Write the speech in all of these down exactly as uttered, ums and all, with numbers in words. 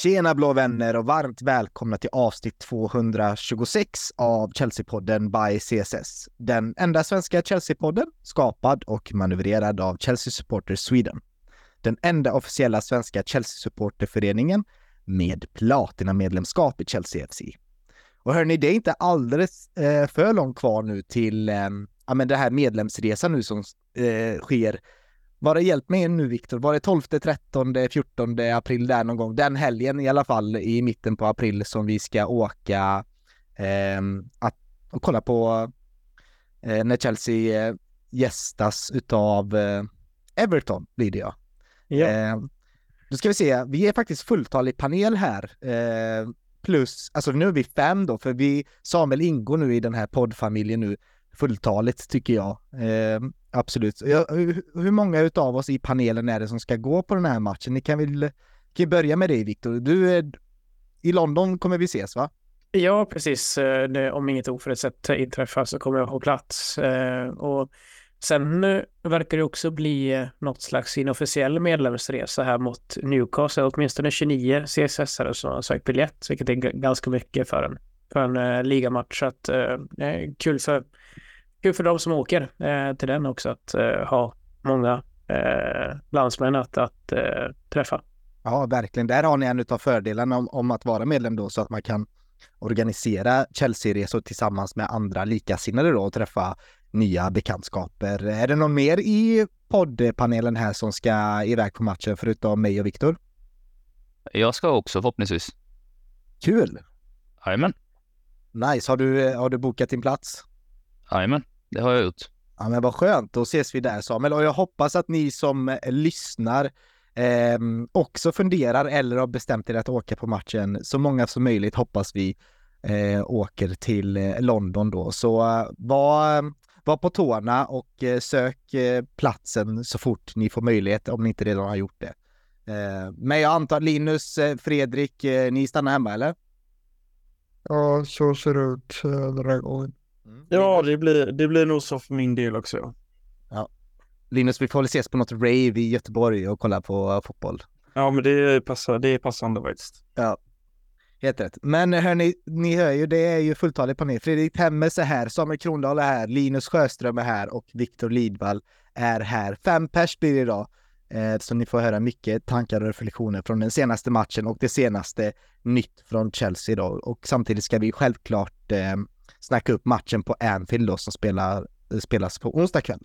Tjena blå vänner och varmt välkomna till avsnitt tvåhundratjugosex av Chelsea-podden by C S S. Den enda svenska Chelsea-podden skapad och manövrerad av Chelsea Supporters Sweden. Den enda officiella svenska Chelsea-supporterföreningen med platina-medlemskap i Chelsea F C. Och hörni, det är inte alldeles eh, för långt kvar nu till eh, ja, men det här medlemsresan nu som eh, sker. Var det hjälpt mig nu, Viktor? Var det tolfte, trettonde, fjortonde april där någon gång? Den helgen i alla fall i mitten på april som vi ska åka eh, att och kolla på eh, när Chelsea eh, gästas utav eh, Everton blir det ja. Ja. Eh, då ska vi se, vi är faktiskt fulltalig panel här. Eh, plus, alltså nu är vi fem då, för vi, Samuel ingår nu i den här poddfamiljen nu. Fulltaligt tycker jag. Eh, absolut. Ja, hur, hur många utav oss i panelen är det som ska gå på den här matchen? Ni kan väl kan börja med dig, Viktor. Du är i London, kommer vi ses va? Ja, precis. Det, om inget oförutsett inträffar så kommer jag på plats. Eh, och sen verkar det också bli något slags inofficiell medlemsresa här mot Newcastle. Åtminstone tjugonio C S S-are som har sökt biljett, vilket är g- ganska mycket för en, för en uh, ligamatch. Så att, uh, det är kul för Kul för de som åker uh, till den också att uh, ha många uh, landsmän att, att uh, träffa. Ja, verkligen. Där har ni en av fördelarna om, om att vara medlem då, så att man kan organisera Chelsea-resor tillsammans med andra likasinnade då och träffa nya bekantskaper. Är det någon mer i poddpanelen här som ska iväg på matchen förutom mig och Viktor? Jag ska också förhoppningsvis. Kul! Jajamän. Nice. Har du, har du bokat din plats? Jajamän, det har jag gjort. Ja, men vad skönt. Då ses vi där, Samuel. Och jag hoppas att ni som eh, lyssnar eh, också funderar eller har bestämt er att åka på matchen. Så många som möjligt hoppas vi eh, åker till eh, London då. Så eh, var, var på tårna och eh, sök eh, platsen så fort ni får möjlighet, om ni inte redan har gjort det. Eh, men jag antar Linus, eh, Fredrik, eh, ni stannar hemma eller? Ja, så ser det ut uh, den här gången. Mm. Ja, det blir, det blir nog så för min del också. Linus, vi får väl ses på något rave i Göteborg och kolla på uh, fotboll. Ja, men det passar, det är passande faktiskt. Ja, helt rätt. Men hörni, ni hör ju, det är ju fulltalig panel. Fredrik Temmes är här, Samuel Krondahl är här, Linus Sjöström är här och Viktor Lidvall är här. Fem pers blir det idag. Eh, så ni får höra mycket tankar och reflektioner från den senaste matchen och det senaste nytt från Chelsea idag. Och samtidigt ska vi självklart eh, snacka upp matchen på Anfield då, som spelar, spelas på onsdag kväll.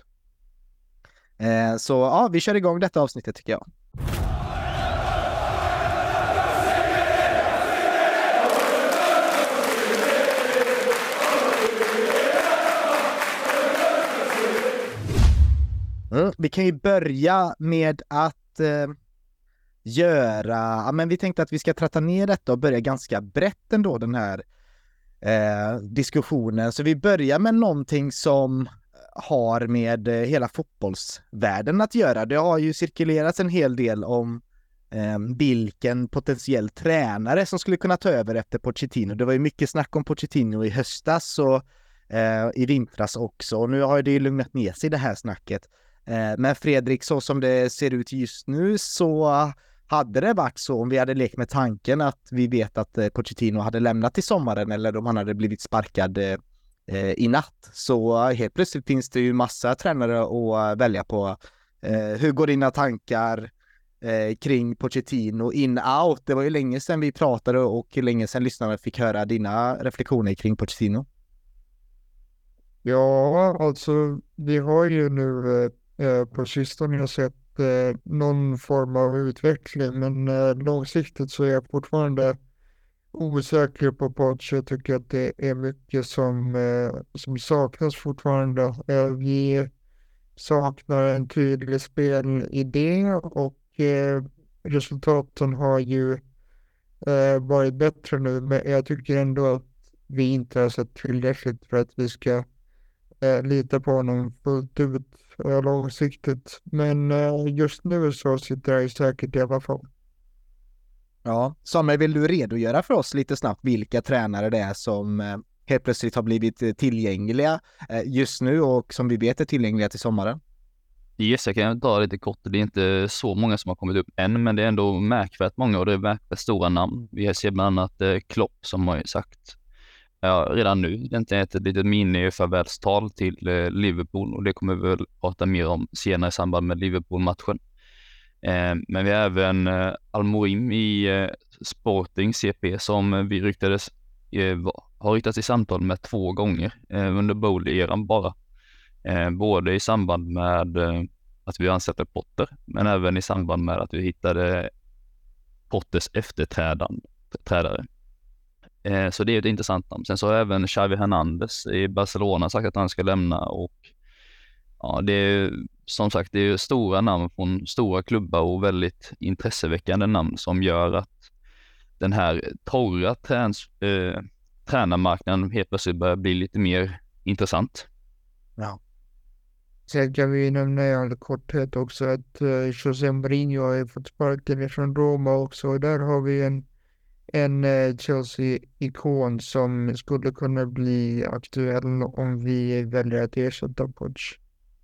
Eh, så ja, vi kör igång detta avsnittet tycker jag. Mm, vi kan ju börja med att eh, göra, ja, men vi tänkte att vi ska tratta ner detta och börja ganska brett ändå den här eh, diskussionen. Så vi börjar med någonting som har med eh, hela fotbollsvärlden att göra. Det har ju cirkulerats en hel del om eh, vilken potentiell tränare som skulle kunna ta över efter Pochettino. Det var ju mycket snack om Pochettino i höstas och eh, i vintras också. Och nu har det ju lugnat ner sig det här snacket. Men Fredrik, så som det ser ut just nu så hade det varit så om vi hade lekt med tanken att vi vet att Pochettino hade lämnat i sommaren eller om han hade blivit sparkad eh, i natt. Så helt plötsligt finns det ju massa tränare att välja på. Eh, hur går dina tankar eh, kring Pochettino in-out? Det var ju länge sedan vi pratade och länge sedan lyssnarna fick höra dina reflektioner kring Pochettino. Ja, alltså vi har ju nu eh, på sistone sett eh, någon form av utveckling, men eh, långsiktigt så är jag fortfarande osäker på Poch. Jag tycker att det är mycket som, eh, som saknas fortfarande. Eh, vi saknar en tydlig spelidé och eh, resultaten har ju eh, varit bättre nu, men jag tycker ändå att vi inte har sett tillräckligt för att vi ska eh, lita på honom fullt ut eh, långsiktigt. Men eh, just nu så sitter jag säkert i alla fall. Ja, Samuel, vill du redogöra för oss lite snabbt vilka tränare det är som eh, helt plötsligt har blivit tillgängliga eh, just nu och som vi vet är tillgängliga till sommaren? Yes, jag kan ta lite kort. Det är inte så många som har kommit upp än, men det är ändå märkvärt många och det är märkvärt stora namn. Vi ser bland annat eh, Klopp som har ju sagt ja, redan nu det är ett litet mini-farvälstal till eh, Liverpool och det kommer vi väl prata mer om senare i samband med Liverpool-matchen. Eh, men vi har även eh, Al-Morim i eh, Sporting C P som vi ryktades eh, har ryktats i samtal med två gånger eh, under Bowley-eran bara. Eh, både i samband med eh, att vi ansatte Potter men även i samband med att vi hittade Potters efterträdare. Eh, så det är ett intressant namn. Sen så har även Xavi Hernandez i Barcelona sagt att han ska lämna och ja, det är som sagt det är stora namn från stora klubbar och väldigt intresseväckande namn som gör att den här torra träns, eh, tränarmarknaden helt plötsligt börjar bli lite mer intressant. Ja. Sen kan vi nämna i all korthet också att uh, José Mourinho har fått sparken från Roma också. Och där har vi en, en uh, Chelsea-ikon som skulle kunna bli aktuell om vi väljer att ersätta Poch.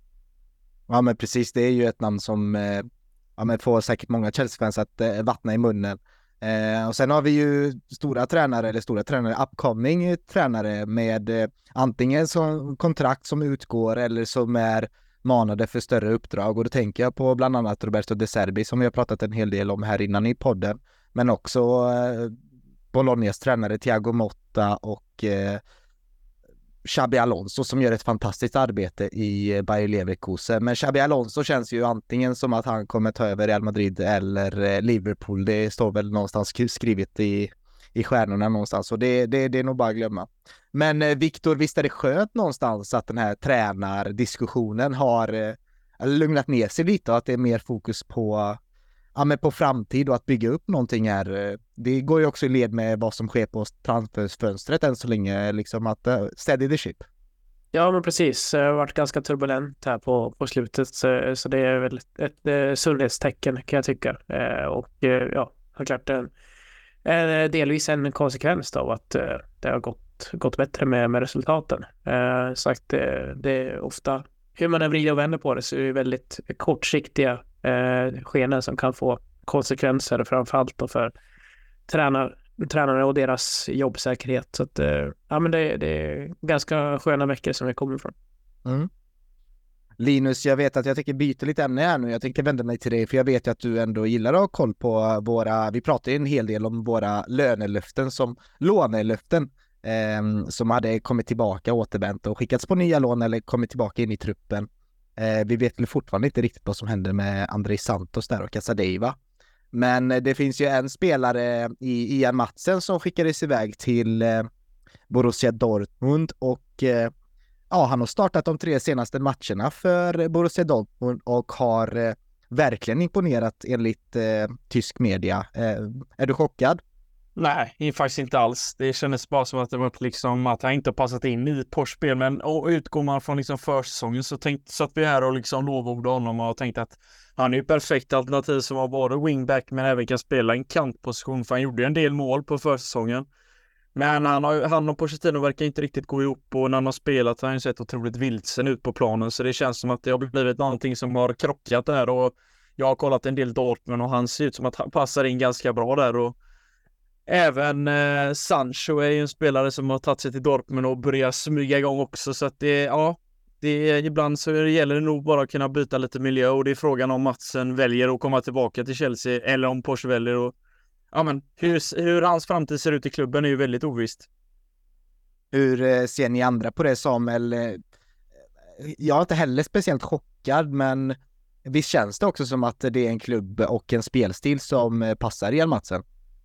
Ja men precis, det är ju ett namn som eh, ja, men får säkert många Chelsea-fans att eh, vattna i munnen. Eh, och sen har vi ju stora tränare, eller stora tränare, upcoming tränare med eh, antingen som kontrakt som utgår eller som är manade för större uppdrag. Och då tänker jag på bland annat Roberto De Zerbi som vi har pratat en hel del om här innan i podden. Men också eh, Bolognas tränare Thiago Motta och eh, Xabi Alonso som gör ett fantastiskt arbete i Bayer Leverkusen. Men Xabi Alonso känns ju antingen som att han kommer ta över Real Madrid eller Liverpool. Det står väl någonstans skrivet i, i stjärnorna någonstans. Och det, det, det är nog bara att glömma. Men eh, Viktor, visst är det skönt någonstans att den här tränardiskussionen har eh, lugnat ner sig lite och att det är mer fokus på ja, men på framtid och att bygga upp någonting här. Det går ju också i led med vad som sker på transferfönstret än så länge, liksom att uh, steady the ship. Ja, men precis. Det har varit ganska turbulent här på, på slutet, så, så det är väl ett, ett, ett sundhetstecken kan jag tycka. Eh, och eh, ja, har klart en, en, delvis en konsekvens av att eh, det har gått, gått bättre med, med resultaten. Eh, sagt, det, det är ofta, hur man än vrider och vänder på det, så är det väldigt kortsiktiga Eh, skenen som kan få konsekvenser framförallt då för tränar, tränare och deras jobbsäkerhet. Så att, eh, ja, men det, det är ganska sköna veckor som vi kommer ifrån. Mm. Linus, jag vet att jag tänker byta lite ämne här nu. Jag tänker vända mig till dig för jag vet att du ändå gillar att ha koll på våra, vi pratar en hel del om våra lönelöften som lånelöften eh, som hade kommit tillbaka, återvänt och skickats på nya lån eller kommit tillbaka in i truppen. Eh, vi vet väl fortfarande inte riktigt vad som hände med André Santos där och Casadeiva. Men eh, det finns ju en spelare i Ian Madsen som skickades iväg till eh, Borussia Dortmund och eh, ja, han har startat de tre senaste matcherna för Borussia Dortmund och har eh, verkligen imponerat enligt eh, tysk media. Eh, är du chockad? Nej, faktiskt inte alls. Det kändes bara som att det var liksom att han inte har passat in i Porsche-spel. Men och utgår man från liksom försäsongen så tänkte så att vi här och liksom lovordade honom och tänkte att han är ju perfekt alternativ som var både wingback men även kan spela en kantposition. För han gjorde en del mål på försäsongen. Men han, har, han och Pochettino verkar inte riktigt gå ihop och när han har spelat har han sett otroligt vilsen ut på planen. Så det känns som att det har blivit någonting som har krockat där och jag har kollat en del Dortmund och han ser ut som att han passar in ganska bra där och även eh, Sancho är ju en spelare som har tagit sig till Dortmund och börjar smyga igång också. Så att det, ja, det är, ibland så gäller det nog bara att kunna byta lite miljö. Och det är frågan om Madsen väljer att komma tillbaka till Chelsea eller om Porsche väljer att... Ja, men hur, hur hans framtid ser ut i klubben är ju väldigt ovisst. Hur eh, ser ni andra på det, Samuel? Eh, jag är inte heller speciellt chockad, men visst känns det också som att det är en klubb och en spelstil som eh, passar Ian Madsen?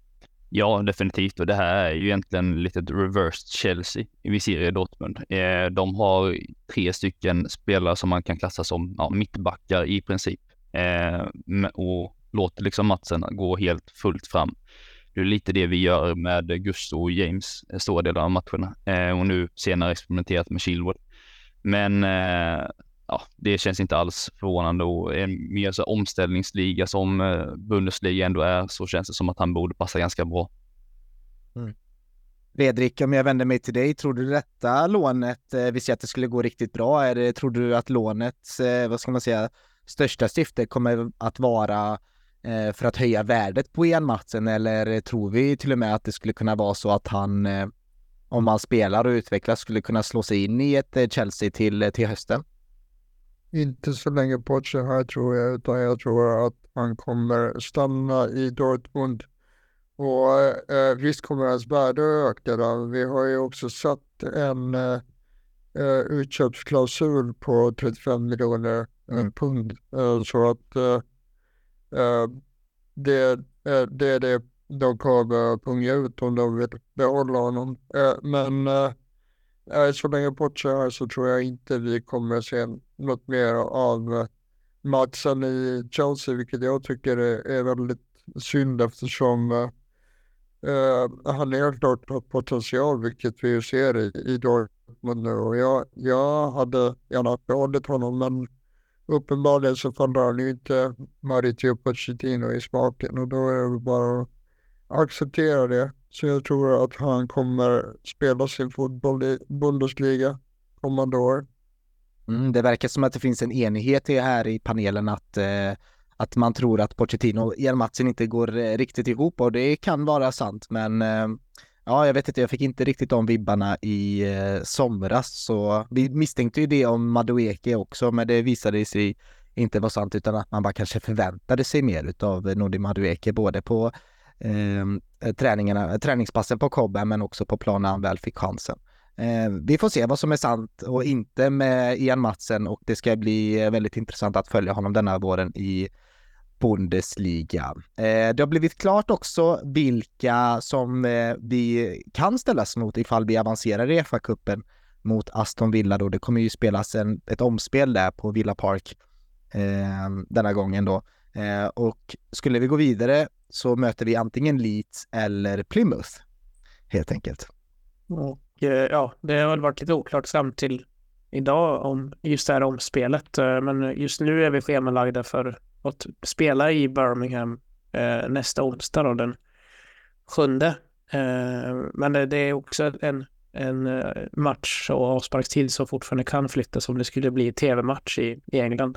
Ja, definitivt. Och det här är ju egentligen lite reversed Chelsea vi ser i Dortmund. Eh, de har tre stycken spelare som man kan klassa som ja, mittbackar i princip. Eh, och låter liksom Madsen gå helt fullt fram. Det är lite det vi gör med Gusto och James stora delar av matcherna. Eh, och nu senare experimenterat med Chilwell. Men eh, ja, det känns inte alls förvånande och en mer så omställningsliga som eh, Bundesliga ändå är så känns det som att han borde passa ganska bra. Mm. Fredrik, om jag vänder mig till dig, tror du detta lånet, eh, vi ser att det skulle gå riktigt bra, är det, tror du att lånet, eh, vad ska man säga, största syfte kommer att vara eh, för att höja värdet på Ian Maatsen, eller tror vi till och med att det skulle kunna vara så att han, eh, om han spelar och utvecklas, skulle kunna slå sig in i ett eh, Chelsea till, till hösten? Inte så länge Poche här tror jag, utan jag tror att han kommer stanna i Dortmund. Och eh, visst kommer hans värde öka där. Vi har ju också satt en eh, utköpsklausul på trettiofem miljoner Mm. pund. Eh, så att eh, eh, det, eh, det är det de kommer punga ut om de vill behålla honom. Eh, men eh, eh, så länge Poche här så tror jag inte vi kommer se något mer av eh, Maatsen i Chelsea, vilket jag tycker är, är väldigt synd eftersom eh, Uh, han är helt klart har potential, vilket vi ju ser i, i Dortmund nu. Och jag, jag hade gärna behållit honom, men uppenbarligen så faller han ju inte Mauricio Pochettino i smaken, och då är det bara att acceptera det. Så jag tror att han kommer spela sin fotboll i Bundesliga kommande år. Mm, det verkar som att det finns en enighet här i panelen att eh, att man tror att Pochettino och Ian Maatsen inte går eh, riktigt ihop, och det kan vara sant, men eh, ja, jag vet inte, jag fick inte riktigt de vibbarna i eh, somras, så vi misstänkte ju det om Madueke också, men det visade sig inte vara sant, utan att man bara kanske förväntade sig mer utav Nodi Madueke, både på eh, träningarna, träningspassen på Cobham, men också på plan när han väl fick chansen. Eh, vi får se vad som är sant och inte med Ian Maatsen, och det ska bli väldigt intressant att följa honom denna våren i Bundesliga. Eh, det har blivit klart också vilka som eh, vi kan ställas mot ifall vi avancerar i F A-cupen mot Aston Villa då. Det kommer ju spelas en, ett omspel där på Villa Park eh, denna gången då. Eh, och skulle vi gå vidare så möter vi antingen Leeds eller Plymouth, helt enkelt. Och eh, ja, det har väl varit lite oklart fram till idag om just det här omspelet. Eh, men just nu är vi schemalagda för att spela i Birmingham eh, nästa onsdag då, den sjunde. Eh, men det, det är också en, en eh, match och avsparkstid som fortfarande kan flyttas om det skulle bli tv-match i, i England.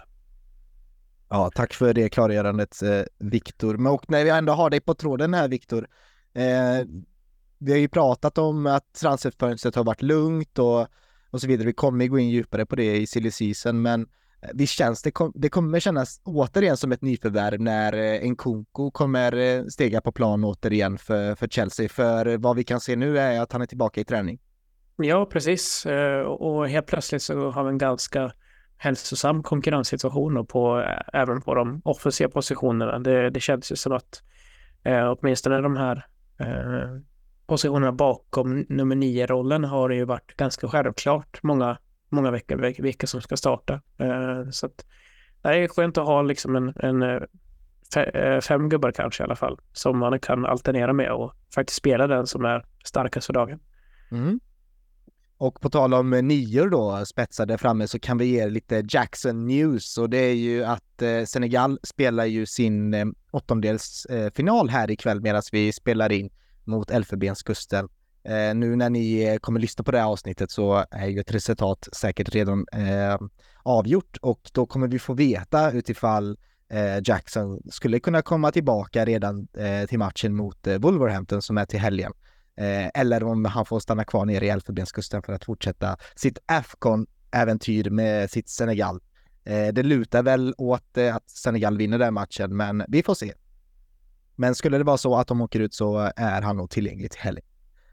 Ja, tack för det klargörandet, eh, Viktor. Men och när vi ändå har dig på tråden här, Viktor. Eh, vi har ju pratat om att transferfönstret har varit lugnt och, och så vidare. Vi kommer gå in djupare på det i silly season, men det känns, det, kom, det kommer kännas återigen som ett nyförvärv när eh, Nkunku kommer eh, stega på plan återigen för, för Chelsea. För vad vi kan se nu är att han är tillbaka i träning. Ja, precis. Eh, och helt plötsligt så har vi en ganska hälsosam konkurrenssituation på, även på de offensiva positionerna. Det, det känns ju som att eh, åtminstone de här eh, positionerna bakom nummer nio-rollen har det ju varit ganska självklart många, många veckor vilka som ska starta. Eh, så att det är skönt att ha liksom en, en fe, fem gubbar kanske i alla fall som man kan alternera med och faktiskt spela den som är starkast för dagen. Mm. Och på tal om nior då, spetsade framme, så kan vi ge lite Jackson News, och det är ju att eh, Senegal spelar ju sin eh, åttondelsfinal eh, här ikväll medan vi spelar in mot Elfenbenskusten. Eh, nu när ni eh, kommer lyssna på det här avsnittet så är ju ett resultat säkert redan eh, avgjort, och då kommer vi få veta utifall eh, Jackson skulle kunna komma tillbaka redan eh, till matchen mot eh, Wolverhampton som är till helgen. Eh, eller om han får stanna kvar nere i Elfenbenskusten för att fortsätta sitt AFCON-äventyr med sitt Senegal. Eh, det lutar väl åt eh, att Senegal vinner den matchen, men vi får se. Men skulle det vara så att de åker ut så är han nog tillgänglig till helgen.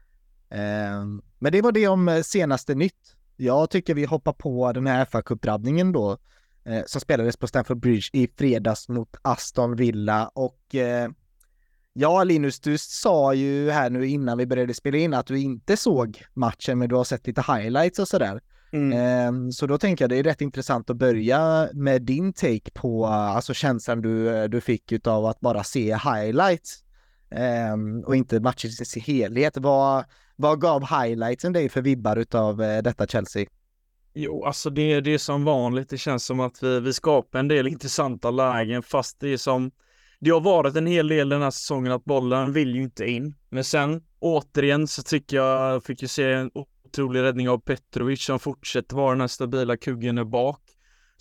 Eh, men det var det om senaste nytt. Jag tycker vi hoppar på den här F A-cupdrabbningen då eh, som spelades på Stamford Bridge i fredags mot Aston Villa, och eh, ja, Linus, du sa ju här nu innan vi började spela in att du inte såg matchen, men du har sett lite highlights och sådär. Mm. Ehm, så då tänker jag det är rätt intressant att börja med din take på alltså känslan du, du fick utav att bara se highlights ehm, och inte matchen i sin helhet. Vad, vad gav highlightsen dig för vibbar utav uh, detta Chelsea? Jo, alltså det, det är som vanligt. Det känns som att vi, vi skapar en del intressanta lägen, fast det är som det har varit en hel del den här säsongen att bollen vill ju inte in. Men sen återigen så tycker jag fick ju se en otrolig räddning av Petrovic som fortsätter vara den här stabila kuggen där bak.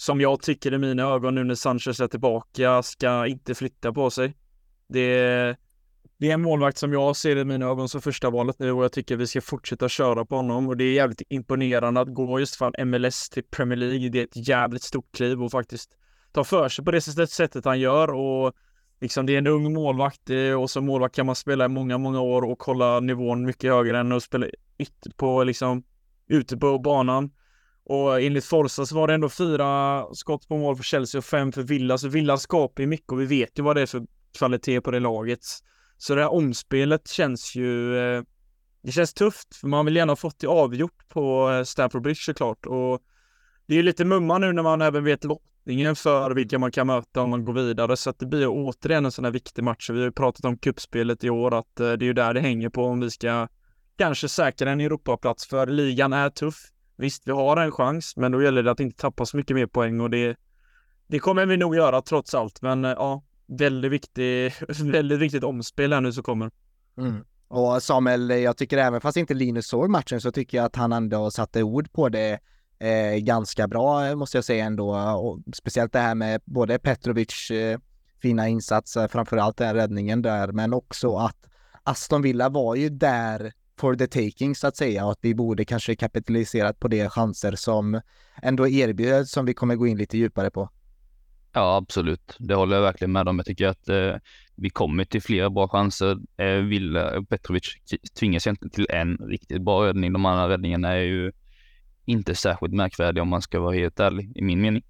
som jag tycker i mina ögon nu när Sanchez är tillbaka ska inte flytta på sig. Det är, det är en målvakt som jag ser i mina ögon som första valet nu och jag tycker vi ska fortsätta köra på honom och det är jävligt imponerande att gå just från M L S till Premier League. Det är ett jävligt stort kliv och faktiskt ta för sig på det sättet han gör och liksom det är en ung målvakt och som målvakt kan man spela i många, många år och hålla nivån mycket högre än att spela ytter på liksom ute på banan. Och enligt Forza så var det ändå fyra skott på mål för Chelsea och fem för Villa. Så Villa skapar ju mycket och vi vet ju vad det är för kvalitet på det laget. Så det här omspelet känns ju... Eh, det känns tufft för man vill gärna ha fått det avgjort på Stamford Bridge såklart. Och det är ju lite mumma nu när man även vet lottningen för vilka man kan möta om man går vidare. Så att det blir återigen en sån här viktig match. Vi har ju pratat om kuppspelet i år att eh, det är ju där det hänger på om vi ska kanske säkra en Europaplats. För ligan är tuff. Visst, vi har en chans, men då gäller det att inte tappa så mycket mer poäng och det, det kommer vi nog göra trots allt. Men ja, väldigt viktigt, väldigt viktigt omspel här nu så kommer. Mm. Och Samuel, jag tycker även fast inte Linus såg matchen så tycker jag att han ändå satte ord på det eh, ganska bra måste jag säga ändå. Och speciellt det här med både Petrovic eh, fina insatser, framförallt den räddningen där, men också att Aston Villa var ju där for the taking så att säga och att vi borde kanske kapitaliserat på de chanser som ändå erbjöds som vi kommer gå in lite djupare på. Ja, absolut. Det håller jag verkligen med om. Jag tycker att eh, vi kommer till flera bra chanser. Eh, Villa och Petrovic tvingas egentligen till en riktigt bra räddning. De andra räddningarna är ju inte särskilt märkvärdiga om man ska vara helt ärlig i min mening.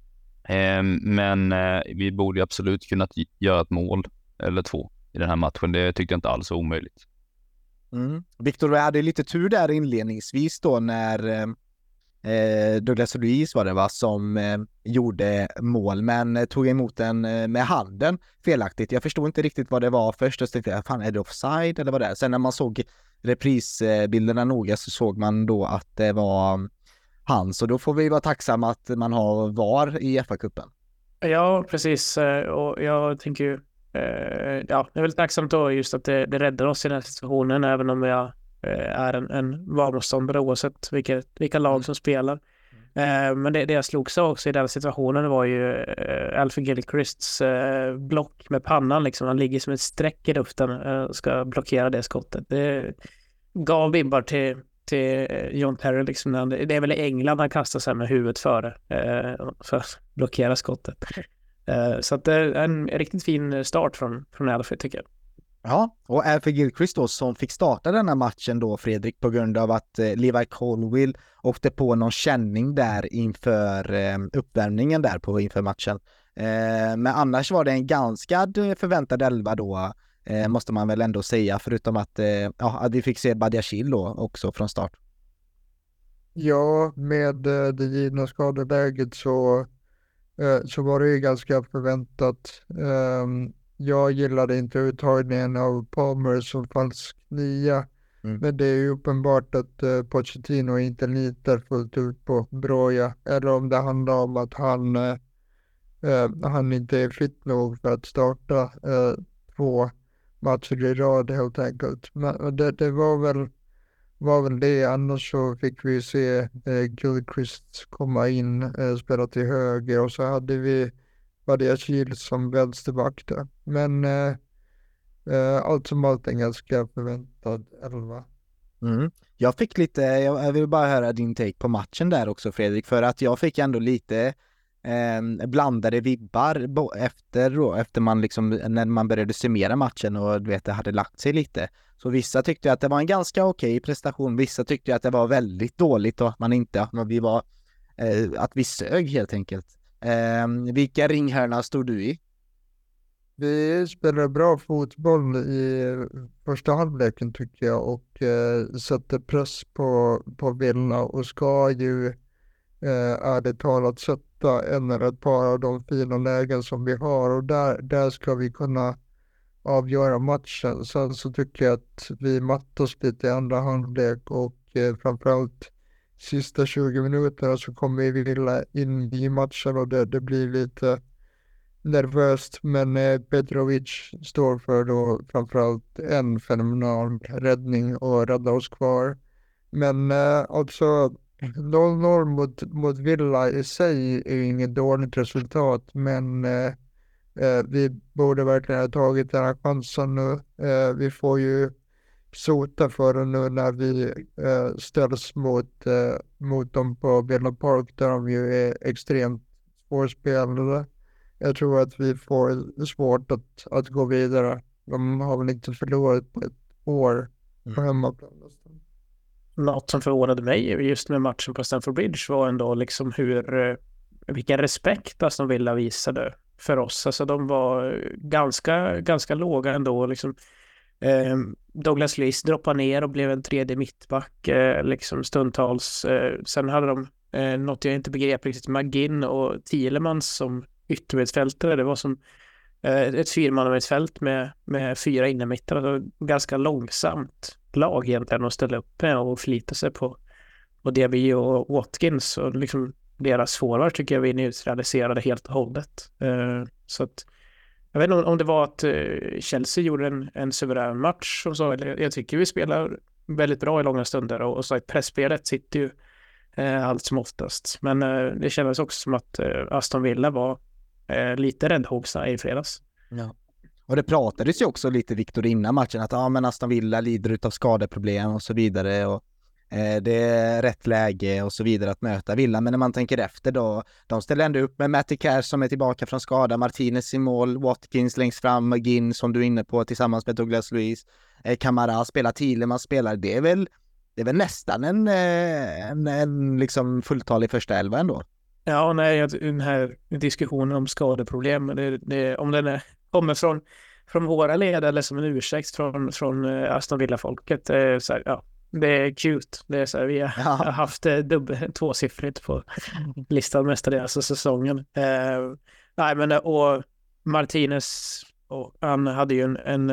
Eh, men eh, vi borde absolut kunna göra ett mål eller två i den här matchen. Det tyckte jag inte alls var omöjligt. Mm. Victor, vi hade lite tur där inledningsvis då när eh, Douglas Luiz var det va som eh, gjorde mål men eh, tog emot den eh, med handen felaktigt. Jag förstod inte riktigt vad det var först och så tänkte jag, fan är det offside eller vad det är? Sen när man såg reprisbilderna noga så såg man då att det var han, så då får vi vara tacksamma att man har V A R i F A-cupen. Ja, precis. Och jag tänker ju Uh, ja, jag är väldigt tacksam då just att det, det räddar oss i den här situationen även om jag uh, är en, en varmotståndare oavsett vilka, vilka lag som spelar. Uh, men det, det jag slogs av också i den situationen var ju uh, Alfie Gilchrists uh, block med pannan liksom. Han ligger som ett streck i luften och uh, ska blockera det skottet. Det gav vibbar till, till John Terry liksom. Det är väl i England han kastar sig med huvudet före uh, för att blockera skottet. Uh, så att det är en riktigt fin start från, från Alfie tycker jag. Ja, och Alfie Gilchrist då som fick starta den här matchen då, Fredrik, på grund av att eh, Levi Colwill åkte på någon känning där inför eh, uppvärmningen där på inför matchen. Eh, men annars var det en ganska förväntad elva då, eh, måste man väl ändå säga, förutom att, eh, ja, att vi fick se Badiashile då också från start. Ja, med eh, det givna skadeläget så så var det ju ganska förväntat. Um, jag gillade inte uttagningen av Palmer som falsk nia. Mm. Men det är ju uppenbart att uh, Pochettino inte litar fullt ut på Broja. Eller om det handlar om att han, uh, uh, han inte är fit nog för att starta uh, två matcher i rad helt enkelt. Men det, det var väl var väl det, annars så fick vi se eh, Gilchrist komma in, eh, spela till höger och så hade vi Badiashile som vänsterback där. Men eh, eh, allt som allt en ganska förväntad elva. Mm. Jag fick lite, jag vill bara höra din take på matchen där också Fredrik, för att jag fick ändå lite eh, blandade vibbar efter då, efter man liksom, när man började summera matchen och du vet det hade lagt sig lite. Så vissa tyckte att det var en ganska okej prestation, vissa tyckte att det var väldigt dåligt och att man inte, att vi var, eh, att vi sög helt enkelt. Eh, vilka ringhörna stod du i? Vi spelade bra fotboll i första halvleken tycker jag och eh, sätter press på, på Villa och ska ju eh, ärligt talat sätta en eller ett par av de fina lägen som vi har och där, där ska vi kunna avgöra matchen. Sen så tycker jag att vi mattas lite i andra halvlek och eh, framförallt sista tjugo minuterna så kommer vi vilja in i matchen och det, det blir lite nervöst, men eh, Petrovic står för då framförallt en fenomenal räddning och räddar oss kvar. Men eh, alltså noll noll mot, mot Villa i sig är ju inget dåligt resultat, men eh, eh, vi borde verkligen ha tagit den här chansen nu. Eh, vi får ju sota för det nu när vi eh, ställs mot, eh, mot dem på Villa Park, där de ju är extremt svårspelade. Jag tror att vi får svårt att, att gå vidare. De har väl inte förlorat på ett år på hemmaplan nästan. Något som förvånade mig just med matchen på Stamford Bridge var ändå liksom hur, vilken respekt Aston Villa visade för oss. Alltså de var ganska, ganska låga ändå. Liksom, eh, Douglas Luiz droppade ner och blev en tredje mittback eh, liksom stundtals. Eh, sen hade de eh, något jag inte begrep riktigt, McGinn och Thielemans som yttermittfältare. Det var som eh, ett fyrmannamittfält med, med fyra innermittare. Alltså, ganska långsamt lag egentligen att ställa upp med och förlita sig på. Och D B och Watkins och liksom deras forward tycker jag vi neutraliserade helt och hållet. Uh, så att jag vet inte om det var att uh, Chelsea gjorde en, en suverän match och så. Eller, jag tycker vi spelar väldigt bra i långa stunder och, och så att pressspelet sitter ju uh, allt som oftast. Men uh, det kändes också som att uh, Aston Villa var uh, lite räddhågsna i fredags. Ja. Och det pratades ju också lite, Victor, innan matchen att ja, men Aston Villa lider av skadeproblem och så vidare och eh, det är rätt läge och så vidare att möta Villa. Men när man tänker efter då, de ställer ändå upp med Matty Cash som är tillbaka från skada, Martinez i mål, Watkins längst fram, McGinn som du är inne på tillsammans med Douglas Luiz, eh, Kamara spelar, Thielemans spelar. Det är väl, det är väl nästan en, eh, en, en liksom fulltalig första elva ändå. Ja, nej, den här diskussionen om skadeproblem, det, det, om den är, kommer från, från våra led eller som en ursäkt från, från Aston Villa-folket, det är, så här, ja, det är cute. Det är så här, vi har Ja. haft dubbel, tvåsiffrigt på listan mestadels av säsongen. Eh, nej, men och Martinez, och han hade ju en, en,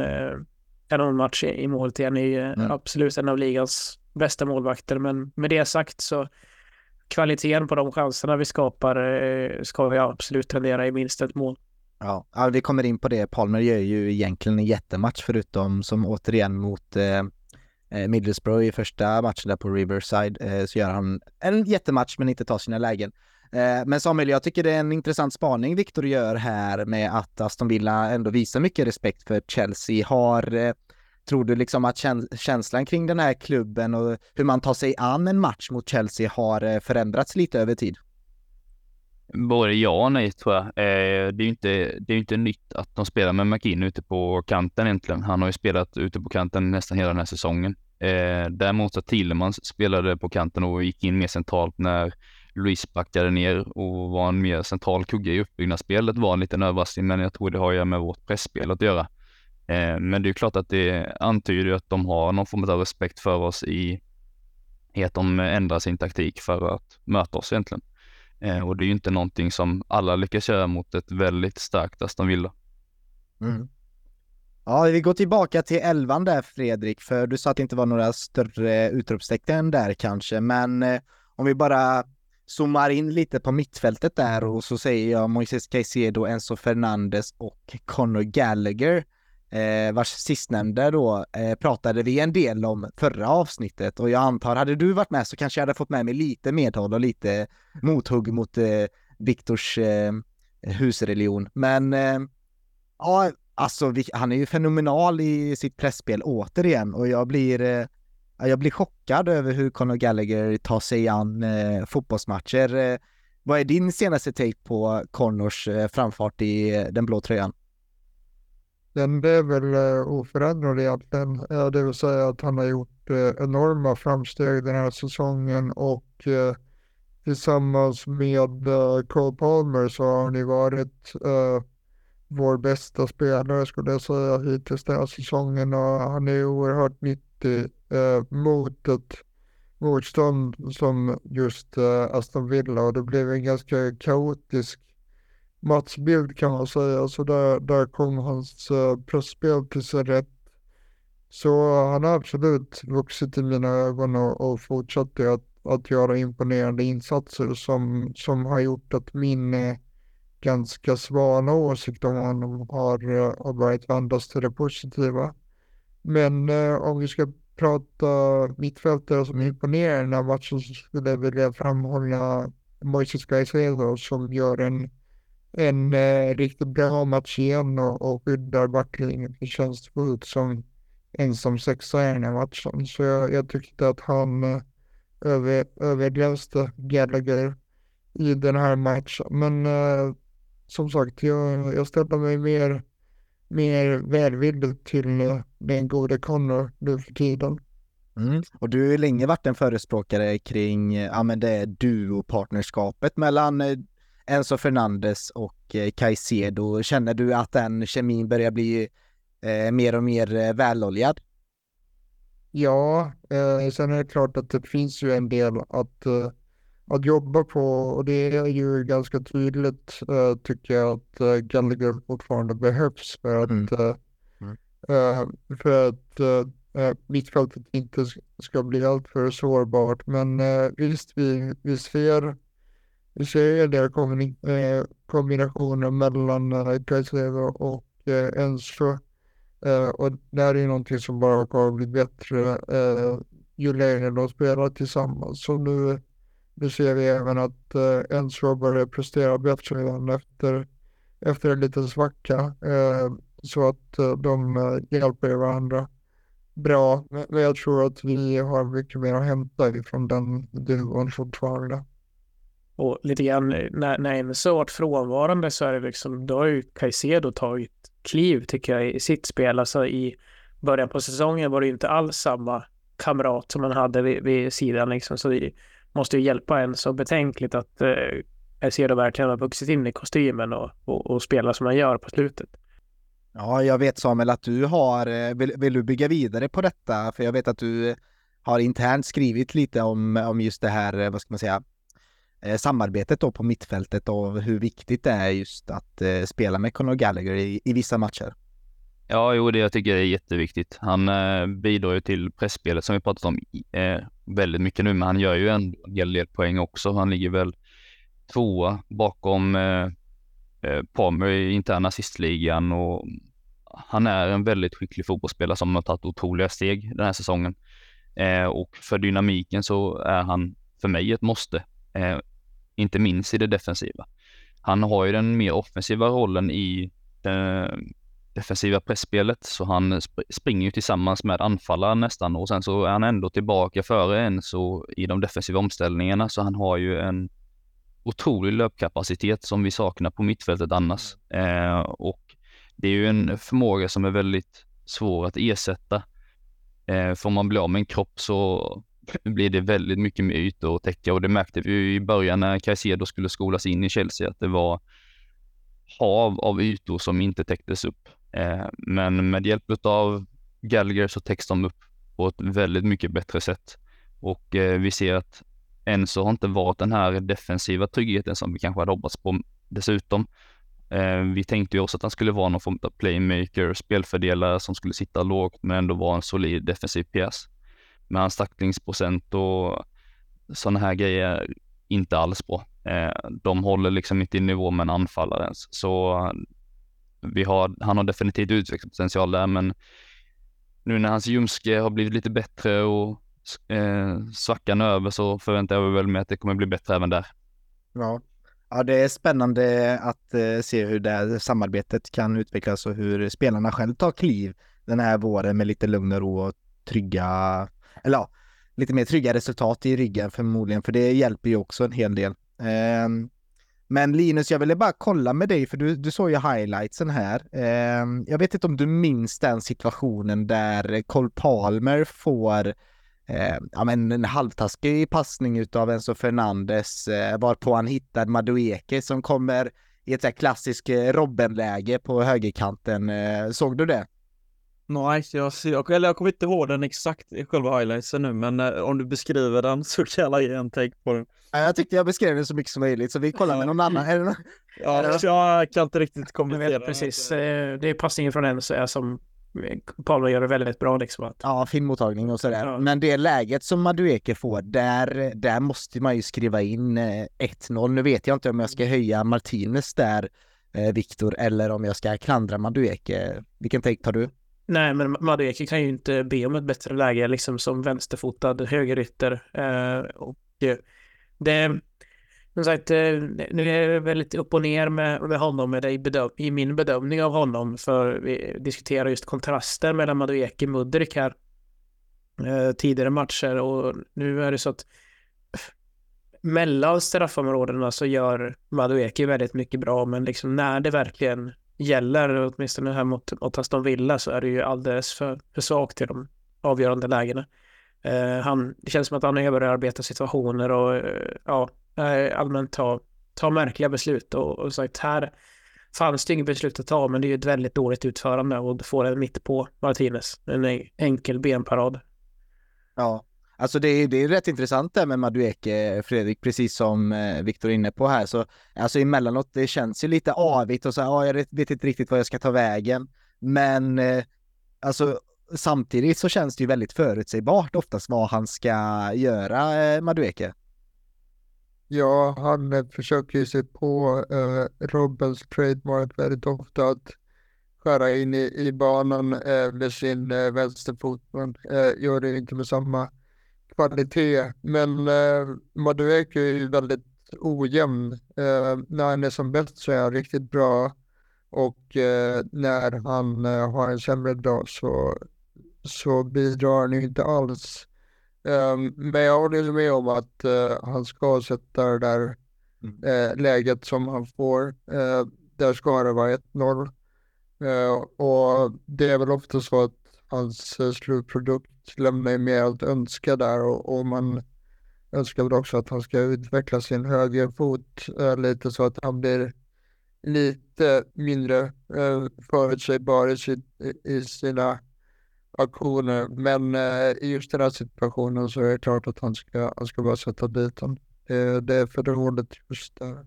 en match i målet igen, i mm. absolut en av ligans bästa målvakter, men med det sagt så kvaliteten på de chanserna vi skapar ska vi absolut tendera i minst ett mål. Ja, ja, vi kommer in på det. Palmer gör ju egentligen en jättematch förutom som återigen mot eh, Middlesbrough i första matchen där på Riverside eh, så gör han en jättematch men inte tar sina lägen. Eh, men Samuel, jag tycker det är en intressant spaning Victor gör här med att Aston Villa ändå visar mycket respekt för Chelsea. Har eh, Tror du liksom att käns- känslan kring den här klubben och hur man tar sig an en match mot Chelsea har förändrats lite över tid? Både ja och nej tror jag. Eh, det är ju inte, det är ju inte nytt att de spelar med McGinn ute på kanten egentligen. Han har ju spelat ute på kanten nästan hela den här säsongen. Eh, däremot att Thielemans spelade på kanten och gick in mer centralt när Luiz backade ner och var en mer central kugge i uppbyggnadsspelet var en liten överraskning, men jag tror det har ju med vårt pressspel att göra. Men det är ju klart att det antyder att de har någon form av respekt för oss i, i att de ändrar sin taktik för att möta oss egentligen. Och det är ju inte någonting som alla lyckas göra mot ett väldigt starkt Aston Villa. Mm. Ja, vi går tillbaka till elvan där Fredrik, för du sa att det inte var några större utropstecken där kanske, men eh, om vi bara zoomar in lite på mittfältet där och så säger jag Moises Caicedo, Enzo Fernandes och Conor Gallagher. Eh, vars sistnämnda då eh, pratade vi en del om förra avsnittet och jag antar, hade du varit med så kanske jag hade fått med mig lite medhåll och lite mothugg mot eh, Victors eh, husreligion. Men eh, ja, alltså vi, han är ju fenomenal i sitt pressspel återigen och jag blir eh, jag blir chockad över hur Conor Gallagher tar sig an eh, fotbollsmatcher. Eh, vad är din senaste take på Connors eh, framfart i eh, den blå tröjan? Den är väl uh, oförändrad egentligen. Uh, det vill säga att han har gjort uh, enorma framsteg den här säsongen och uh, tillsammans med uh, Cole Palmer så har han ju varit uh, vår bästa spelare skulle jag säga hittills den här säsongen och han är oerhört nyttig uh, mot ett motstånd som just uh, Aston Villa och det blev en ganska kaotisk matchbild kan man säga, så där, där kom hans uh, pressspel till sig rätt. Så han har absolut vuxit i mina ögon och, och fortsatte att, att göra imponerande insatser som, som har gjort att min uh, ganska svana åsikt om honom har, uh, har börjat vändas till det positiva. Men uh, om vi ska pratar mittfältare som imponerar i den här matchen så skulle jag vilja framhålla Moises Caicedo som gör en, en eh, riktigt bra match igen och, och skyddar backlinjen förtjänstfullt som en som sexa i den här matchen. Så jag, jag tyckte att han eh, över, överglänste Gallagher i den här matchen. Men eh, som sagt, jag, jag ställer mig mer, mer välvilligt till eh, den gode Connor nu för tiden. Mm. Och du har ju länge varit en förespråkare kring ja, men det duopartnerskapet mellan eh, Enzo Fernandes och eh, Caicedo. Känner du att den kemin börjar bli eh, mer och mer eh, väloljad? Ja, eh, sen är det klart att det finns ju en del att, eh, att jobba på och det är ju ganska tydligt eh, tycker jag att eh, Gallagher fortfarande behövs för att, Mm. eh, Mm. eh, för att eh, mittfältet inte ska bli allt för sårbart. Men eh, visst, vi, vi ser vi ser en del kombin- eh, kombinationer mellan eh, Caicedo och eh, Enzo. Uh, och det här är någonting som bara kommer bli bättre uh, ju längre de spelar tillsammans. Så nu, nu ser vi även att uh, Enzo börjar prestera bättre än efter, efter en liten svacka. Uh, så att uh, de uh, hjälper varandra bra. Men, men jag tror att vi har mycket mer att hämta ifrån den duon fortfarande. Och lite grann när, när Enzo varit frånvarande så är det liksom, då har ju Caicedo tagit kliv tycker jag i sitt spel. Alltså i början på säsongen var det ju inte alls samma kamrat som man hade vid, vid sidan liksom. Så det måste ju hjälpa en så betänkligt att eh, Caicedo verkligen har vuxit in i kostymen och, och, och spelar som han gör på slutet. Ja, jag vet Samuel att du har, vill, vill du bygga vidare på detta? För jag vet att du har internt skrivit lite om, om just det här, vad ska man säga, eh, samarbetet då på mittfältet och hur viktigt det är just att eh, spela med Conor Gallagher i, i vissa matcher. Ja, jo, det jag tycker är jätteviktigt. Han eh, bidrar ju till pressspelet som vi pratat om eh, väldigt mycket nu, men han gör ju en hel del poäng också. Han ligger väl tvåa bakom eh, eh, Palmer i interna assistligan och han är en väldigt skicklig fotbollsspelare som har tagit otroliga steg den här säsongen. Eh, och för dynamiken så är han för mig ett måste, eh, inte minst i det defensiva. Han har ju den mer offensiva rollen i eh, defensiva pressspelet, så han sp- springer ju tillsammans med anfallaren nästan och sen så är han ändå tillbaka före en så i de defensiva omställningarna, så han har ju en otrolig löpkapacitet som vi saknar på mittfältet annars. Eh, och det är ju en förmåga som är väldigt svår att ersätta. Eh, får man bli av med en kropp så blir det väldigt mycket med ytor att täcka och det märkte vi ju i början när Caicedo skulle skolas in i Chelsea att det var hav av ytor som inte täcktes upp. Eh, men med hjälp av Gallagher så täcks de upp på ett väldigt mycket bättre sätt och eh, vi ser att Enzo har inte varit den här defensiva tryggheten som vi kanske hade hoppats på dessutom. Eh, vi tänkte ju också att han skulle vara någon form av playmaker, spelfördelare som skulle sitta lågt men ändå vara en solid defensiv pjäs. Men hans tacklingsprocent och sådana här grejer är inte alls bra. Eh, de håller liksom inte i nivå med en anfallare ens. Så vi har, han har definitivt utvecklingspotential där, men nu när hans ljumske har blivit lite bättre och eh, svackan över så förväntar jag mig väl med att det kommer bli bättre även där. Ja. Ja, det är spännande att eh, se hur det här samarbetet kan utvecklas och hur spelarna själv tar kliv den här våren med lite lugn och ro och trygga, eller ja, lite mer trygga resultat i ryggen förmodligen, för det hjälper ju också en hel del. Eh, men Linus, jag ville bara kolla med dig, för du, du såg ju highlightsen här. Eh, jag vet inte om du minns den situationen där Cole Palmer får Eh, ja, men en halvtaskig passning utav Enzo Fernandes eh, varpå han hittar Madueke som kommer i ett så här klassiskt eh, Robben-läge på högerkanten. Eh, såg du det? Nej, jag, ser, eller jag kommer inte ihåg den exakt i själva highlightsen nu, men eh, om du beskriver den så kan jag ge en take på den. Ja, jag tyckte jag beskrev den så mycket som möjligt, så vi kollar med någon annan. Är det någon? Ja, jag kan inte riktigt Jag kommentera. vet precis, eh, det är passningen från Enzo är som Palmer gör det väldigt bra liksom. Att... Ja, fin mottagning och sådär. Ja. Men det läget som Madueke får, där, där måste man ju skriva in eh, ett noll. Nu vet jag inte om jag ska höja Martinez där, eh, Viktor, eller om jag ska klandra Madueke. Vilken take tar du? Nej, men Madueke kan ju inte be om ett bättre läge liksom som vänsterfotad högerytter. Eh, och det, som sagt, nu är det väldigt upp och ner med, med honom med det i, bedöm, i min bedömning av honom, för vi diskuterar just kontraster mellan Madueke och Mudryk här eh, tidigare matcher, och nu är det så att mellan straffområdena så gör Madueke väldigt mycket bra, men liksom när det verkligen gäller, åtminstone här mot, mot Aston Villa, så är det ju alldeles för, för svagt till de avgörande lägena. Uh, han, det känns som att han överarbetar situationer och uh, ja, allmänt tar ta märkliga beslut, och, och sagt här fanns det inget beslut att ta, men det är ju ett väldigt dåligt utförande och får en mitt på Martinez, en enkel benparad. Ja, alltså det är, det är rätt intressant där med Madueke, Fredrik, precis som eh, Victor är inne på här. Så alltså emellanåt, det känns ju lite avigt och så, ja, jag vet inte riktigt vad jag ska ta vägen. Men eh, alltså samtidigt så känns det ju väldigt förutsägbart oftast vad han ska göra, eh, Madueke. Ja, han eh, försöker ju sig på eh, Robbens trademark väldigt ofta, att skära in i, i banan eh, med sin eh, vänsterfot, men eh, gör det inte med samma kvalitet. Men eh, Madueke är ju väldigt ojämn. Eh, när han är som bäst så är han riktigt bra, och eh, när han eh, har en sämre dag så, så bidrar han inte alls. Um, men jag håller med om att uh, han ska sätta det där uh, läget som han får. Uh, där ska det vara ett noll. Uh, och det är väl ofta så att hans uh, slutprodukt lämnar mer att önska där, och, och man önskar väl också att han ska utveckla sin högerfot uh, lite, så att han blir lite mindre uh, förutsägbar i, sin, i sina aktioner. Men eh, i just den här situationen så är det klart att han ska, han ska bara sätta dit den. Eh, det är för dåligt just där.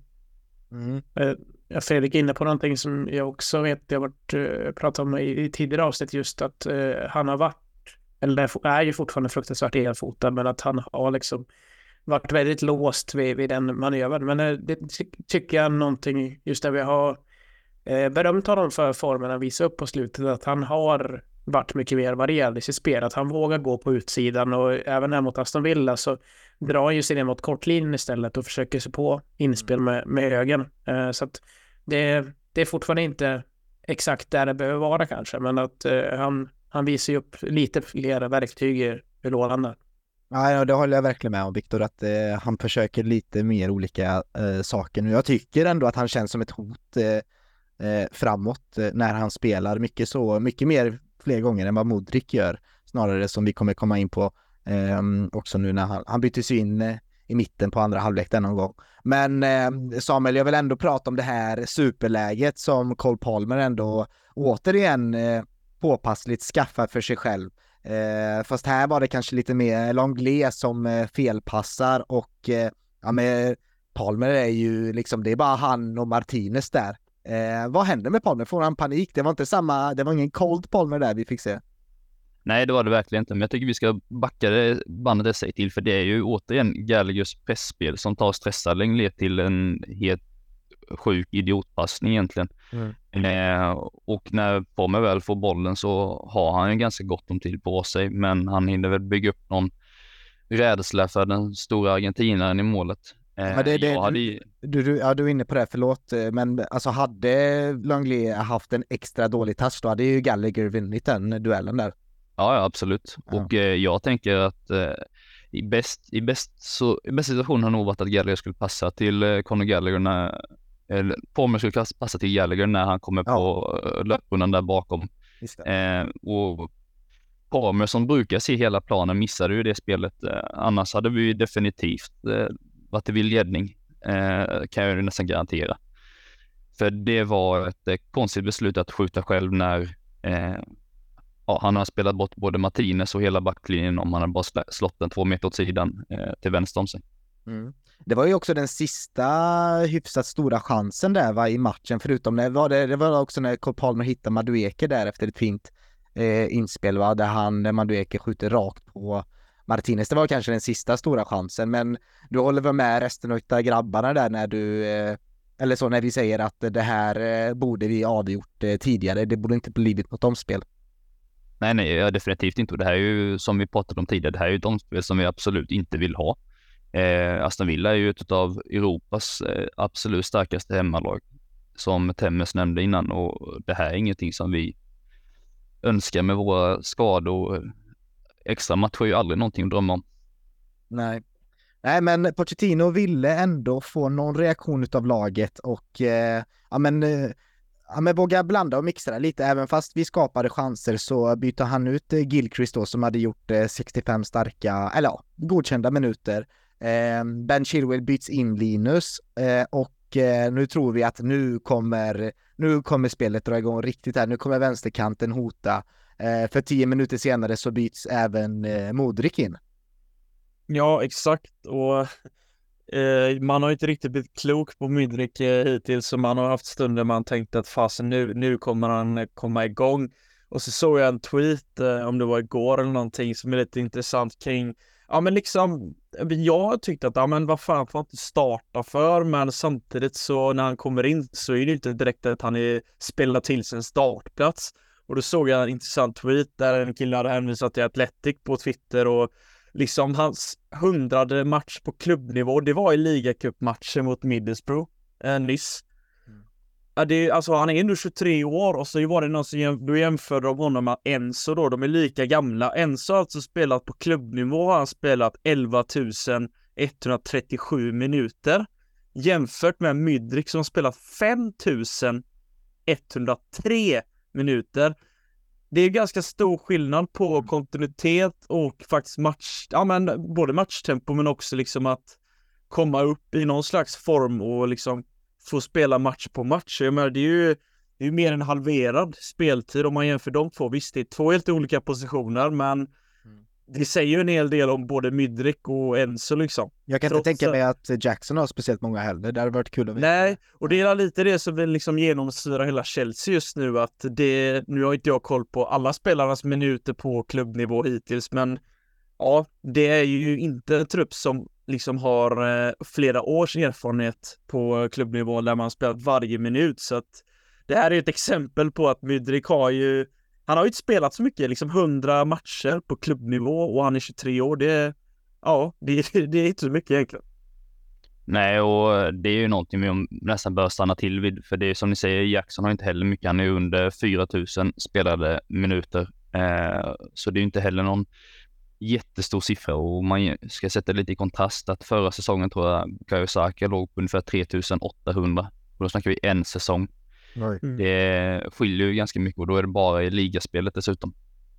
Mm. Jag Fredrik är inne på någonting som jag också vet, jag har varit uh, pratat om i, i tidigare avsnitt, just att uh, han har varit, eller är ju fortfarande fruktansvärt elfotad, men att han har liksom varit väldigt låst vid, vid den manövern. Men uh, det ty- tycker jag någonting just där vi har uh, berömt honom för formen han visar upp på slutet, att han har varit mycket mer varierad i sitt spel, att han vågar gå på utsidan, och även här mot Aston Villa så drar han ju sig ner mot kortlinjen istället och försöker sig på inspel med, med högen. Uh, så att det, det är fortfarande inte exakt där det behöver vara kanske, men att uh, han, han visar ju upp lite fler verktyg i lådan där. Ja, det håller jag verkligen med om, Victor, att eh, han försöker lite mer olika eh, saker nu. Jag tycker ändå att han känns som ett hot eh, eh, framåt eh, när han spelar mycket så, mycket mer fler gånger än vad Mudryk gör, snarare, som vi kommer komma in på eh, också nu när han, han byttes in eh, i mitten på andra halvlek den någon gång. Men eh, Samuel, jag vill ändå prata om det här superläget som Cole Palmer ändå återigen eh, påpassligt skaffar för sig själv. Eh, fast här var det kanske lite mer Longley som eh, felpassar, och eh, ja, men Palmer är ju liksom, det är bara han och Martinez där. Eh, vad händer med Palmer? Får han panik? Det var inte samma, det var ingen cold Palmer där vi fick se. Nej, det var det verkligen inte. Men jag tycker vi ska backa det bandet det sig till, för det är ju återigen Gallaghers pressspel som tar stressad Longley till en helt sjuk idiotpassning egentligen. Mm. Eh, och när Palmer väl får bollen så har han ju ganska gott om tid på sig, men han hinner väl bygga upp någon rädsla för den stora argentinaren i målet. Eh, men det, det, hade... du, du, ja, du är inne på det, förlåt, men alltså hade Longley haft en extra dålig touch, då hade ju Gallagher vunnit den duellen där. Ja, ja absolut. Ja. Och eh, jag tänker att eh, i bäst i bäst så i bäst situation har nog varit att Gallagher skulle passa till eh, Conor Gallagher när eller Palmer skulle passa till Gallagher när han kommer ja. på uh, löprundan där bakom. Eh, och Palmer som brukar se hela planen missade ju det spelet. Eh, annars hade vi definitivt eh, varit i ledning. Eh, kan jag ju nästan garantera. För det var ett eh, konstigt beslut att skjuta själv när eh, ja, han har spelat bort både Martinez och hela backlinjen om han har bara slått den två meter åt sidan eh, till vänster om sig. Mm. Det var ju också den sista hyfsat stora chansen där, va, i matchen, förutom det var det, det var också när Cole Palmer hittade Madueke där efter ett fint eh, inspel, va, där han där Madueke skjuter rakt på Martinez. Det var kanske den sista stora chansen, men du håller väl med resten av grabbarna där när du eh, eller så när vi säger att det här eh, borde vi avgjort eh, tidigare, det borde inte blivit något omspel. Nej, nej, ja, definitivt inte. Och det här är ju, som vi pratade om tidigare, det här är ju ett omspel som vi absolut inte vill ha. Eh, Aston Villa är ju ett av Europas eh, absolut starkaste hemmalag, som Temmes nämnde innan, och det här är ingenting som vi önskar med våra skador. Extra match är ju aldrig någonting att drömma om. Nej. Nej, men Pochettino ville ändå få någon reaktion av laget och eh, ja, men, eh, ja, men våga blanda och mixa det lite. Även fast vi skapade chanser så byter han ut eh, Gilchrist då, som hade gjort eh, sextiofem starka, eller ja, godkända minuter. Eh, Ben Chilwell byts in Linus eh, och eh, nu tror vi att nu kommer, nu kommer spelet dra igång riktigt här. Nu kommer vänsterkanten hota. Eh, för tio minuter senare så byts även eh, Modric in. Ja, exakt. Och eh, man har inte riktigt blivit klok på Modric eh, hittills, så man har haft stunder man tänkt att fasen nu, nu kommer han komma igång. Och så såg jag en tweet, eh, om det var igår eller någonting, som är lite intressant kring, ja men liksom, jag har tyckt att, ja men vad fan får han inte starta för, men samtidigt så när han kommer in så är det inte direkt att han är spelar till sin startplats. Och då såg jag en intressant tweet där en kille hade hänvisat till Athletic på Twitter, och liksom hans hundrade match på klubbnivå, det var i ligacupmatchen mot Middlesbrough eh, nyss. Mm. Ja, det, alltså han är ändå tjugotre år, och så var det någon som jäm, då jämförde de honom med Enzo då, de är lika gamla. Enzo har alltså spelat på klubbnivå, har han spelat elva tusen etthundratrettiosju minuter, jämfört med Modric som spelat fem tusen etthundratre minuter. Det är ganska stor skillnad på kontinuitet och faktiskt match, ja men både matchtempo men också liksom att komma upp i någon slags form och liksom få spela match på match. Jag menar, det är ju det är ju mer än halverad speltid om man jämför de två. Visst, det är två helt olika positioner, men mm. det säger ju en hel del om både Modric och Enzo liksom. Jag kan Trots inte tänka mig att Jackson har speciellt många heller. Det hade varit kul att veta. Nej, och det är lite det som vill liksom genomsyra hela Chelsea just nu, att det, nu har inte jag koll på alla spelarnas minuter på klubbnivå hittills, men ja, det är ju inte en trupp som liksom har eh, flera års erfarenhet på klubbnivå där man spelat varje minut, så att det här är ett exempel på att Modric har ju, han har ju inte spelat så mycket, liksom hundra matcher på klubbnivå, och han är tjugotre år, det är, ja, det, det är inte så mycket egentligen. Nej, och det är ju någonting vi nästan bör stanna till vid, för det är som ni säger, Jackson har inte heller mycket, han är under fyra tusen spelade minuter, eh, så det är ju inte heller någon jättestor siffra, och man ska sätta lite i kontrast att förra säsongen tror jag Bukayo Saka låg på ungefär tre tusen åttahundra, och då snackar vi en säsong. Mm. Det skiljer ju ganska mycket, och då är det bara i ligaspelet dessutom.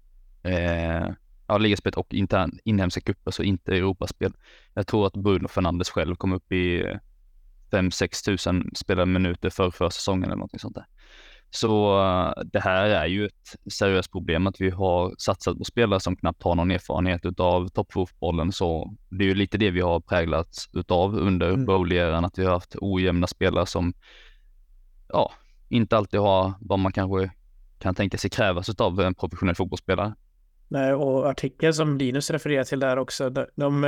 Eh, ja, ligaspelet och intern, inhemska cuper, så inte Europaspel. Jag tror att Bruno Fernandes själv kom upp i fem sex tusen spelade minuter för förra säsongen eller något sånt där. Så uh, det här är ju ett seriöst problem, att vi har satsat på spelare som knappt har någon erfarenhet utav toppfotbollen, så det är ju lite det vi har präglats utav under mm. Bowley-eran, att vi har haft ojämna spelare som ja, inte alltid har vad man kanske kan tänka sig krävas utav en professionell fotbollsspelare. Nej, och artikeln som Linus refererar till där också, de, de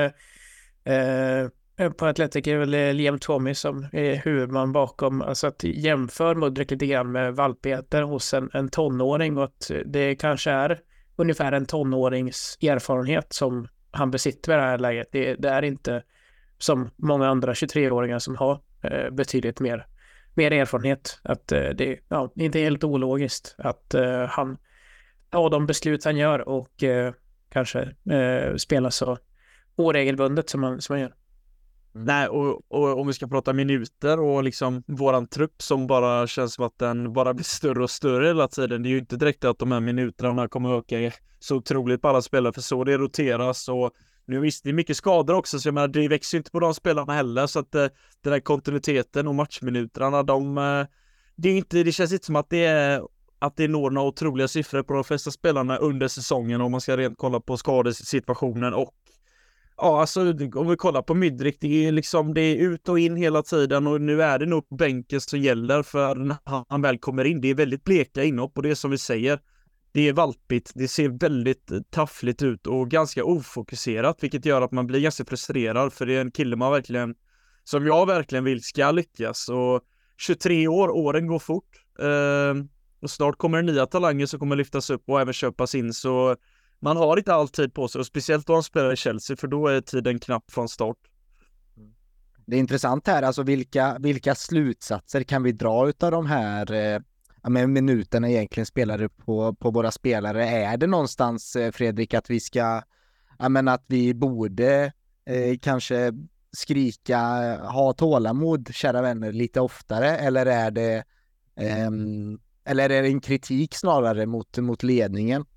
eh, på Athletic är väl Liam Twomey som är huvudman bakom, alltså att jämför Modric lite grann med valpigheten hos en, en tonåring, och att det kanske är ungefär en tonårings erfarenhet som han besitter i det här läget. Det, det är inte som många andra tjugotre-åringar som har eh, betydligt mer, mer erfarenhet. Att eh, det ja, inte är helt ologiskt att eh, han tar de beslut han gör och eh, kanske eh, spelar så oregelbundet som man, som man gör. Mm. Nej, och, och om vi ska prata minuter och liksom våran trupp som bara känns som att den bara blir större och större hela tiden. Det är ju inte direkt att de här minuterna kommer öka så otroligt på alla spelare, för så det roteras, och nu visst, det är mycket skador också, så jag menar, det växer ju inte på de spelarna heller, så att eh, den här kontinuiteten och matchminuterna, de, eh, det är inte, det känns inte som att det är att det når några otroliga siffror på de flesta spelarna under säsongen, om man ska rent kolla på skadesituationen. Och ja, alltså om vi kollar på Modric, det är liksom, det är ut och in hela tiden, och nu är det nog bänken som gäller, för när han väl kommer in, det är väldigt bleka inhopp, och det är som vi säger, det är valpigt, det ser väldigt taffligt ut och ganska ofokuserat, vilket gör att man blir ganska frustrerad, för det är en kille man verkligen, som jag verkligen vill ska lyckas. Och tjugotre år, åren går fort. Uh, Och snart kommer det nya talanger som kommer lyftas upp och även köpas in. Så man har inte all tid på sig. Och speciellt då de spelar i Chelsea, för då är tiden knapp från start. Det är intressant här, alltså vilka, vilka slutsatser kan vi dra utav de här eh, ja, men minuterna egentligen spelade på, på våra spelare? Är det någonstans, eh, Fredrik, att vi ska, ja, men att vi borde eh, kanske skrika, ha tålamod, kära vänner, lite oftare? Eller är det, eh, eller är det en kritik snarare mot, mot ledningen?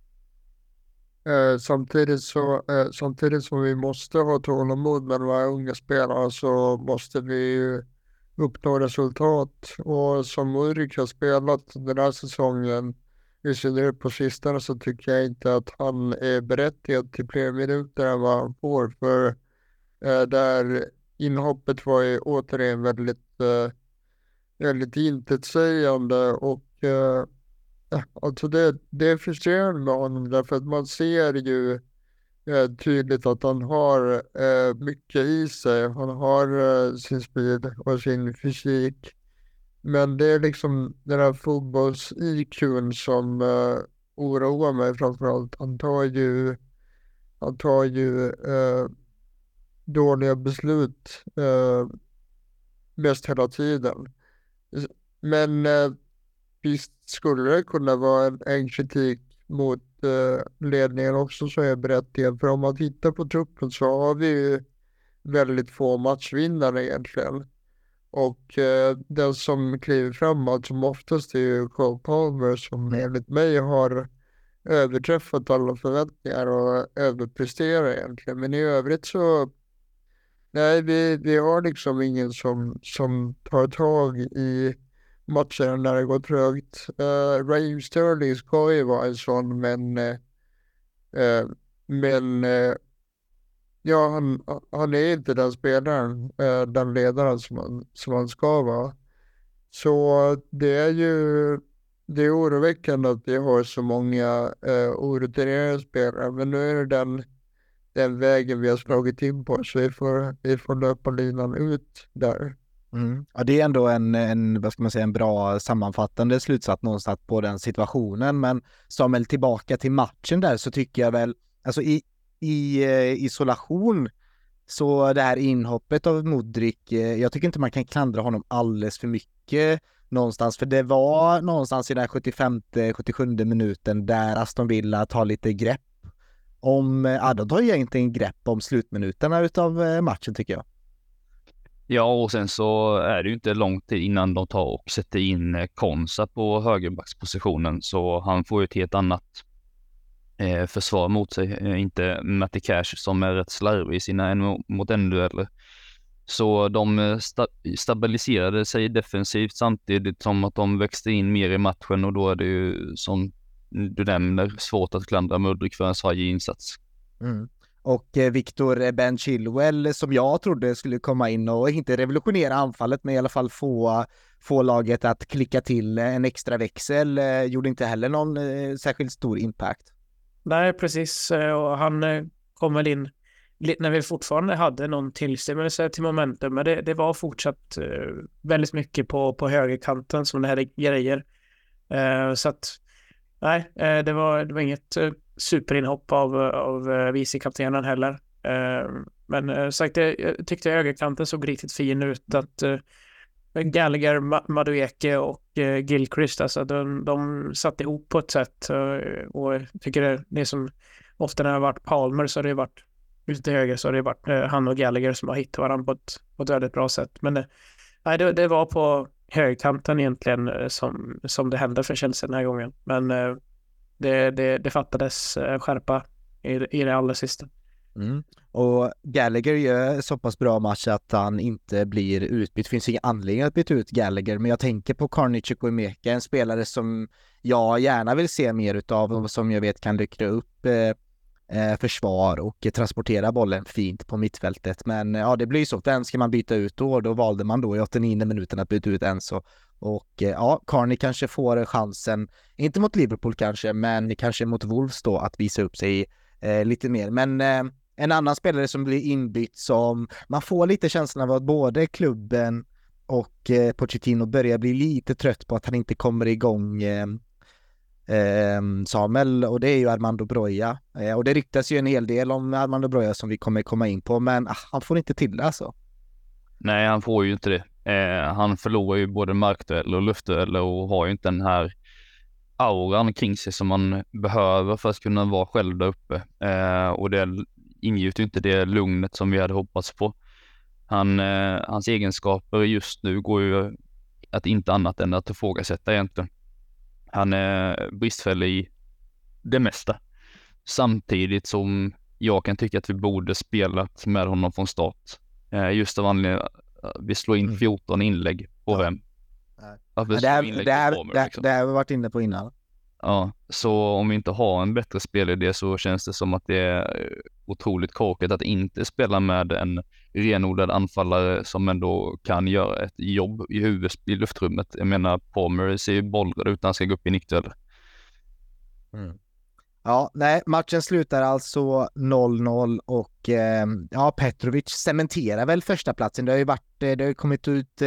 Eh, samtidigt, så, eh, samtidigt som vi måste ha tålamod med de här unga spelarna, så måste vi ju uppnå resultat. Och som Mudryk har spelat den här säsongen, i synnerhet på sistone, så tycker jag inte att han är berättigad till fler minuter än vad han får. För eh, där inhoppet var ju återigen väldigt, eh, väldigt intetsägande, och eh, alltså det, det är frustrerande med honom, därför att man ser ju eh, tydligt att han har eh, mycket i sig. Han har eh, sin speed och sin fysik. Men det är liksom den här fotbolls-I Q:n som eh, oroar mig framförallt. Han tar ju, han tar ju eh, dåliga beslut eh, mest hela tiden. Men eh, visst skulle det kunna vara en, en kritik mot eh, ledningen också, så är jag berättigad. För om man tittar på truppen så har vi ju väldigt få matchvinnare egentligen. Och eh, den som kliver framåt som oftast är ju Cole Palmer, som enligt mig har överträffat alla förväntningar och överpresterar egentligen. Men i övrigt så, nej, vi, vi har liksom ingen som, som tar tag i matchen när det går trögt. Uh, Raheem Sterling ska ju vara en sån, men uh, uh, men uh, ja, han, han är inte den spelaren, uh, den ledaren som han, som han ska vara. Så det är ju det är oroväckande att vi har så många uh, orutinerade spelare, men nu är det den, den vägen vi har slagit in på, så vi får, vi får löpa linan ut där. Mm. Ja, det är ändå en, en, vad ska man säga, en bra sammanfattande slutsats någonstans på den situationen. Men Samuel, tillbaka till matchen där, så tycker jag väl, alltså i, i eh, isolation, så det här inhoppet av Mudryk, eh, jag tycker inte man kan klandra honom alldeles för mycket någonstans, för det var någonstans i den här sjuttiofemte sjuttiosjunde minuten där Aston Villa tar lite grepp om, ja, de tar ju egentligen grepp om slutminuterna utav eh, matchen, tycker jag. Ja, och sen så är det ju inte lång tid innan de tar och sätter in Konsa på högerbackspositionen, så han får ju ett helt annat eh, försvar mot sig. Eh, inte Matty Cash som är rätt slarvig i sina en mot en dueller. Så de sta- stabiliserade sig defensivt samtidigt som att de växte in mer i matchen, och då är det ju, som du nämner, svårt att klandra Mudryk för en svajig insats. Mm. Och eh, Victor Ben Chilwell, som jag trodde skulle komma in och inte revolutionera anfallet, men i alla fall få, få laget att klicka till en extra växel, eh, gjorde inte heller någon eh, särskilt stor impact. Nej, precis. Och han eh, kom väl in när vi fortfarande hade någon tillstymmelse till momentum, men det, det var fortsatt eh, väldigt mycket på, på högerkanten som det här grejer. Eh, så att nej, eh, det, var, det var inget eh, superinhopp av, av uh, vicekaptenen heller. Uh, men uh, sagt, jag, jag tyckte högerkanten såg riktigt fin ut. Att uh, Gallagher, Ma- Madueke och uh, Gilchrist, alltså de, de satt ihop på ett sätt. Uh, och jag tycker det, det som ofta när det har varit Palmer, så har det varit lite höger, så har det varit uh, han och Gallagher som har hittat varandra på ett, på ett väldigt bra sätt. Men uh, nej, det, det var på högerkanten egentligen uh, som, som det hände för Chelsea den här gången. Men uh, Det, det, det fattades skärpa i, i det allra sista. Mm. Och Gallagher gör så pass bra match att han inte blir utbytt. Det finns ingen anledning att byta ut Gallagher, men jag tänker på Carney Chukwuemeka, en spelare som jag gärna vill se mer utav och som jag vet kan lycka upp eh, försvar och transportera bollen fint på mittfältet. Men ja, det blir så. Vem ska man byta ut då? Då valde man då i åttionionde minuten att byta ut Enzo. Och ja, Carney kanske får chansen, inte mot Liverpool kanske, men kanske mot Wolves då, att visa upp sig eh, lite mer. Men eh, en annan spelare som blir inbytt, som man får lite känslan av att både klubben och eh, Pochettino börjar bli lite trött på att han inte kommer igång eh, eh, Samuel, och det är ju Armando Broja. Eh, och det ryktas ju en hel del om Armando Broja som vi kommer komma in på, men ah, han får inte till det alltså. Nej, han får ju inte det. Eh, han förlorar ju både markdueller och luftdueller och har ju inte den här auran kring sig som man behöver för att kunna vara själv där uppe. Eh, och det ingjuter inte det lugnet som vi hade hoppats på. Han, eh, hans egenskaper just nu går ju att inte annat än att ifrågasätta egentligen. Han är bristfällig i det mesta. Samtidigt som jag kan tycka att vi borde spelat med honom från start. Eh, just av anledningen vi slår in fjorton inlägg på Ja. vem? Att vi Ja, det, slår är, inlägg det, är, på Palmer, det, liksom. det har vi varit inne på innan. Ja, så om vi inte har en bättre spelidé så känns det som att det är otroligt korkat att inte spela med en renodlad anfallare som ändå kan göra ett jobb i huvudet i luftrummet. Jag menar, Palmer ser ju bollrad ut när han ska gå upp i nickduell. Mm. Ja, nej, matchen slutar alltså noll noll och eh, ja, Petrovic cementerar väl första platsen. Det har ju varit, det har ju kommit ut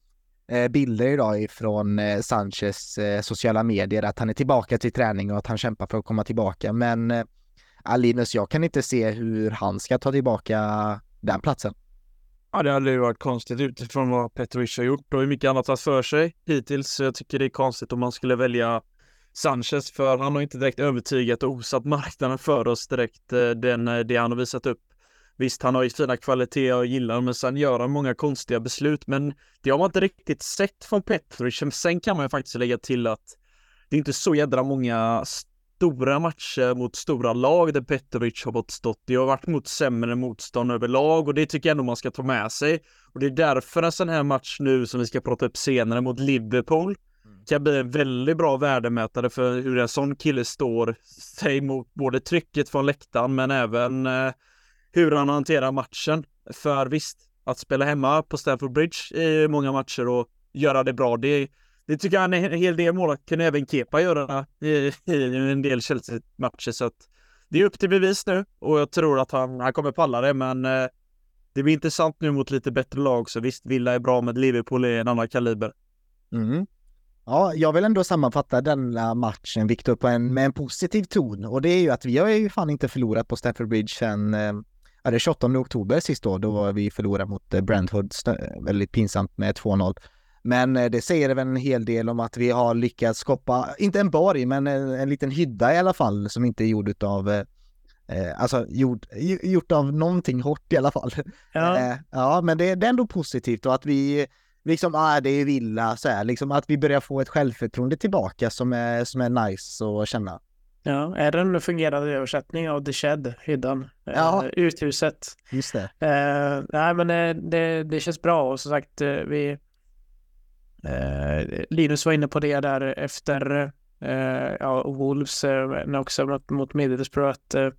eh, bilder idag ifrån eh, Sanchez eh, sociala medier att han är tillbaka till träning och att han kämpar för att komma tillbaka. Men eh, Linus, jag kan inte se hur han ska ta tillbaka den platsen. Ja, det hade ju varit konstigt utifrån vad Petrovic har gjort och hur mycket annat har för sig hittills. Så jag tycker det är konstigt om man skulle välja Sanchez, för han har inte direkt övertygat och osatt marknaden för oss direkt, den, det han har visat upp. Visst, han har ju fina kvaliteter och gillar, men sen gör han många konstiga beslut. Men det har man inte riktigt sett från Petrovic. Sen kan man ju faktiskt lägga till att det är inte så jädra många stora matcher mot stora lag där Petrovic har fått stått. Det har varit mot sämre motstånd överlag och det tycker jag ändå man ska ta med sig. Och det är därför en sån här match nu som vi ska prata upp senare mot Liverpool kan bli en väldigt bra värdemätare för hur en sån kille står sig mot både trycket från läktaren men även eh, hur han hanterar matchen. För visst, att spela hemma på Stamford Bridge i många matcher och göra det bra, det, det tycker jag en hel del mål kan även Kepa göra i, i en del Chelsea-matcher. Så att det är upp till bevis nu och jag tror att han, han kommer palla det, men eh, det blir intressant nu mot lite bättre lag. Så visst, Villa är bra, med Liverpool är en annan kaliber. Mm. Ja, jag vill ändå sammanfatta denna matchen, Victor, på en, med en positiv ton. Och det är ju att vi har ju fan inte förlorat på Stamford Bridge sedan ja, det tjugoåttonde oktober sist då. Då var vi förlorade mot Brentford, väldigt pinsamt med två noll. Men det säger väl en hel del om att vi har lyckats skapa, inte en borg, men en, en liten hydda i alla fall, som inte är gjord utav, eh, alltså gjord, gjort av någonting hårt i alla fall. Ja, Eh, ja, men det, det är ändå positivt, och att vi liksom, ah, det är Villa, så här, liksom att vi börjar få ett självförtroende tillbaka som är, som är nice att känna. ja, är det en fungerande översättning av The Shed, hyddan, Ja. eh, uthuset? Just det. Eh, nej, men eh, det, det känns bra och som sagt, eh, vi eh, Linus var inne på det där efter eh, ja, Wolves, eh, men också mot, mot Middlesbrough, att eh,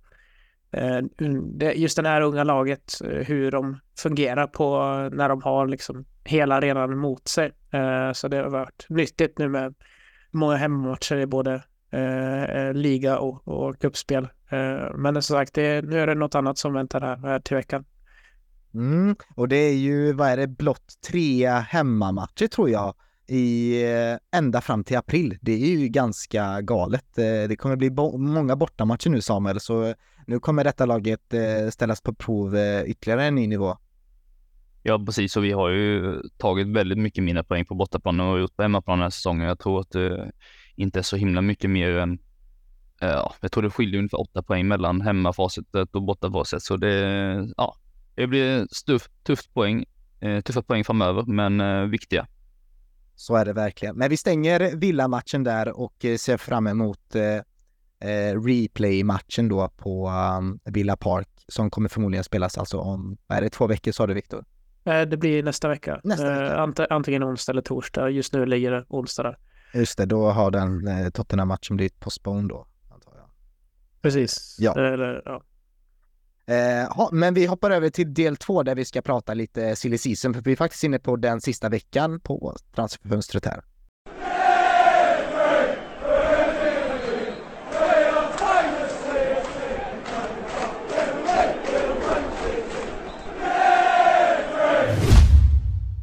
det, just det här unga laget, eh, hur de fungerar på när de har liksom hela arenan mot sig. Eh, så det har varit nyttigt nu med många hemmamatcher i både eh, liga och, och cupspel. Eh, men som sagt, det, nu är det något annat som väntar här, här till veckan. Mm. Och det är ju, vad är det, blott tre hemmamatcher tror jag i eh, ända fram till april. Det är ju ganska galet. Eh, det kommer bli bo- många bortamatcher nu, Samuel, så nu kommer detta laget eh, ställas på prov eh, ytterligare en ny nivå. Ja, precis. Och vi har ju tagit väldigt mycket mindre poäng på bortaplanen och gjort på hemmaplan den här säsongen. Jag tror att det inte är så himla mycket mer än, ja, jag tror det skiljer ungefär åtta poäng mellan hemmafacitet och bortafacit. Så det, ja, det blir stuff, tufft poäng, eh, tuffa poäng framöver, men eh, viktiga. Så är det verkligen. Men vi stänger Villa-matchen där och eh, ser fram emot eh, eh, replay-matchen då på um, Villa Park, som kommer förmodligen spelas alltså om, vad är det, två veckor sa du, Victor? Eh, det blir nästa vecka. Nästa vecka. Eh, ant- antingen onsdag eller torsdag. Just nu ligger det onsdag där. Just det, då har den eh, Tottenham-matchen blivit postponed då, antar jag. Precis. Ja. Eller, ja. Eh, ha, men vi hoppar över till del två där vi ska prata lite silly season, för vi är faktiskt inne på den sista veckan på transferfönstret här.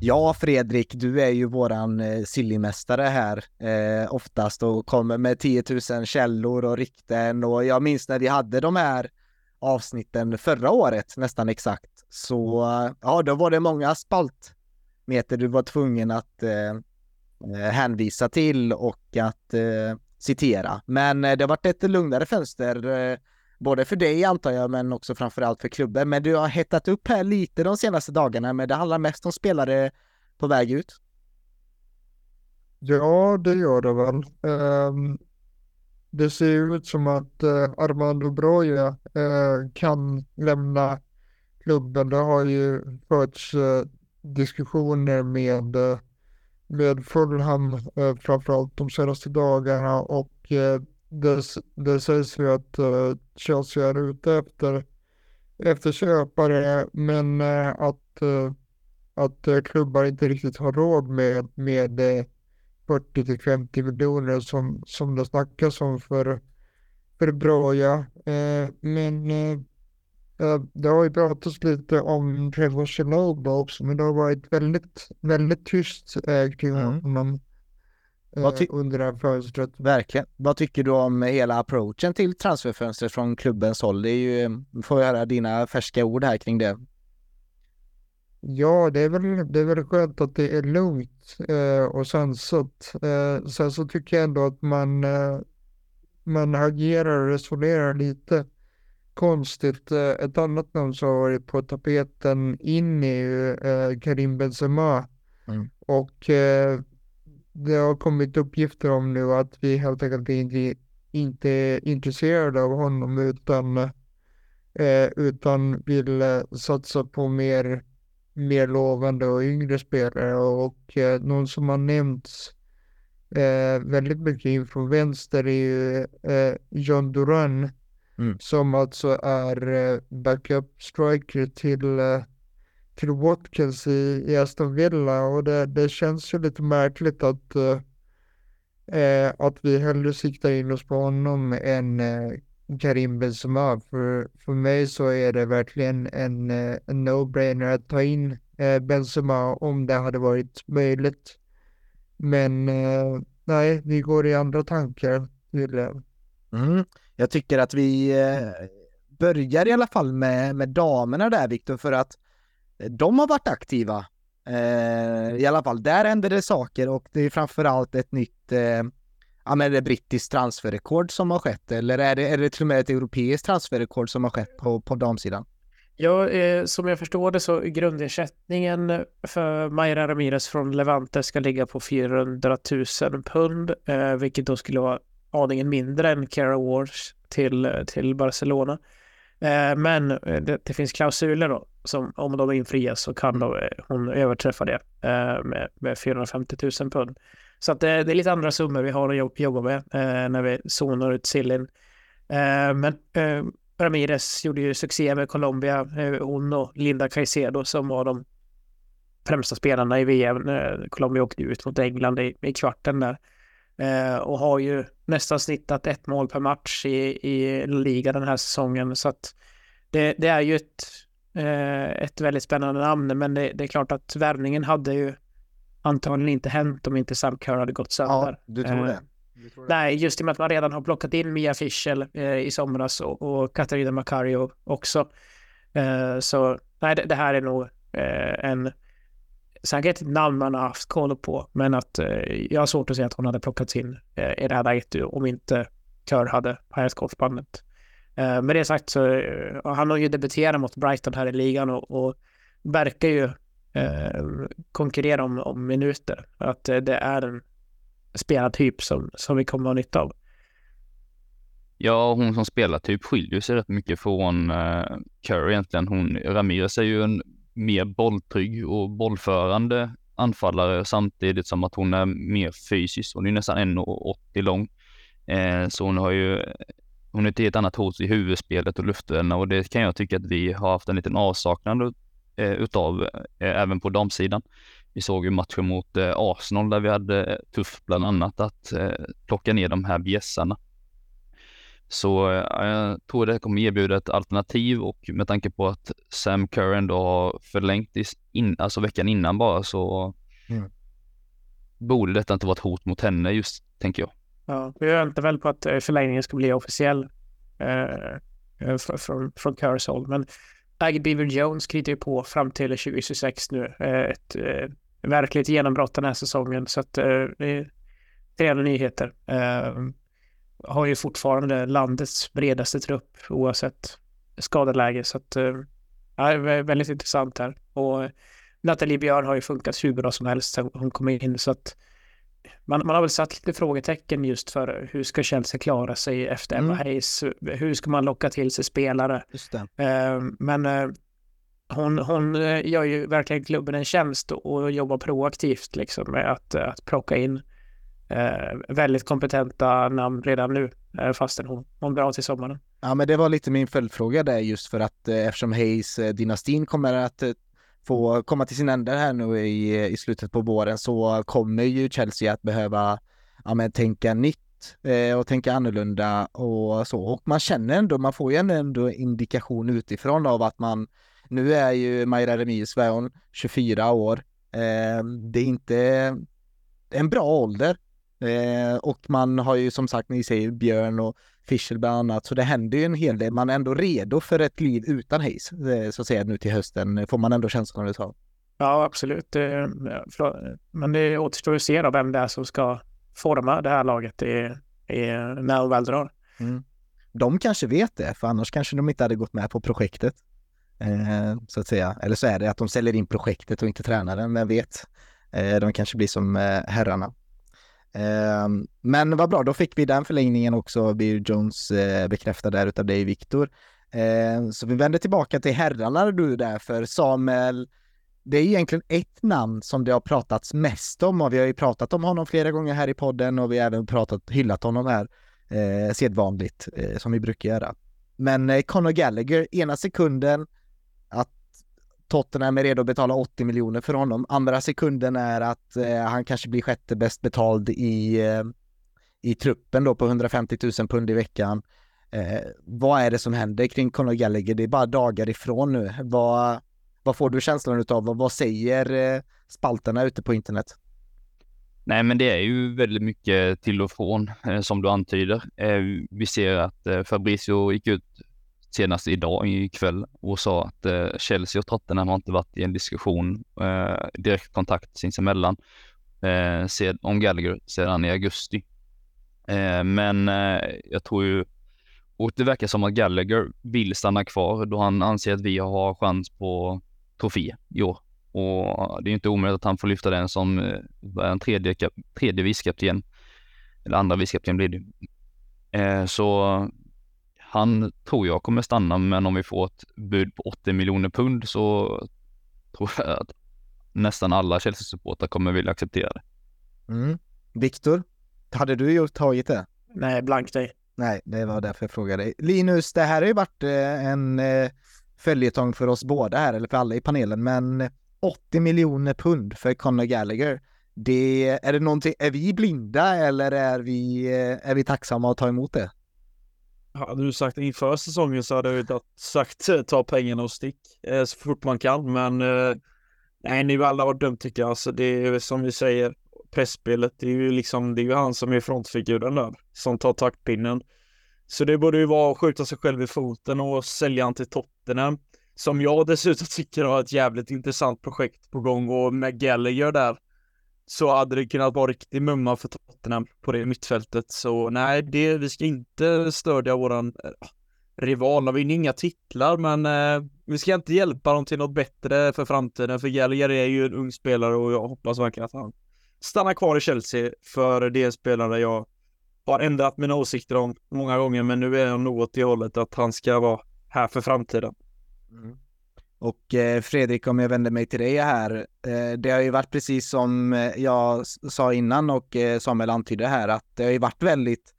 Ja, Fredrik, du är ju våran eh, sillymästare här eh, oftast och kommer med tio tusen källor och rykten, och jag minns när vi hade de här avsnitten förra året nästan exakt, så eh, ja, då var det många spaltmeter du var tvungen att eh, hänvisa till och att eh, citera, men eh, det har varit ett lugnare fönster eh, både för dig antar jag, men också framförallt för klubben. Men du har hettat upp här lite de senaste dagarna, men det handlar mest om spelare på väg ut. Ja, det gör det väl. Um, det ser ut som att uh, Armando Broja uh, kan lämna klubben. Det har ju förts uh, diskussioner med, uh, med Fulham uh, framförallt de senaste dagarna, och uh, det, det sägs ju att uh, Chelsea är ute efter, efter köpare, men uh, att, uh, att uh, klubbar inte riktigt har råd med, med uh, fyrtio till femtio miljoner som, som det snackas om för, för Broja. Uh, men uh, uh, det har ju pratats lite om Trevor Chalobah också, men det har varit väldigt, väldigt tyst uh, kring Mm. honom. Vad ty- under det här fönstret. Verkligen. Vad tycker du om hela approachen till transferfönstret från klubbens håll? Det är ju, får jag höra dina färska ord här kring det. Ja, det är väl, det är väl skönt att det är lugnt eh, och sansat. Eh, sen så tycker jag ändå att man, eh, man agerar och resonerar lite konstigt. Eh, ett annat namn som har varit på tapeten in är ju eh, Karim Benzema. Mm. Och eh, det har kommit uppgifter om nu att vi helt enkelt inte, inte är intresserade av honom, utan, eh, utan vill eh, satsa på mer, mer lovande och yngre spelare. Och eh, någon som har nämnts eh, väldigt mycket in från vänster är ju eh, John Duran, Mm. som alltså är eh, backup striker till eh, till Watkins i, i Aston Villa, och det, det känns ju lite märkligt att, eh, att vi hellre siktar in oss på honom än eh, Karim Benzema. För, för mig så är det verkligen en, eh, en no-brainer att ta in eh, Benzema om det hade varit möjligt. Men eh, nej, vi går i andra tankar tydligen. Mm. Jag tycker att vi eh, börjar i alla fall med, med damerna där, Victor, för att de har varit aktiva. Eh, I alla fall, där händer det saker, och det är framförallt ett nytt eh, ja, men är det brittiskt transferrekord som har skett, eller är det, är det till och med ett europeiskt transferrekord som har skett på, på damsidan? Ja, eh, som jag förstår det så grundersättningen för Mayra Ramirez från Levante ska ligga på fyrahundratusen pund, eh, vilket då skulle vara aningen mindre än Cara Wars till, till Barcelona. Eh, men det, det finns klausuler då, som om de infrias så kan då, eh, hon överträffa det eh, med, med fyrahundrafemtiotusen pund. Så att det, det är lite andra summor vi har att jobb, jobba med eh, när vi zonar ut Sillin. Eh, men eh, Ramirez gjorde ju succé med Colombia, eh, hon och Linda Caicedo som var de främsta spelarna i V M. Eh, Colombia åkte ut mot England i, i kvarten där. Eh, och har ju nästan snittat ett mål per match i, i liga den här säsongen, så att det, det är ju ett, eh, ett väldigt spännande namn, men det, det är klart att värvningen hade ju antagligen inte hänt om inte Sam Kerr hade gått sönder. Ja, du tror Eh, det? Du tror det? Nej, just i och med att man redan har plockat in Mia Fischel eh, i somras och, och Katarina Macario också. Eh, så nej, det, det här är nog eh, en säkert ett namn man har haft koll på, men att eh, jag har svårt att säga att hon hade plockats in eh, i det här läget om inte Kör hade pajat korsbandet. Eh, med det sagt så eh, han har ju debuterat mot Brighton här i ligan och, och verkar ju eh, konkurrera om, om minuter. Att eh, det är en spelartyp som, som vi kommer att ha nytta av. Ja, hon som spelar typ skiljer sig rätt mycket från uh, Curry egentligen. Hon, Ramirez är ju en mer bolltrygg och bollförande anfallare, samtidigt som att hon är mer fysisk. Hon är nästan en komma åttio lång. Eh, så hon har ju hon är ett helt annat hot i huvudspelet och luftränna, och det kan jag tycka att vi har haft en liten avsaknad eh, utav eh, även på damsidan. Vi såg ju matchen mot eh, Arsenal där vi hade tufft bland annat att eh, plocka ner de här bjässarna. Så ja, jag tror det kommer erbjuda ett alternativ, och med tanke på att Sam Kerr ändå har förlängt i, in, alltså veckan innan bara, så Mm. borde detta inte vara ett hot mot henne just, tänker jag. Ja, vi väntar väl på att eh, förlängningen ska bli officiell eh, eh, från, från, från Kerrs håll. Men Aggie Beever-Jones kritar ju på fram till tjugo tjugosex nu. Eh, ett eh, verkligt genombrott den här säsongen. Så att eh, det är trevliga nyheter. Eh, har ju fortfarande landets bredaste trupp oavsett skadeläge. Så att eh, ja, det är väldigt intressant här. Och Nathalie Björn har ju funkat hur bra som helst sen hon kom in. Så att Man, man har väl satt lite frågetecken just för hur ska Chelsea klara sig efter Emma Mm. Hayes. Hur ska man locka till sig spelare? Just det. Eh, men eh, hon, hon eh, gör ju verkligen klubben en tjänst och jobbar proaktivt liksom, med att, att plocka in eh, väldigt kompetenta namn redan nu, eh, fastän hon, hon drar till sommaren. Ja, men det var lite min följdfråga där, just för att eh, eftersom Hayes-dynastin kommer att eh, få komma till sin ände här nu i, i slutet på våren, så kommer ju Chelsea att behöva ja, men, tänka nytt eh, och tänka annorlunda och så. Och man känner ändå, man får ju ändå indikation utifrån av att man, nu är ju Mayra Remius Väon tjugofyra år. Eh, det är inte en bra ålder. Eh, och man har ju som sagt, ni säger Björn och Fischer bland annat, så det händer ju en hel del. Man är ändå redo för ett liv utan Hayes, eh, så att säga, nu till hösten, får man ändå känslan att ta. Ja, absolut. Eh, förlåt. Men det återstår att se då vem det är som ska forma det här laget i, i, när hon väl drar. Mm. De kanske vet det, för annars kanske de inte hade gått med på projektet. Eh, så att säga. Eller så är det att de säljer in projektet och inte tränaren, men vet. Eh, de kanske blir som eh, herrarna. Eh, men vad bra, då fick vi den förlängningen också, Beer Jones eh, bekräftad där utav dig, Viktor. Eh, så vi vänder tillbaka till herrarna du där, för Samuel, det är egentligen ett namn som det har pratats mest om, och vi har ju pratat om honom flera gånger här i podden, och vi har även pratat, hyllat honom här eh, sedvanligt, eh, som vi brukar göra. Men eh, Conor Gallagher, ena sekunden att Tottenham är redo att betala åttio miljoner för honom, andra sekunden är att eh, han kanske blir sjätte bäst betald i, eh, i truppen då på hundrafemtio tusen pund i veckan. Eh, vad är det som händer kring Conor Gallagher? Det är bara dagar ifrån nu. Vad, vad får du känslan utav? Vad, vad säger eh, spalterna ute på internet? Nej, men det är ju väldigt mycket till och från, eh, som du antyder. Eh, vi ser att eh, Fabrizio gick ut senast idag i kväll och sa att eh, Chelsea och Tottenham har inte varit i en diskussion, eh, direkt kontakt sinsemellan eh, sed, om Gallagher sedan i augusti. Eh, men eh, jag tror ju, och det verkar som att Gallagher vill stanna kvar då han anser att vi har chans på trofé i år. Och det är inte omöjligt att han får lyfta den som eh, en tredje, tredje vicekapten, eller andra vicekapten blir det. Eh, så han tror jag kommer stanna, men om vi får ett bud på åttio miljoner pund så tror jag att nästan alla Chelsea-supportrar kommer vilja acceptera det. Mm. Viktor, hade du ju tagit det? Nej, blank dig. Nej, det var därför jag frågade dig. Linus, det här har ju varit eh, en eh, följetong för oss båda här, eller för alla i panelen, men åttio miljoner pund för Conor Gallagher. Det, är det någonting, är vi blinda eller är vi, eh, är vi tacksamma att ta emot det? Hade du sagt inför säsongen så hade jag sagt ta pengarna och stick eh, så fort man kan, men eh, nej, ni alla har dömt tycker jag. Alltså, det är som vi säger, pressspelet, det är ju liksom, det är ju han som är frontfiguren där, som tar taktpinnen. Så det borde ju vara att skjuta sig själv i foten och sälja han till Tottenham, som jag dessutom tycker har ett jävligt intressant projekt på gång, och med Gallagher där så hade det kunnat vara riktigt mumma för Tottenham på det mittfältet. Så nej, det, vi ska inte stödja våran äh, rival. Vi vinner inga titlar, men äh, vi ska inte hjälpa dem till något bättre för framtiden. För Gallagher är ju en ung spelare och jag hoppas verkligen att han stannar kvar i Chelsea, för det är en spelare jag har ändrat mina åsikter om många gånger, men nu är jag nog åt det hållet att han ska vara här för framtiden. Mm. Och eh, Fredrik, om jag vänder mig till dig här, eh, det har ju varit precis som jag s- sa innan och eh, Samuel antydde här, att det har ju varit väldigt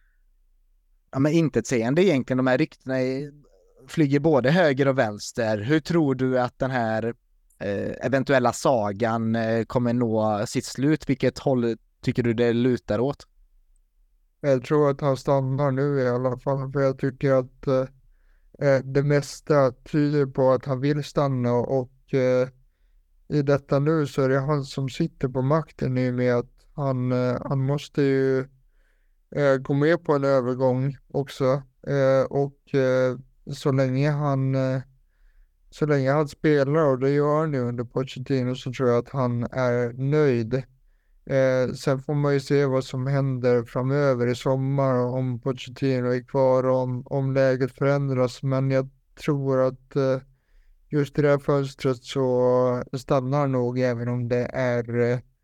ja, men intetsägande egentligen. De här ryktena är, flyger både höger och vänster. Hur tror du att den här eh, eventuella sagan eh, kommer nå sitt slut? Vilket håll tycker du det lutar åt? Jag tror att han stannar nu i alla fall, för jag tycker att eh, det mesta tyder på att han vill stanna, och eh, i detta nu så är det han som sitter på makten i och med att han, eh, han måste ju eh, gå med på en övergång också, eh, och eh, så länge han eh, så länge han spelar, och det gör han nu under Pochettino, så tror jag att han är nöjd. Eh, sen får man ju se vad som händer framöver i sommar, om Pochettino är kvar och om, om läget förändras. Men jag tror att eh, just i det här fönstret så stannar han nog, även om det är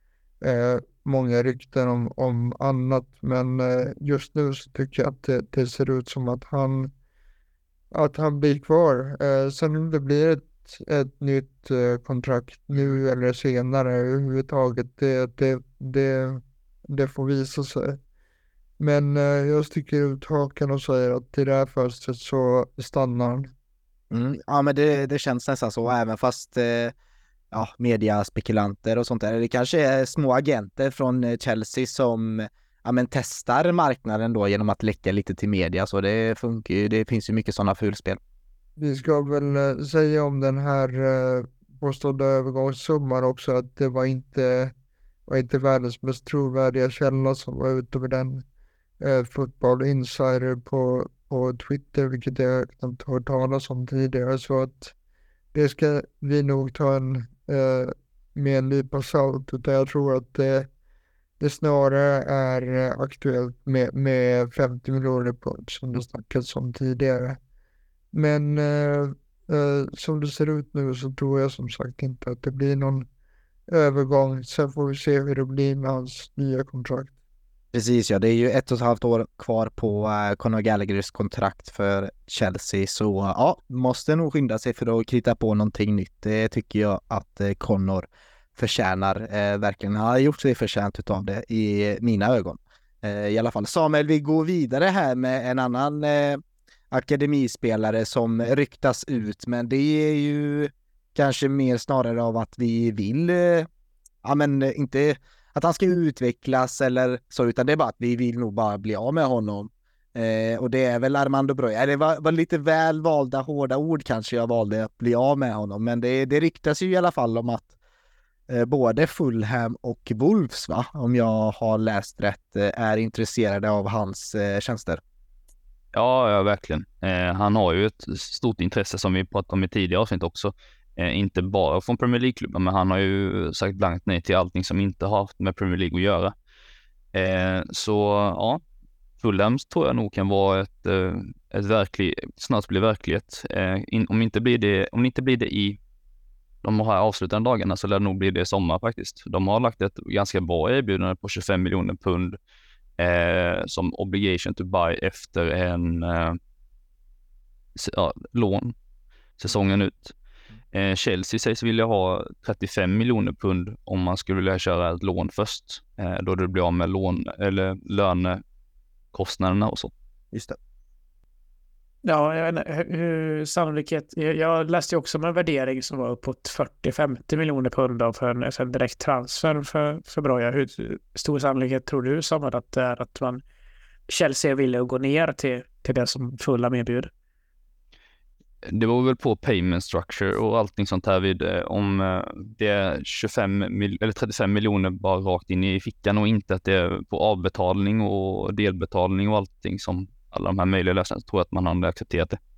eh, många rykten om, om annat. Men eh, just nu så tycker jag att det, det ser ut som att han att han blir kvar. Eh, sen om det blir ett, ett nytt eh, kontrakt nu eller senare överhuvudtaget, det, det, det, det får visa sig. Men eh, jag sticker ut hakan och säger att i det här fönstret så stannar han. Mm, ja, men det, det känns nästan så, även fast eh, ja, mediaspekulanter och sånt där. Det kanske är små agenter från eh, Chelsea som ja, men testar marknaden då genom att läcka lite till media, så det funkar ju. Det finns ju mycket sådana fulspel. Vi ska väl eh, säga om den här eh, påstådda övergångssumman också, att det var inte, var inte världens mest trovärdiga källa som var ute med den. Eh, Football Insider på, på Twitter, vilket jag inte hört talas om tidigare, så att det ska vi nog ta en eh, med en nypa salt, utan jag tror att det Det snarare är aktuellt med, med femtio miljoner pund som det snackats om tidigare. Men eh, eh, som det ser ut nu så tror jag som sagt inte att det blir någon övergång. Sen får vi se hur det blir med hans nya kontrakt. Precis, ja. Det är ju ett och ett halvt år kvar på uh, Conor Gallaghers kontrakt för Chelsea. Så ja, måste nog skynda sig för att krita på någonting nytt. Det tycker jag att uh, Conor förtjänar. Uh, verkligen han har gjort sig förtjänt utav det i mina ögon. Uh, I alla fall. Samuel, vi går vidare här med en annan uh, akademispelare som ryktas ut. Men det är ju kanske mer snarare av att vi vill, uh, ja men inte att han ska utvecklas eller så, utan det är bara att vi vill nog bara bli av med honom. Eh, och det är väl Armando Broja. Det var, var lite väl valda hårda ord kanske jag valde att bli av med honom. Men det, det ryktas ju i alla fall om att eh, både Fulham och Wolves, va? Om jag har läst rätt, eh, är intresserade av hans eh, tjänster. Ja, ja verkligen. Eh, han har ju ett stort intresse som vi pratade om i tidigare avsnitt också. Eh, inte bara från Premier League-klubben, men han har ju sagt blankt nej till allting som inte har haft med Premier League att göra. Eh, så ja, Fulham tror jag nog kan vara ett, eh, ett verklig, snart blir verklighet. Eh, in, om, inte blir det, om det inte blir det i de här avslutande dagarna så lär det nog bli det i sommar faktiskt. De har lagt ett ganska bra erbjudande på tjugofem miljoner pund eh, som obligation to buy efter en eh, ja, lån säsongen ut. Eh, Chelsea sägs vilja ha trettiofem miljoner pund om man skulle vilja köra ett lån först. Eh, då det blir av med lån eller lönekostnaderna och så. Just det. Ja, jag vet inte, hur sannolikhet... Jag läste ju också om en värdering som var uppåt fyrtio till femtio miljoner pund för en, för en direkt transfer för, för Broja. Hur stor sannolikhet tror du, Samuel, att det är att man Chelsea vill gå ner till, till det som Fulham erbjuder? Det var väl på payment structure och allting sånt här vid om det är tjugofem mil, eller trettiofem miljoner bara rakt in i fickan och inte att det är på avbetalning och delbetalning och allting som alla de här möjliga lösningarna, tror jag att man hade accepterat det.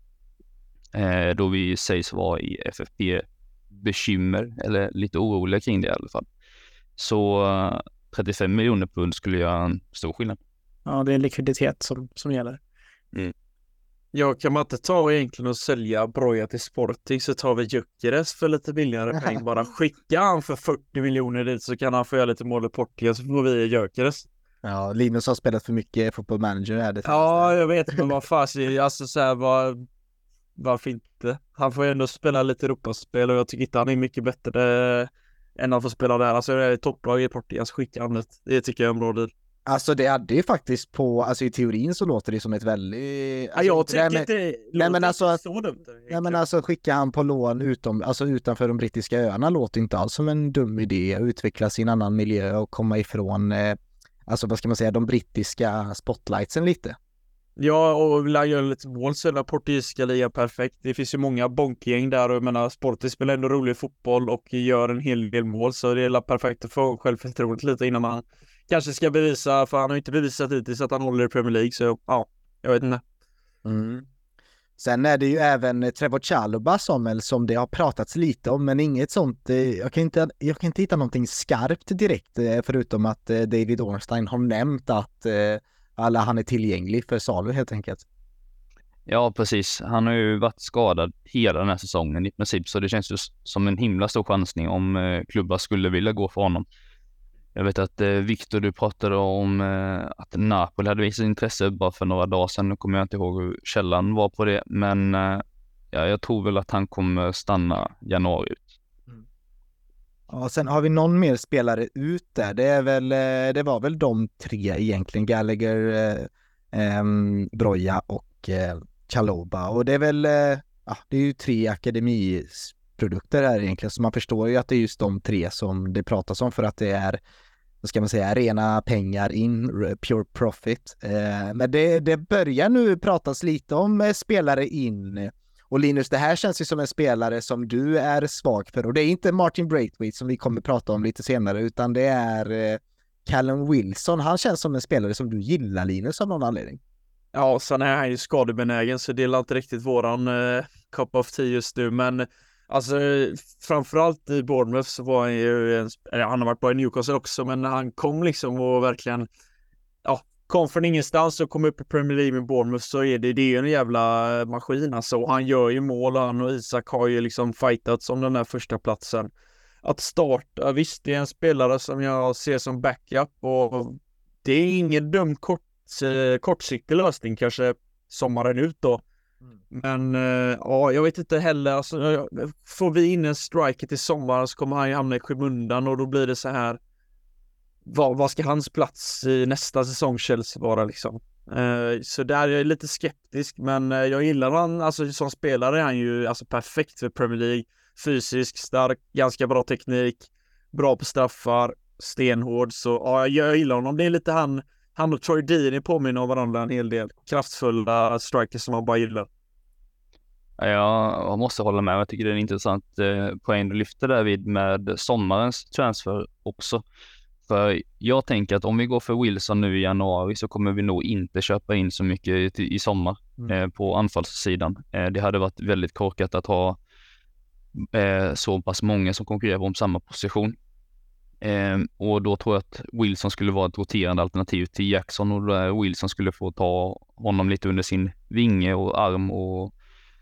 Eh, då vi sägs vara i F F P bekymmer eller lite oroliga kring det i alla fall. Så uh, trettiofem miljoner pund skulle göra en stor skillnad. Ja, det är likviditet som, som gäller. Mm. Ja, kan man inte ta egentligen och sälja Broja till Sporting så tar vi Gyökeres för lite billigare pengar. Bara skicka han för fyrtio miljoner dit så kan han få göra lite mål i Portugal så får vi Gyökeres. Ja, Linus har spelat för mycket Football Manager. Är det ja, jag vet men vad fan, alltså så här, var, varför inte? Han får ju ändå spela lite Europaspel och jag tycker inte han är mycket bättre än att få spela där. Alltså det är topplag i Portugal, så skicka han det. Det tycker jag är en bra deal. Alltså det hade ju faktiskt på, alltså i teorin så låter det som ett väldigt... Alltså, ja, jag tycker det inte det nej, men alltså, så dumt. Nej men alltså skicka han på lån utom, alltså utanför de brittiska öarna låter inte alls som en dum idé. Utveckla sin annan miljö och komma ifrån eh, alltså vad ska man säga, de brittiska spotlightsen lite. Ja, och vill han göra lite mål så är den portugisiska ligan perfekt. Det finns ju många bonkgäng där och jag menar, Sporting spelar ändå rolig fotboll och gör en hel del mål, så det är perfekt att få självförtroendet lite innan man kanske ska bevisa, för han har inte bevisat hittills att han håller i Premier League, så ja, jag vet inte. Mm. Sen är det ju även Trevor Chalobah som, som det har pratats lite om, men inget sånt, jag kan inte, jag kan inte hitta någonting skarpt direkt, förutom att David Ornstein har nämnt att alla, han är tillgänglig för salu helt enkelt. Ja, precis. Han har ju varit skadad hela den här säsongen i princip, så det känns ju som en himla stor chansning om eh, klubbar skulle vilja gå för honom. Jag vet att eh, Victor, du pratade om eh, att Napoli hade visat intresse bara för några dagar sedan. Nu kommer jag inte ihåg hur källan var på det, men eh, ja, jag tror väl att han kommer stanna januari ut. Ja, sen har vi någon mer spelare ut där. Det är väl, det var väl de tre egentligen, Gallagher, eh, eh, Broja och eh, Chalobah. Och det är väl, eh, ja, det är ju tre akademiprodukter här egentligen, så man förstår ju att det är just de tre som det pratas om, för att det är, vad ska man säga, rena pengar in, pure profit. Eh, men det, det börjar nu pratas lite om eh, spelare in. Och Linus, det här känns ju som en spelare som du är svag för. Och det är inte Martin Braithwaite som vi kommer prata om lite senare, utan det är eh, Callum Wilson. Han känns som en spelare som du gillar, Linus, av någon anledning. Ja, sen är han ju skadebenägen, så det är inte riktigt våran eh, cup of tea just nu. Men alltså, framförallt i Bournemouth så var han ju, en, han har varit bra i Newcastle också, men han kom liksom och verkligen, ja, kom från ingenstans och kom upp i Premier League med Bournemouth, så är det, det är ju en jävla maskin alltså. Han gör ju mål, han och Isak har ju liksom fightats om den där första platsen. Att starta, visst, det är en spelare som jag ser som backup, och det är ingen dum kort, eh, kortsiktig lösning kanske sommaren ut då. Men eh, ja, jag vet inte heller, alltså, får vi in en striker till sommaren så kommer han ju hamna i skymundan, och då blir det så här, vad, vad ska hans plats i nästa säsong Chelsea vara liksom? Eh, så där är jag lite skeptisk, men eh, jag gillar han, alltså som spelare är han ju alltså perfekt för Premier League. Fysisk, stark, ganska bra teknik, bra på straffar, stenhård, så ja, jag, jag gillar honom. Det är lite han, han och Troy Deeney påminner om varandra en hel del. Kraftfulla strikers som man bara gillar. Jag måste hålla med. Jag tycker det är en intressant eh, poäng du lyfter där vid med sommarens transfer också. För jag tänker att om vi går för Wilson nu i januari så kommer vi nog inte köpa in så mycket i, i sommar mm. eh, på anfallssidan. Eh, det hade varit väldigt korkat att ha eh, så pass många som konkurrerar om samma position. Eh, och då tror jag att Wilson skulle vara ett roterande alternativ till Jackson, och där Wilson skulle få ta honom lite under sin vinge och arm och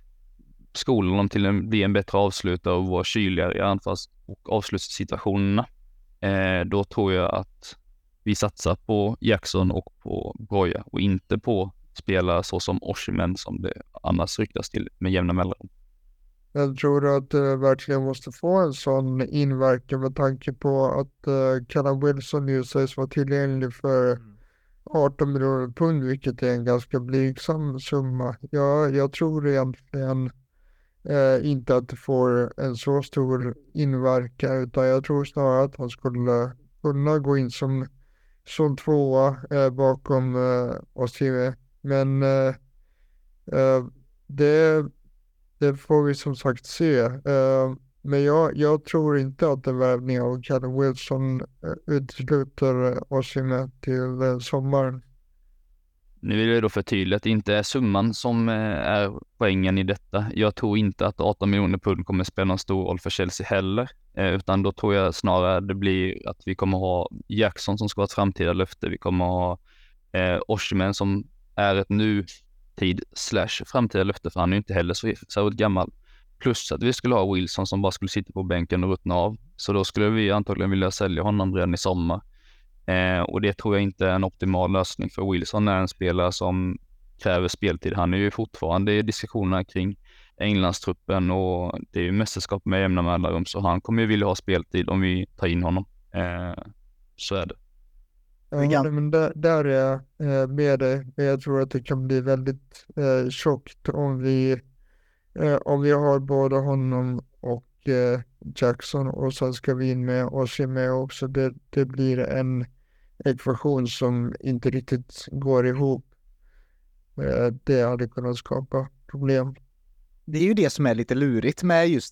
skola honom till att bli en bättre avslutare och vara kyligare i anfalls- och avslutssituationerna. Eh, då tror jag att vi satsar på Jackson och på Broja och inte på spelare så som Osimhen som det annars ryktas till med jämna mellanrum. Jag tror att det verkligen måste få en sån inverkan med tanke på att uh, Callum Wilson ju sägs vara tillgänglig för arton miljoner pund, vilket är en ganska blygsam summa. Jag, jag tror egentligen uh, inte att det får en så stor inverkan, utan jag tror snarare att han skulle kunna gå in som, som tvåa uh, bakom uh, Osimhen. Men uh, uh, det Det får vi som sagt se. Uh, men jag, jag tror inte att en värvning av Callum Wilson uh, utesluter Osimhen till uh, sommaren. Nu vill jag då förtydliga att det inte är summan som uh, är poängen i detta. Jag tror inte att arton miljoner pund kommer spela någon stor roll för Chelsea heller. Uh, utan då tror jag snarare det blir att vi kommer ha Jackson som ska ha ett framtida löfte. Vi kommer ha uh, Osimhen som är ett nu tid slash framtida löfte, för han är inte heller så särskilt gammal. Plus att vi skulle ha Wilson som bara skulle sitta på bänken och ruttna av. Så då skulle vi antagligen vilja sälja honom redan i sommar. Eh, och det tror jag inte är en optimal lösning, för Wilson är en spelare som kräver speltid. Han är ju fortfarande i diskussionerna kring Englandstruppen och det är ju mästerskap med jämna mellanrum, så han kommer ju vilja ha speltid om vi tar in honom. Eh, så är det. Ja, men där, där är jag eh, med dig. Jag tror att det kan bli väldigt eh, tjockt om vi, eh, om vi har både honom och eh, Jackson, och sen ska vi in med Osimhen också. Det, det blir en, ekvation som inte riktigt går ihop. Eh, Det hade kunnat skapa problem. Det är ju det som är lite lurigt med just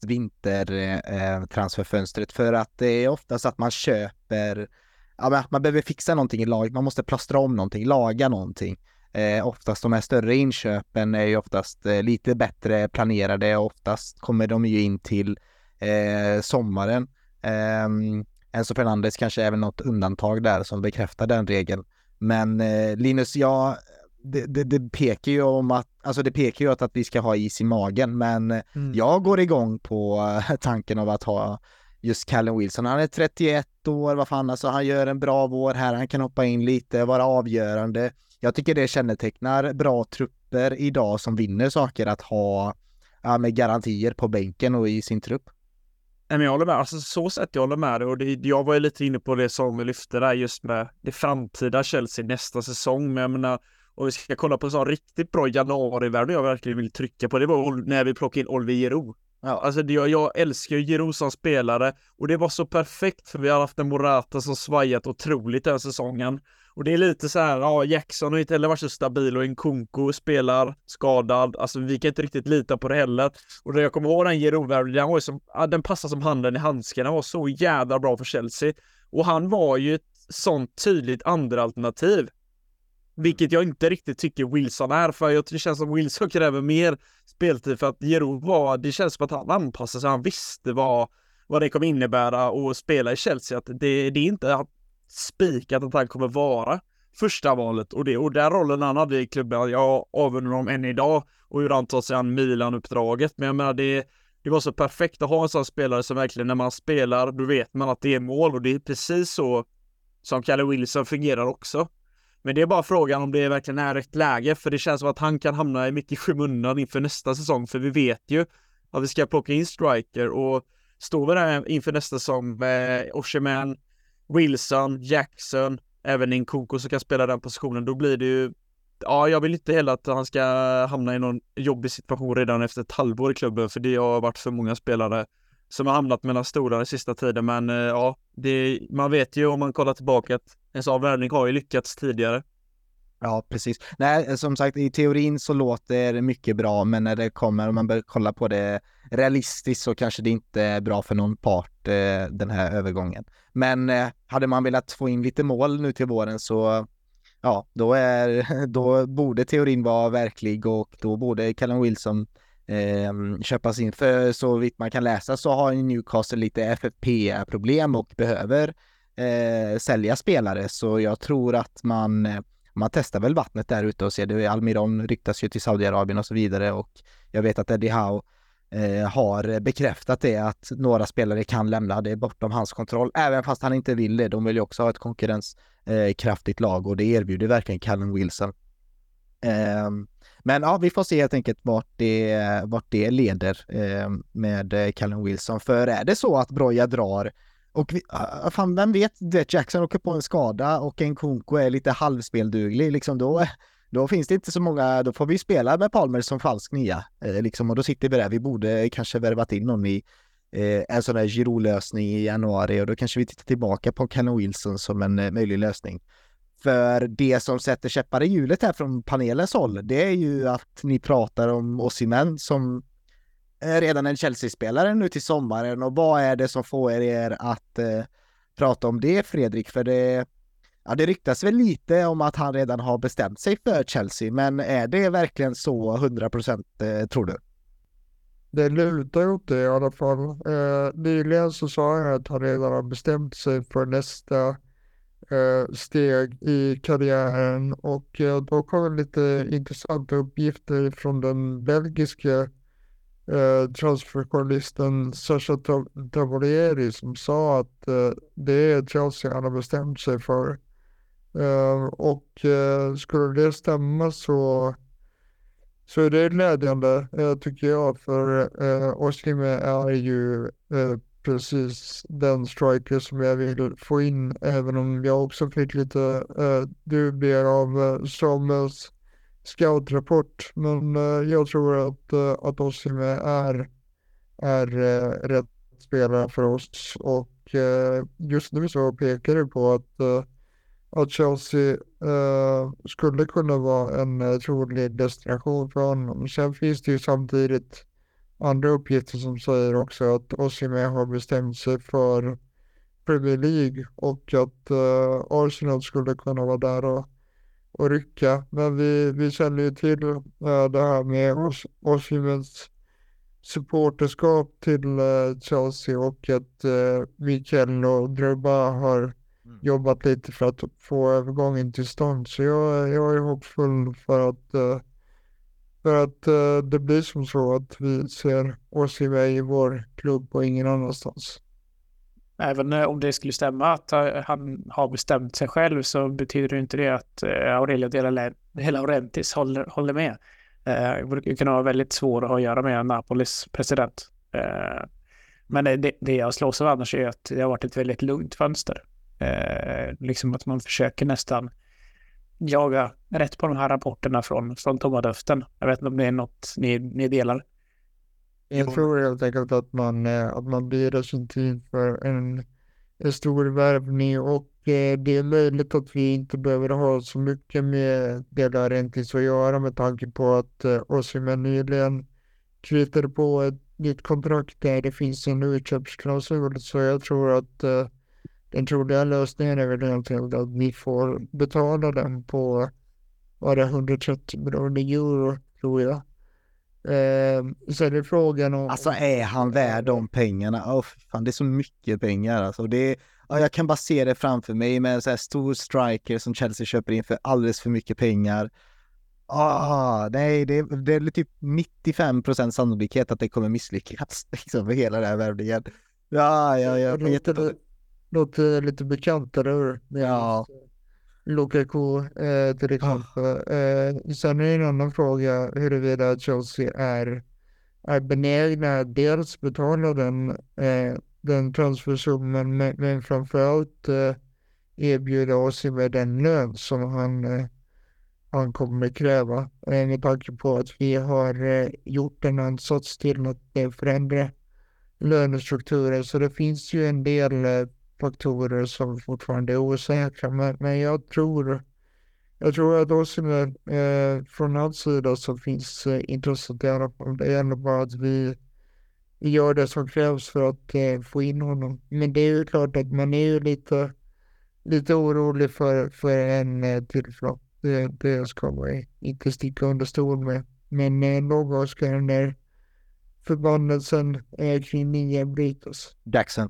vintertransferfönstret, för att det är oftast att man köper, ja, men att man behöver fixa någonting i lag, man måste plåstra om någonting, laga någonting. Eh, oftast de här större inköpen är ju oftast eh, lite bättre planerade, och oftast kommer de ju in till eh, sommaren. Eh, Enzo Fernandes kanske även något undantag där som bekräftar den regeln. Men eh, Linus, jag Det, det, det pekar ju om att, alltså det pekar ju åt att vi ska ha is i magen, men Mm. jag går igång på uh, tanken av att ha just Callum Wilson. Han är trettioett år, vad fan, alltså han gör en bra vår här, han kan hoppa in lite, vara avgörande. Jag tycker det kännetecknar bra trupper idag som vinner saker, att ha ja, med garantier på bänken och i sin trupp. Nej, men jag håller med, alltså så sätt jag håller med det. Och det, jag var ju lite inne på det som vi lyfte där just med det framtida Chelsea nästa säsong, men jag menar, och vi ska kolla på en sån riktigt bra januarivärde jag verkligen vill trycka på. Det var när vi plockade in Olivier Giroud. Ja, alltså det, jag, jag älskar ju Giroud som spelare. Och det var så perfekt, för vi har haft en Morata som svajat otroligt den säsongen. Och det är lite så här, ja, Jackson har inte heller varit så stabil, och Nkunku spelar skadad. Alltså vi kan inte riktigt lita på det heller. Och det jag kommer ihåg den Giroud-värden, den, var ju som, ja, den passar som handen i handsken. Den var så jävla bra för Chelsea. Och han var ju ett sånt tydligt andra alternativ. Vilket jag inte riktigt tycker Wilson är, för jag, det känns som Wilson kräver mer speltid, för att Giroud var, det känns som att han anpassade sig, han visste vad, vad det kommer innebära att spela i Chelsea, att det, det är inte spikat att han kommer vara första valet, och, det, och den rollen han hade i klubben, jag avundar honom än idag, och hur han tar sig an Milan-uppdraget, men jag menar det, det var så perfekt att ha en sån spelare som verkligen när man spelar, då vet man att det är mål, och det är precis så som Callum Wilson fungerar också. Men det är bara frågan om det verkligen är rätt läge, för det känns som att han kan hamna i mycket skymundan inför nästa säsong, för vi vet ju att vi ska plocka in striker, och står vi där inför nästa säsong med Osimhen, Wilson, Jackson, även Nkunku som kan spela den positionen, då blir det ju, ja, jag vill inte heller att han ska hamna i någon jobbig situation redan efter ett halvår i klubben, för det har varit för många spelare som har hamnat mellan stolarna i sista tiden. Men ja, det, man vet ju om man kollar tillbaka att en sån värvning har ju lyckats tidigare. Ja, precis. Nej, som sagt, i teorin så låter det mycket bra, men när det kommer, om man börjar kolla på det realistiskt, så kanske det inte är bra för någon part, eh, den här övergången. Men eh, hade man velat få in lite mål nu till våren, så ja, då, är, då borde teorin vara verklig, och då borde Callum Wilson eh, köpas in. För så vitt man kan läsa så har Newcastle lite F F P-problem och behöver eh, sälja spelare, så jag tror att man man testar väl vattnet där ute och ser det. Almiron ryktas ju till Saudiarabien och så vidare, och jag vet att Eddie Howe eh, har bekräftat det, att några spelare kan lämna, det är bortom hans kontroll, även fast han inte vill det. De vill ju också ha ett konkurrenskraftigt eh, lag, och det erbjuder verkligen Callum Wilson. Eh, men ja, vi får se helt enkelt vart det, vart det leder eh, med Callum Wilson. För är det så att Broja drar, och vi, uh, fan, vem vet, det Jackson åker på en skada och en Nkunku är lite halvspelduglig, liksom då, då finns det inte så många, då får vi spela med Palmer som falsk nia, eh, liksom, och då sitter vi där, vi borde kanske värvat in någon i eh, en sån där Giroud-lösning i januari, och då kanske vi tittar tillbaka på Callum Wilson som en eh, möjlig lösning. För det som sätter käppar i hjulet här från panelens håll, det är ju att ni pratar om Osimhen som redan en Chelsea-spelare nu till sommaren, och vad är det som får er att eh, prata om det, Fredrik? För det, ja, det ryktas väl lite om att han redan har bestämt sig för Chelsea, men är det verkligen så hundra procent eh, tror du? Det lutar åt det i alla fall. Eh, nyligen så sa jag att han redan har bestämt sig för nästa eh, steg i karriären, och eh, då kom lite intressanta uppgifter från den belgiska Uh, transferjournalisten Sasha Tavolieri, som sa att uh, det är Chelsea han har bestämt sig för. Uh, och uh, skulle det stämma så, så är det glädjande, uh, tycker jag, för uh, Osimhen är ju uh, precis den striker som jag vill få in, även om jag också fick lite uh, dubier av uh, Samuels scoutrapport, men uh, jag tror att, uh, att Osimhen är, är uh, rätt spelare för oss, och uh, just nu så pekar det på att uh, att Chelsea eh, skulle kunna vara en eh, trolig destination för honom. Sen finns det ju samtidigt andra uppgifter som säger också att Osimhen har bestämt sig för Premier League och att eh, Arsenal skulle kunna vara där och, och rycka. Men vi, vi känner ju till eh, det här med Os- Osimhens supporterskap till eh, Chelsea och att eh, Mikel och Drogba har Mm. jobbat lite för att få övergången till stånd. Så jag, jag är hoppfull för att, eh, för att eh, det blir som så att vi ser Osimhen i vår klubb och ingen annanstans. Även eh, om det skulle stämma att eh, han har bestämt sig själv så betyder det inte det att eh, Aurelio De La- De Laurentiis håller, håller med. Eh, Det brukar ju kunna vara väldigt svårt att ha att göra med Napolis president. Eh, Men det, det jag slås av annars är att det har varit ett väldigt lugnt fönster. Eh, liksom att man försöker nästan jaga rätt på de här rapporterna från, från tomma luften. Jag vet inte om det är något ni, ni delar. Jag tror helt enkelt att man, eh, att man blir resentiv för en, en stor värvning och eh, det är möjligt att vi inte behöver ha så mycket med det där Rentis att göra med tanke på att eh, Osimhen nyligen kritade på ett nytt kontrakt där det finns en utköpsklausul, så jag tror att eh, den troliga lösningen är väl egentligen att vi får betala den på vad det är, hundratrettio miljoner euro tror jag. Eh, så är det frågan om... Alltså är han värd de pengarna? Åh, fan, det är så mycket pengar. Alltså, det är, ja, jag kan bara se det framför mig med en så här stor striker som Chelsea köper in för alldeles för mycket pengar. Ah, nej, det, är- det är typ nittiofem procent sannolikhet att det kommer misslyckas liksom, med hela den här värvningen. Ja, ja, jag Det vet låter, inte. låter lite bekant, eller hur? Med Ja. Lukaku eh, till exempel. Eh, sen är det en annan fråga huruvida Chelsea är, är benägna att dels betala den, eh, den transfersumman men, men framförallt eh, erbjuda oss med den lön som han, eh, han kommer kräva. Eh, med tanke på att vi har eh, gjort en ansats till att eh, förändra lönestrukturer. Så det finns ju en del eh, faktorer som fortfarande är osäkra. Men, men jag tror jag tror att också med, eh, från hans sida så finns eh, intresset i alla fall. Det gäller bara att vi, vi gör det som krävs för att eh, få in honom. Men det är ju klart att man är ju lite, lite orolig för, för en eh, tillflopp. Det, det ska man inte sticka under stol med. Men eh, någon gång ska den där förbannelsen eh, kring Nia brytas. Jackson.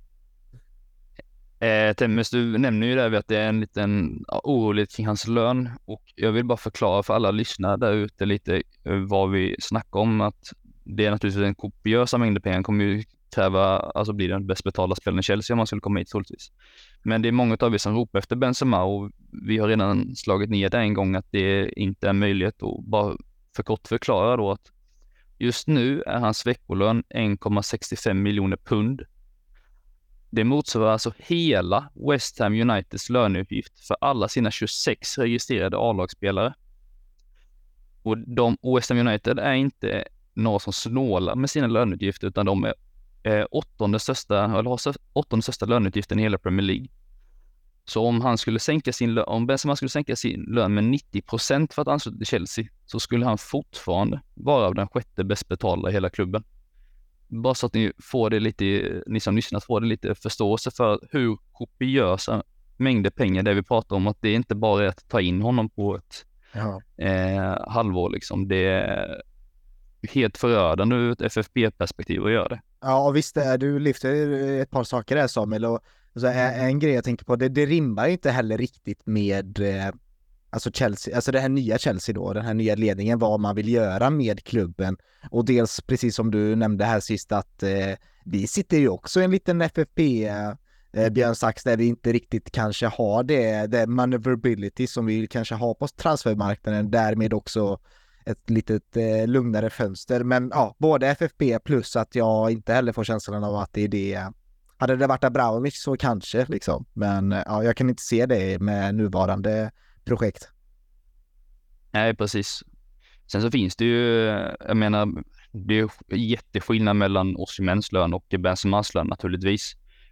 Eh, Temmes, du nämner ju där att det är en liten ja, orolighet kring hans lön och jag vill bara förklara för alla lyssnare där ute lite eh, vad vi snackar om. Att det är naturligtvis en kopiösa mängder pengar, kommer ju kräva, alltså blir den bäst betalda spelaren i Chelsea om man skulle komma hit troligtvis. Men det är många av er som ropar efter Benzema och vi har redan slagit ner det en gång att det inte är möjligt, och bara för kort förklara då att just nu är hans veckolön en komma sextiofem miljoner pund. Det motsvarar alltså hela West Ham Uniteds löneuppgift för alla sina tjugosex registrerade A-lagsspelare. Och de, West Ham United är inte några som snålar med sina löneutgifter, utan de är eh, åttonde största, eller har åttonde största löneutgiften i hela Premier League. Så om han skulle sänka sin lön, om Benzema skulle sänka sin lön med nittio procent för att ansluta till Chelsea, så skulle han fortfarande vara den sjätte bäst betalda i hela klubben. Bara så att ni får det lite, ni som lyssnar får det lite förståelse för hur kopiösa mängder pengar det vi pratar om, att det inte bara är att ta in honom på ett Ja. eh, halvår liksom. Det är helt förödande ur ett F F P-perspektiv att göra det. Ja, och visst, är du lyfter ett par saker där, Samuel, och så är en grej jag tänker på, det, det rimmar ju inte heller riktigt med eh, alltså Chelsea, alltså det här nya Chelsea då, den här nya ledningen, vad man vill göra med klubben. Och dels, precis som du nämnde här sist, att eh, vi sitter ju också i en liten F F P eh, Björn Sax, där vi inte riktigt kanske har det, det maneuverability som vi kanske har på transfermarknaden, därmed också ett litet eh, lugnare fönster. Men ja, både F F P plus att jag inte heller får känslan av att det är det. Hade det varit Abramovic så kanske liksom, men ja, jag kan inte se det med nuvarande projekt. Nej, precis. Sen så finns det ju, jag menar, det är jätteskillnad mellan Osimhens lön och Benzemas lön naturligtvis.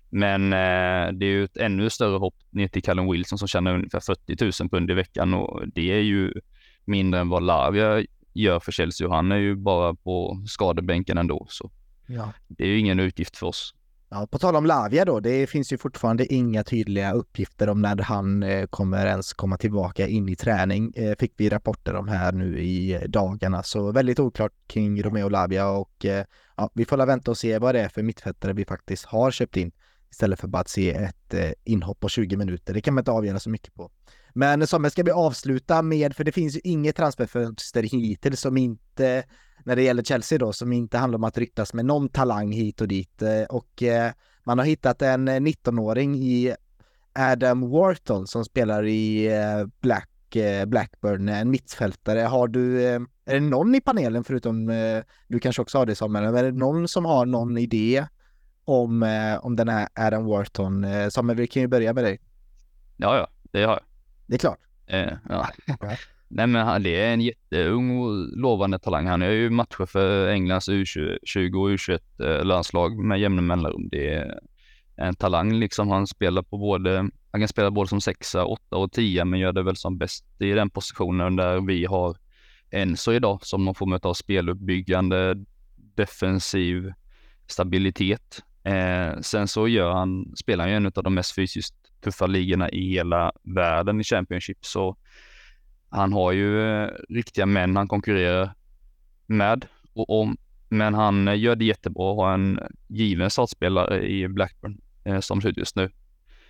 Men eh, det är ju ett ännu större hopp ner till Callum Wilson som tjänar ungefär fyrtio tusen pund i veckan, och det är ju mindre än vad Lavia gör för Chelsea, och han är ju bara på skadebänken ändå, så Ja. det är ju ingen utgift för oss. Ja, på tal om Lavia då, det finns ju fortfarande inga tydliga uppgifter om när han eh, kommer ens komma tillbaka in i träning. Eh, fick vi rapporter om här nu i dagarna, så väldigt oklart kring Romeo Lavia, och eh, ja, vi får la vänta och se vad det är för mittfältare vi faktiskt har köpt in istället för bara att se ett eh, inhopp på tjugo minuter. Det kan man inte avgöra så mycket på. Men som ska vi avsluta med, för det finns ju inget transferfönster hittills som inte, när det gäller Chelsea då, som inte handlar om att ryktas med någon talang hit och dit. Och eh, man har hittat en nittonåring i Adam Wharton som spelar i eh, Black, eh, Blackburn, en mittfältare. Har du, eh, är det någon i panelen förutom, eh, du kanske också har det som, eller är det någon som har någon idé om, eh, om den här Adam Wharton? Eh, som vi kan ju börja med dig. Ja, ja, det har jag. Det är klart. Eh, ja. Nej, men han, det är en jätteung och lovande talang. Han är ju matcher för Englands U tjugo och U tjugoett eh, landslag med jämna mellanrum. Det är en talang liksom. Han spelar på både, han kan spela både som sexa, åtta och tio, men gör det väl som bäst i den positionen där vi har Enzo idag, som någon form av speluppbyggande, defensiv stabilitet. Eh, sen så gör han, spelar han ju en av de mest fysiskt tuffa ligorna i hela världen i Championship, så han har ju eh, riktiga män han konkurrerar med, och, och, men han eh, gör det jättebra och har en given startspelare i Blackburn eh, som ser ut just nu.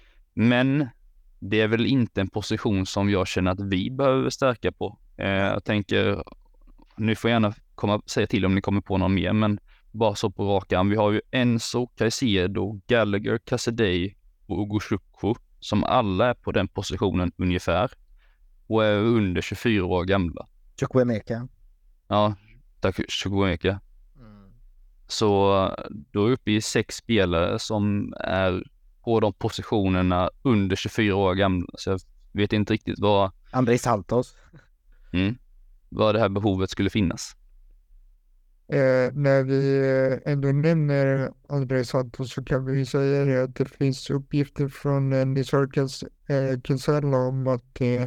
Men det är väl inte en position som jag känner att vi behöver stärka på. Eh, jag tänker, nu får jag gärna komma, säga till om ni kommer på någon mer, men bara så på rakan. Vi har ju Enzo, Caicedo, Gallagher, Casadei och Ugo Shukwu som alla är på den positionen ungefär och är under tjugofyra år gamla. Chukwuemeka. Ja, tack Chukwuemeka. Mm. Så då är vi uppe i sex spelare som är på de positionerna under tjugofyra år gamla. Så jag vet inte riktigt vad, Andrei Santos. mm, vad det här behovet skulle finnas. Eh, när vi eh, ändå nämner Andrei Santos så kan vi säga det att det finns uppgifter från eh, Nizar eh, Kinsella om att eh,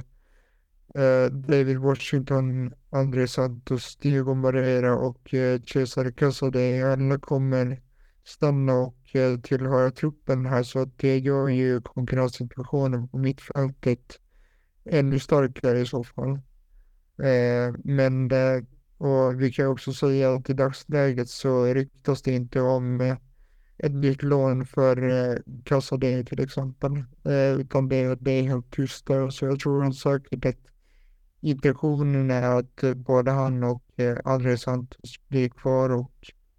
eh, David Washington, Andrei Santos, Diego Moreira och eh, Cesare Casadei alla kommer stanna och eh, tillhöra truppen här, så att det gör ju konkurrenssituationen på mittfältet ännu starkare i så fall. Eh, men eh, och vi kan också säga att i dagsläget så ryktas det inte om eh, ett nytt lån för eh, Casadei till exempel, eh, utan det, det är helt tyst där. Så jag tror säkert att intentionen är att eh, både han och eh, Andrei Santos blir kvar och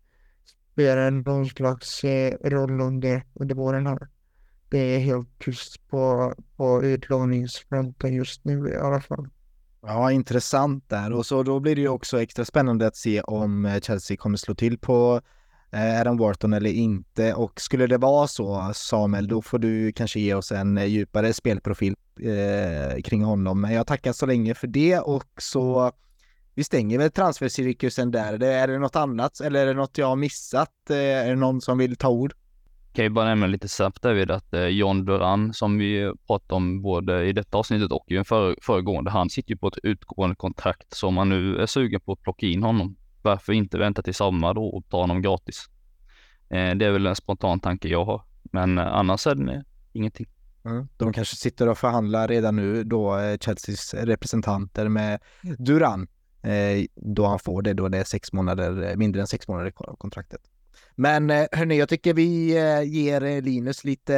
spelar någon slags eh, roll under, under våren här. Det är helt tyst på, på utlåningsfronten just nu i alla fall. Ja, intressant där. Och så då blir det ju också extra spännande att se om Chelsea kommer slå till på Adam Wharton eller inte. Och skulle det vara så, Samuel, då får du kanske ge oss en djupare spelprofil eh, kring honom. Men jag tackar så länge för det, och så vi stänger väl transfercirkusen där. Är det något annat eller är det något jag har missat? Är det någon som vill ta ord? Kan ju bara nämna lite snabbt David att eh, John Duran, som vi pratade om både i detta avsnittet och i en för, föregående, han sitter ju på ett utgående kontrakt, så om man nu är sugen på att plocka in honom, varför inte vänta till sommar då och ta honom gratis? Eh, det är väl en spontan tanke jag har, men eh, annars är det ingenting. Mm. De kanske sitter och förhandlar redan nu då, eh, Chelseas representanter med Duran, eh, då han får det, då det är sex månader, mindre än sex månader kvar av kontraktet. Men hörni, jag tycker vi ger Linus lite,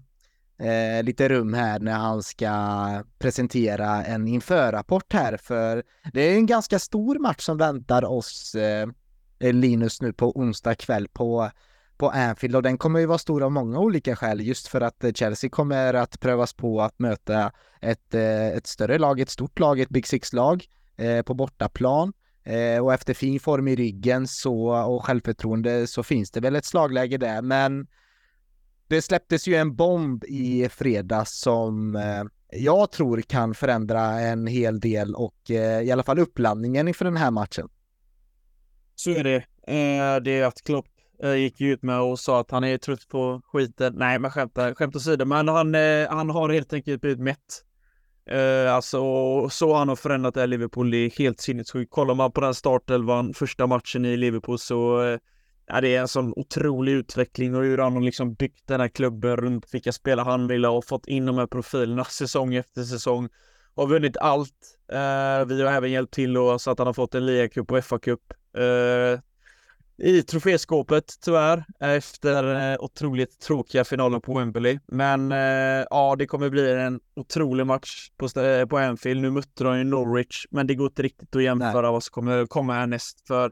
eh, lite rum här när han ska presentera en införrapport här, för det är en ganska stor match som väntar oss, eh, Linus, nu på onsdag kväll på, på Anfield, och den kommer ju vara stor av många olika skäl, just för att Chelsea kommer att prövas på att möta ett, ett större lag, ett stort lag, ett Big Six-lag eh, på bortaplan. Eh, och efter fin form i ryggen så, och självförtroende, så finns det väl ett slagläge där. Men det släpptes ju en bomb i fredags som eh, jag tror kan förändra en hel del, och eh, i alla fall uppladdningen inför den här matchen. Så är det. Eh, det är att Klopp eh, gick ju ut med och sa att han är trött på skiten. Nej, men skämt, skämt åsido. Men han, eh, han har helt enkelt blivit mätt. Eh, alltså, så han har förändrat det här Liverpool. Det är helt sinnessjukt. Kollar man på den startelvan, första matchen i Liverpool, så eh, ja, det är en sån otrolig utveckling och hur han har liksom byggt den här klubben runt vilka spelare han vill ha och fått in de här profilerna säsong efter säsong. Har vunnit allt. Eh, vi har även hjälpt till och så att han har fått en Liga-cup och F A-cup. Eh, I troféskåpet tyvärr efter eh, otroligt tråkiga finaler på Wembley. Men eh, ja, det kommer bli en otrolig match på, på Anfield. Nu mötte de ju Norwich, men det går inte riktigt att jämföra Nej. vad som kommer komma härnäst. För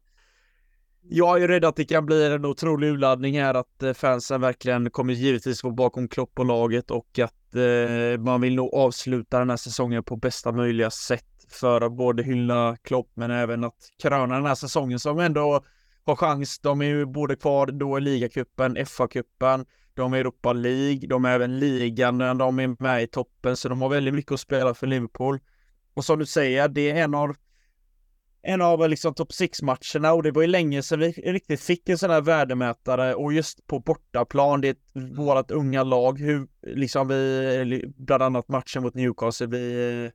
jag är rädd att det kan bli en otrolig urladdning här, att eh, fansen verkligen kommer givetvis vara bakom Klopp och laget och att eh, man vill nog avsluta den här säsongen på bästa möjliga sätt för att både hylla Klopp men även att kröna den här säsongen som ändå har chans. De är ju både kvar då i Ligacupen, F A-cupen, de är Europa League, de är även ligan där de är med i toppen, så de har väldigt mycket att spela för Liverpool. Och som du säger, det är en av en av liksom topp sex-matcherna och det var ju länge sedan vi riktigt fick en sån här värdemätare och just på bortaplan, det är ett, vårat unga lag, hur liksom vi, bland annat matchen mot Newcastle, vi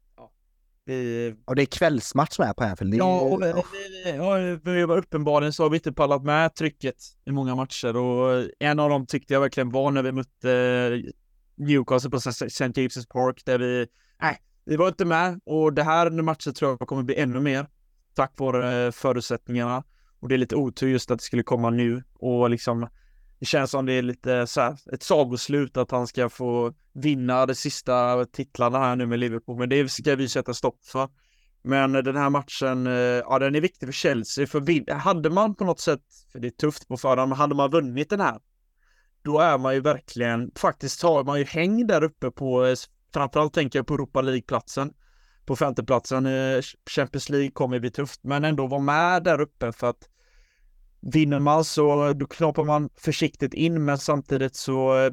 Vi... Och det är kvällsmatch med på Anfield. Ja, och vi, vi, ja, vi var uppenbarligen så har vi inte pallat med trycket i många matcher och en av dem tyckte jag verkligen var när vi mötte Newcastle på Saint James's Park där vi, nej, vi var inte med och det här matchen tror jag kommer bli ännu mer tack vare förutsättningarna och det är lite otur just att det skulle komma nu och liksom det känns som det är lite så här, ett sagoslut att han ska få vinna de sista titlarna här nu med Liverpool. Men det ska vi sätta stopp för. Men den här matchen, ja, den är viktig för Chelsea. För hade man på något sätt, för det är tufft på förhand, men hade man vunnit den här, då är man ju verkligen, faktiskt har man ju häng där uppe på, framförallt tänker jag på Europa League-platsen. På femteplatsen, Champions League kommer bli tufft, men ändå vara med där uppe för att vinner man så då knoppar man försiktigt in, men samtidigt så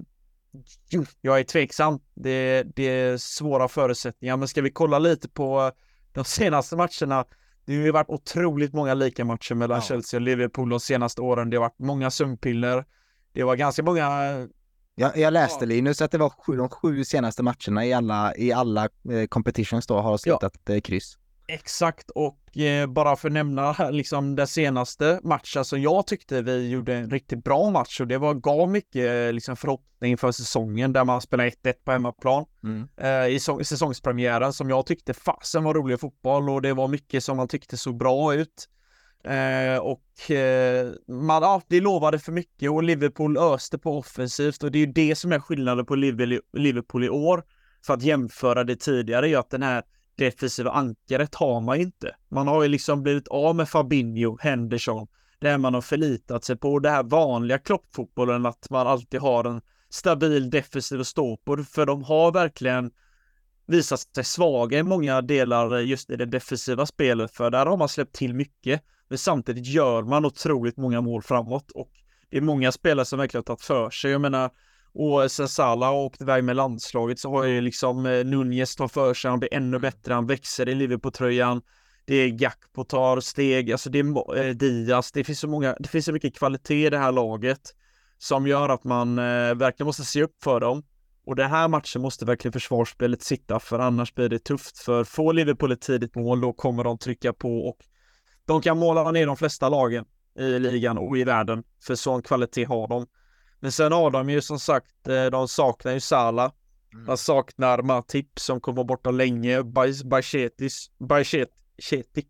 jo, jag är tveksam. Det, det är svåra förutsättningar, men ska vi kolla lite på de senaste matcherna, det har ju varit otroligt många lika matcher mellan ja. Chelsea och Liverpool de senaste åren. Det har varit många sömnpiller. Det var ganska många... Jag, jag läste ja. Linus att det var sju, de sju senaste matcherna i alla, i alla eh, competitions då har slutat ja. eh, kryss. Exakt, och eh, bara för att nämna liksom den senaste matchen som jag tyckte vi gjorde en riktigt bra match och det var gav mycket liksom, förhoppning för säsongen där man spelar ett ett på hemmaplan mm. eh, i, så, i säsongspremiären som jag tyckte fasen var rolig fotboll och det var mycket som man tyckte så bra ut eh, och eh, man, ja, det lovade för mycket och Liverpool öste på offensivt och det är ju det som är skillnaden på Liverpool i år för att jämföra det tidigare är ju att den här defensiva ankaret har man inte. Man har ju liksom blivit av med Fabinho, Henderson, där man har förlitat sig på det här vanliga kloppfotbollen att man alltid har en stabil defensiv att stå på, för de har verkligen visat sig svaga i många delar just i det defensiva spelet, för där har man släppt till mycket, men samtidigt gör man otroligt många mål framåt och det är många spelare som verkligen har tagit för sig. Jag menar, och sen Salah åkte iväg med landslaget så har ju liksom eh, Nunez tar för sig, han blir ännu bättre, han växer i Liverpool-tröjan. Det är Gakpo tar steg, alltså det är eh, Diaz, det finns så många, det finns så mycket kvalitet i det här laget som gör att man eh, verkligen måste se upp för dem. Och den här matchen måste verkligen försvarsspelet sitta, för annars blir det tufft. För får Liverpool ett tidigt mål, då kommer de trycka på och de kan måla ner de flesta lagen i ligan och i världen, för sån kvalitet har de. Men sen har de ju som sagt, de saknar ju Salah. Mm. De saknar Matip som kommer borta länge. Bajsetis, Bajsetik.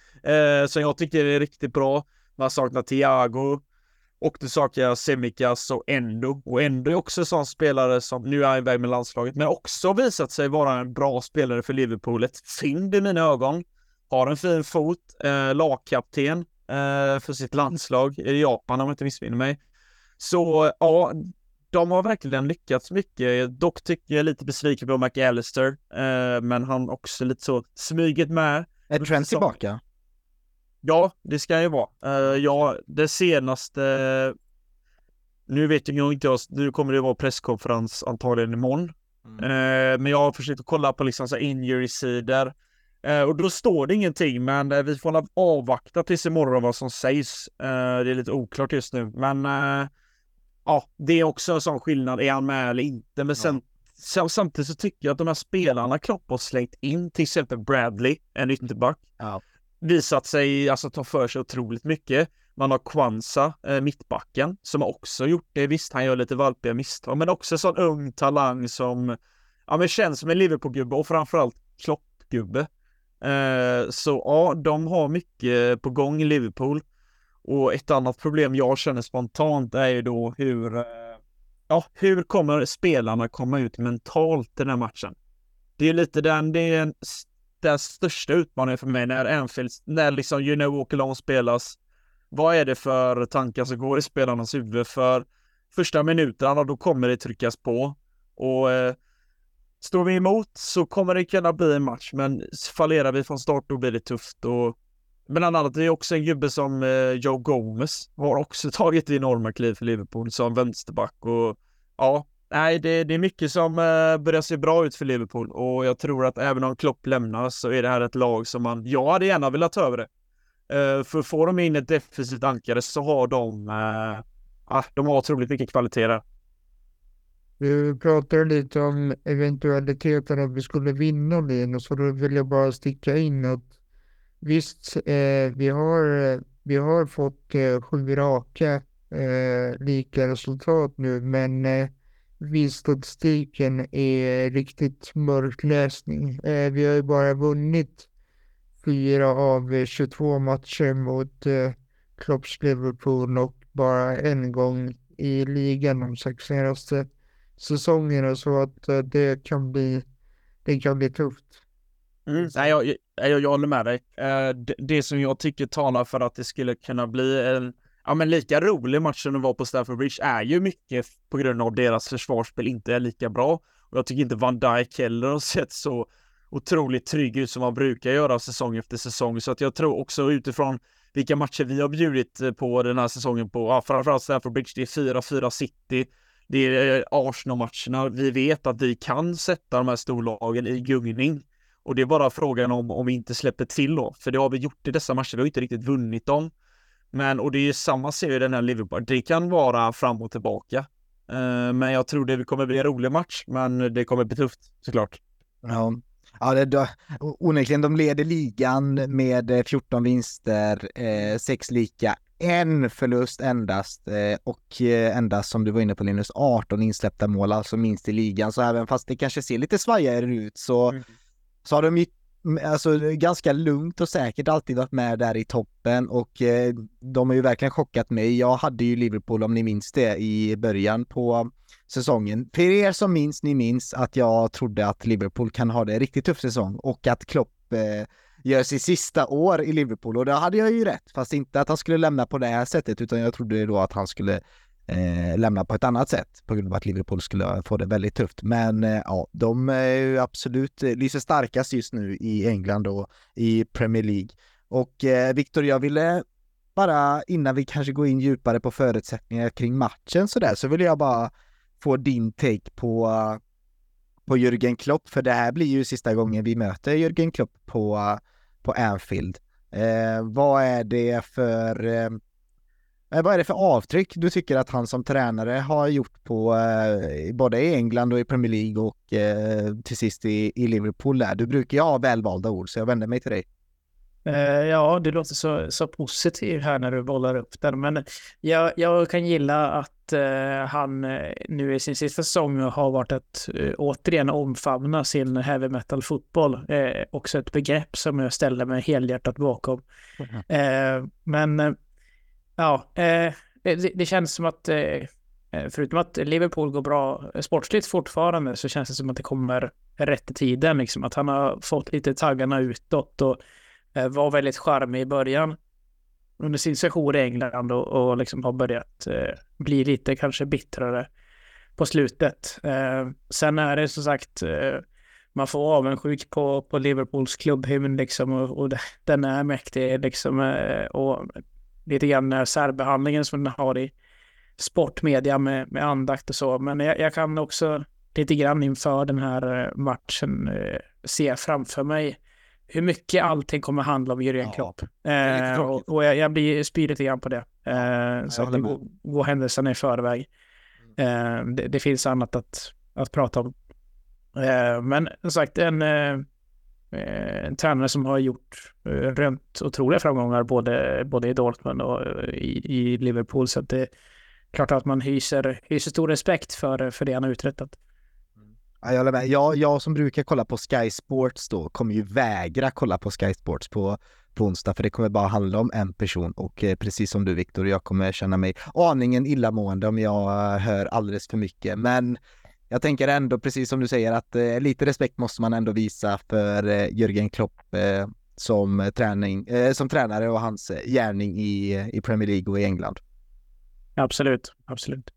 Eh, som jag tycker är riktigt bra. Man saknar Thiago. Och du saknar Semikas och Endo. Och Endo är också en sån spelare som nu är iväg med landslaget. Men också visat sig vara en bra spelare för Liverpool. Ett fynd i mina ögon. Har en fin fot. Eh, lagkapten eh, för sitt landslag i Japan om jag inte missminner mig. Så ja, de har verkligen lyckats mycket. Dock tycker jag lite besviken på McAllister. Eh, men han också lite så smyget med. Är Trent så, tillbaka? Ja, det ska ju vara. Eh, ja, det senaste... Nu vet jag inte, nu kommer det vara presskonferens antagligen imorgon. Mm. Eh, men jag har försökt att kolla på liksom så injury-sidor. Eh, och då står det ingenting, men eh, vi får avvakta tills imorgon vad som sägs. Eh, det är lite oklart just nu, men eh, ja, det är också en sån skillnad. Är han med eller inte? Men sen, ja. Samtidigt så tycker jag att de här spelarna Klopp har slängt in, till exempel Bradley, en ytterback, Ja. visat sig alltså ta för sig otroligt mycket. Man har Kwanza, eh, mittbacken, som har också gjort det. Visst, han gör lite valpiga misstag, men också en sån ung talang som ja, men känns som en Liverpool-gubbe och framförallt Klopp-gubbe. Eh, så ja, de har mycket på gång i Liverpool. Och ett annat problem jag känner spontant är ju då hur eh, ja, hur kommer spelarna komma ut mentalt i den här matchen? Det är lite den, det är en, den största utmaningen för mig när Anfield, när liksom You Know Walk Alone spelas. Vad är det för tankar som går i spelarnas huvud? För första minuterna då kommer det tryckas på. Och eh, står vi emot så kommer det kunna bli en match. Men fallerar vi från start då blir det tufft. Och bland annat det är också en gubbe som eh, Joe Gomez har också tagit enorma kliv för Liverpool som vänsterback. Och ja, nej, det, det är mycket som eh, börjar se bra ut för Liverpool. Och jag tror att även om Klopp lämnar så är det här ett lag som man, jag hade gärna velat ta över det. Uh, för får de in ett defensivt ankare så har de uh, ah, de har otroligt mycket kvalitet där. Vi pratar lite om eventualiteten att vi skulle vinna Linus, så då vill jag bara sticka in att visst, eh, vi, har, vi har fått eh, sju raka eh, lika resultat nu, men eh, visst, statistiken är riktigt mörk läsning. Eh, vi har ju bara vunnit fyra av tjugotvå matcher mot eh, Klopps Liverpool och bara en gång i ligan de sex senaste säsongerna, så att eh, det kan bli det kan bli tufft. Mm. Nej, jag, jag, jag håller med dig. Eh, det, det som jag tycker talar för att det skulle kunna bli en ja, men lika rolig match som det var på Stamford Bridge är ju mycket på grund av deras försvarsspel inte är lika bra. Och jag tycker inte Van Dijk heller har sett så otroligt trygg ut som man brukar göra säsong efter säsong. Så att jag tror också utifrån vilka matcher vi har bjudit på den här säsongen på, ja, framförallt Stamford Bridge, det är fyra fyra City, det är Arsenal-matcherna. Vi vet att vi kan sätta de här storlagen i gungning. Och det är bara frågan om om vi inte släpper till då. För det har vi gjort i dessa matcher, vi har inte riktigt vunnit dem. Men, och det är ju samma serie i den här Liverpool. Det kan vara fram och tillbaka. Uh, men jag tror det kommer bli en rolig match, men det kommer bli tufft, såklart. Ja. Ja, det, det, onekligen, de leder ligan med fjorton vinster, eh, sex lika, en förlust endast eh, och eh, endast, som du var inne på Linus, arton insläppta mål, alltså minst i ligan. Så även fast det kanske ser lite svajigare ut så, mm. så har de ju alltså, ganska lugnt och säkert alltid varit med där i toppen, och eh, de har ju verkligen chockat mig. Jag hade ju Liverpool, om ni minns det, i början på säsongen. För er som minns, ni minns att jag trodde att Liverpool kan ha det en riktigt tuff säsong och att Klopp eh, gör sitt sista år i Liverpool, och då hade jag ju rätt, fast inte att han skulle lämna på det här sättet, utan jag trodde då att han skulle eh, lämna på ett annat sätt på grund av att Liverpool skulle få det väldigt tufft. Men eh, ja, de är ju absolut lyser starkast just nu i England och i Premier League. Och eh, Victor, jag ville bara, innan vi kanske går in djupare på förutsättningar kring matchen så där, så vill jag bara få din take på, på Jürgen Klopp, för det här blir ju sista gången vi möter Jürgen Klopp på, på Anfield. Eh, vad är det för eh, vad är det för avtryck du tycker att han som tränare har gjort på eh, både i England och i Premier League och eh, till sist i, i Liverpool där? Du brukar ju ha välvalda ord, så jag vänder mig till dig. Ja, det låter så, så positivt här när du bollar upp den. Men jag, jag kan gilla att uh, han nu i sin sista säsong har varit att uh, återigen omfamna sin heavy metal fotboll. Uh, också ett begrepp som jag ställer mig helhjärtat bakom. Mm. Uh, men uh, ja, uh, det, det känns som att uh, förutom att Liverpool går bra sportsligt fortfarande, så känns det som att det kommer rätt i tiden. Liksom, att han har fått lite taggarna utåt och var väldigt charmig i början under sin session i England och, och liksom har börjat eh, bli lite kanske bittrare på slutet. Eh, sen är det som sagt eh, man får avundsjuk på, på Liverpools klubbhymn liksom, och, och den är mäktig liksom, eh, och lite grann särbehandlingen som den har i sportmedia med, med andakt och så. Men jag, jag kan också lite grann inför den här matchen eh, se framför mig hur mycket allting kommer handla om Jürgen Ja. Klopp. lite Eh, tråkigt. och och jag, jag blir spyr lite grann på det. Eh, jag så att håller det med. går, går händelserna i förväg. Eh, det, det finns annat att, att prata om. Eh, men som sagt, en, eh, en tränare som har gjort eh, rönt otroliga framgångar både, både i Dortmund och eh, i, i Liverpool. Så att det är klart att man hyser, hyser stor respekt för, för det han har uträttat. Ja, jag, håller med. jag, jag som brukar kolla på Sky Sports då kommer ju vägra kolla på Sky Sports på, på onsdag, för det kommer bara handla om en person, och eh, precis som du Viktor, jag kommer känna mig aningen illamående om jag eh, hör alldeles för mycket, men jag tänker ändå precis som du säger att eh, lite respekt måste man ändå visa för eh, Jürgen Klopp eh, som, eh, träning, eh, som tränare och hans eh, gärning i, i Premier League och i England. Absolut, absolut.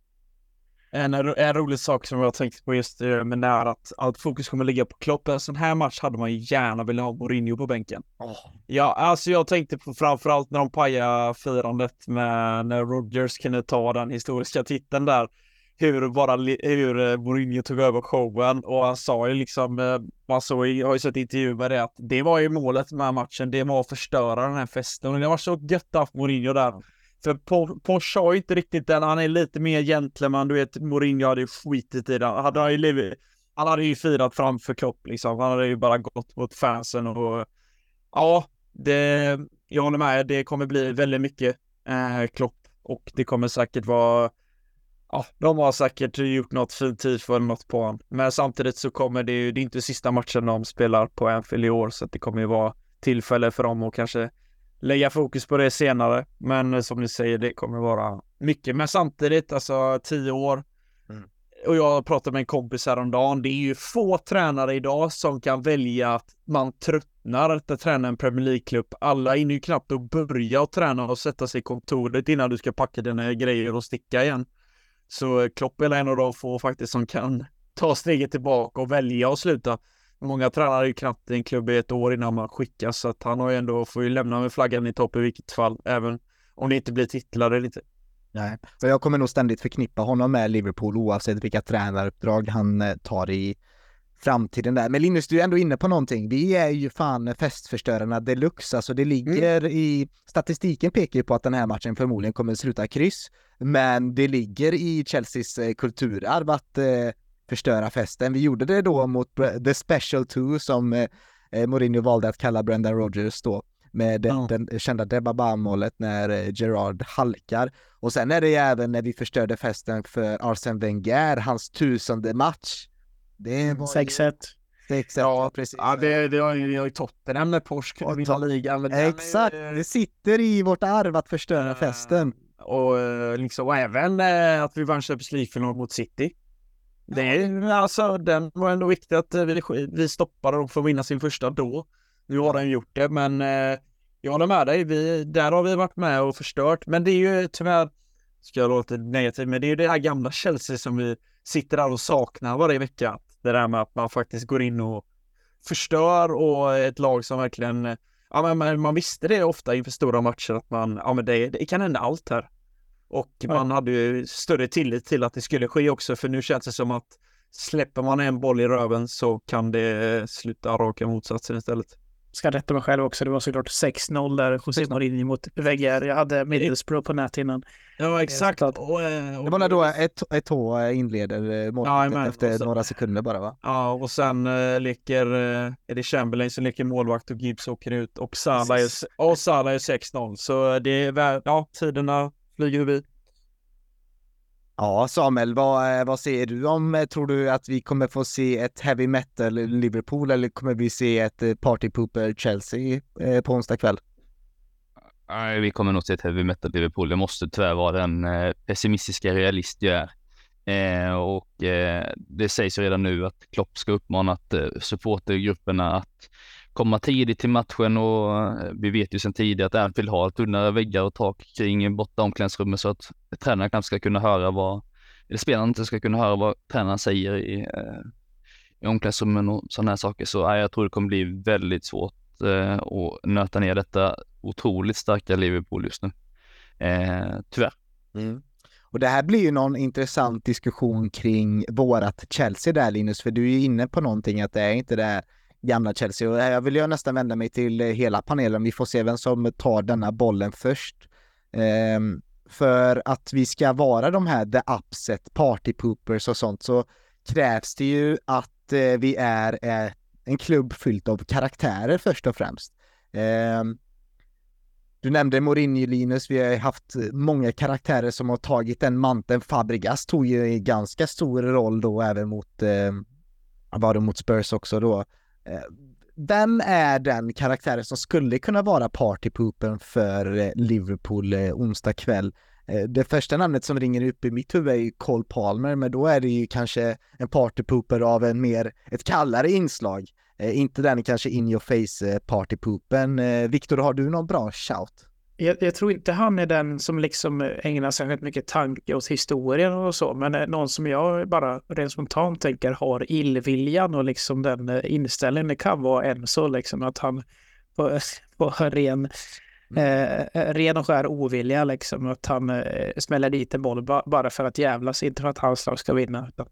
En, en rolig sak som jag har tänkt på just eh, med när att allt fokus kommer ligga på Klopp. En sån här match hade man ju gärna velat ha Mourinho på bänken. Oh. Ja, alltså jag tänkte på framförallt när de pajade firandet med när Rodgers kunde ta den historiska titeln där. Hur bara hur Mourinho tog över showen, och han sa ju liksom, eh, man såg, jag har ju sett intervju med det, att det var ju målet med matchen, det var att förstöra den här festen, och det var så gött att Mourinho där. För Porsche har ju inte riktigt den, han är lite mer gentleman, du vet, Mourinho hade ju skitit i den, han hade ju, han hade ju firat framför Klopp liksom, han hade ju bara gått mot fansen, och ja, det, jag håller med, det kommer bli väldigt mycket eh, Klopp, och det kommer säkert vara, ja, de har säkert gjort något fint tid för något på honom, men samtidigt så kommer det ju, det är inte sista matchen de spelar på Anfield i år, så att det kommer ju vara tillfälle för dem att kanske lägga fokus på det senare, men som ni säger, det kommer vara mycket, men samtidigt, alltså tio år, mm. och jag pratade med en kompis häromdagen, det är ju få tränare idag som kan välja att man tröttnar att träna en Premier League-klubb. Alla är ju knappt att börja att träna och sätta sig i kontoret innan du ska packa dina grejer och sticka igen. Så Klopp är en av de få faktiskt som kan ta steget tillbaka och välja att sluta. Många tränare är ju knappt i en klubb i ett år innan man skickas, så att han har ju ändå, får ju lämna med flaggan i topp i vilket fall, även om det inte blir titlar eller inte. Nej, för jag kommer nog ständigt förknippa honom med Liverpool oavsett vilka tränaruppdrag han tar i framtiden där. Men Linus, du är ändå inne på någonting. Vi är ju fan festförstörarna deluxe, alltså det ligger mm. i statistiken pekar ju på att den här matchen förmodligen kommer att sluta kryss, men det ligger i Chelseas kulturarv att eh, förstöra festen. Vi gjorde det då mot The Special Two som eh, Mourinho valde att kalla Brendan Rodgers då, med den, mm. den kända Debaba-målet när eh, Gerard halkar. Och sen är det även när vi förstörde festen för Arsene Wenger, hans tusende match. Det var sex ett. sex ett, ja, precis. Ja, det, det har ju Tottenham med Porsche kunde vinna ligan. Men exakt, är, det sitter i vårt arv att förstöra äh, festen. Och, liksom, och även äh, att vi vann Champions League-final mot City. Det är, alltså, den var ändå viktigt att vi, vi stoppade dem för att vinna sin första då. Nu har de gjort det, men eh, jag håller med dig. Vi, där har vi varit med och förstört. Men det är ju tyvärr, ska jag låta negativt, men det är ju det här gamla Chelsea som vi sitter där och saknar varje vecka. Det där med att man faktiskt går in och förstör, och ett lag som verkligen, ja men man visste det ofta inför stora matcher att man, ja men det, det kan hända allt här. Och man hade ju större tillit till att det skulle ske också, för nu känns det som att släpper man en boll i röven så kan det sluta raka motsatsen istället. Ska rätta mig själv också, det var såklart sex noll där José Mourinho mot Wenger. Jag hade Middlesbrough på nät innan. Ja, exakt. Och, och, det var då ett, ett H inleder målet ja, efter sen, några sekunder bara, va? Ja, och sen uh, leker uh, är det Chamberlain som leker målvakt och Gibbs åker ut, och Salah är, och Salah är sex noll. Så det är, ja, tiderna flyger förbi. Ja, Samuel, vad, vad säger du om, tror du att vi kommer få se ett heavy metal Liverpool, eller kommer vi se ett party pooper Chelsea eh, på onsdag kväll? Nej, vi kommer nog se ett heavy metal Liverpool. Det måste tyvärr vara den eh, pessimistiska realist jag är. Eh, och eh, det sägs redan nu att Klopp ska uppmana att eh, supportergrupperna att komma tidigt till matchen, och eh, vi vet ju sedan tidigare att Anfield har tunnare väggar och tak kring borta omklädningsrummet, så att tränarna kanske ska kunna höra vad, eller spelarna inte ska kunna höra vad tränaren säger i, eh, i omklädningsrummen och sådana här saker. Så eh, jag tror det kommer bli väldigt svårt eh, att nöta ner detta otroligt starka Liverpool just nu. Eh, tyvärr. Mm. Och det här blir ju någon intressant diskussion kring vårat Chelsea där, Linus, för du är ju inne på någonting att det är inte det gamla Chelsea. Och jag vill ju nästan vända mig till hela panelen. Vi får se vem som tar denna bollen först. Um, för att vi ska vara de här the upset party poopers och sånt, så krävs det ju att uh, vi är uh, en klubb fyllt av karaktärer först och främst. Um, du nämnde Mourinho, Linus. Vi har haft många karaktärer som har tagit den manteln. Fabregas tog ju en ganska stor roll då även mot uh, var det mot Spurs också då. Uh, vem är den karaktären som skulle kunna vara partypoopen för uh, Liverpool uh, onsdag kväll? Uh, det första namnet som ringer upp i mitt huvud är ju Cole Palmer, men då är det ju kanske en partypooper av en mer, ett kallare inslag. Uh, inte den kanske in your face uh, partypoopen. Uh, Victor, har du någon bra shout? Jag, jag tror inte han är den som liksom ägnar särskilt mycket tanke åt historien och så, men någon som jag bara rent spontant tänker har illviljan och liksom den inställningen. Det kan vara en så liksom att han på, på ren, eh, ren och skär ovilja liksom, att han eh, smäller dit en boll ba, bara för att jävlas, inte för att hans lag ska vinna. Utan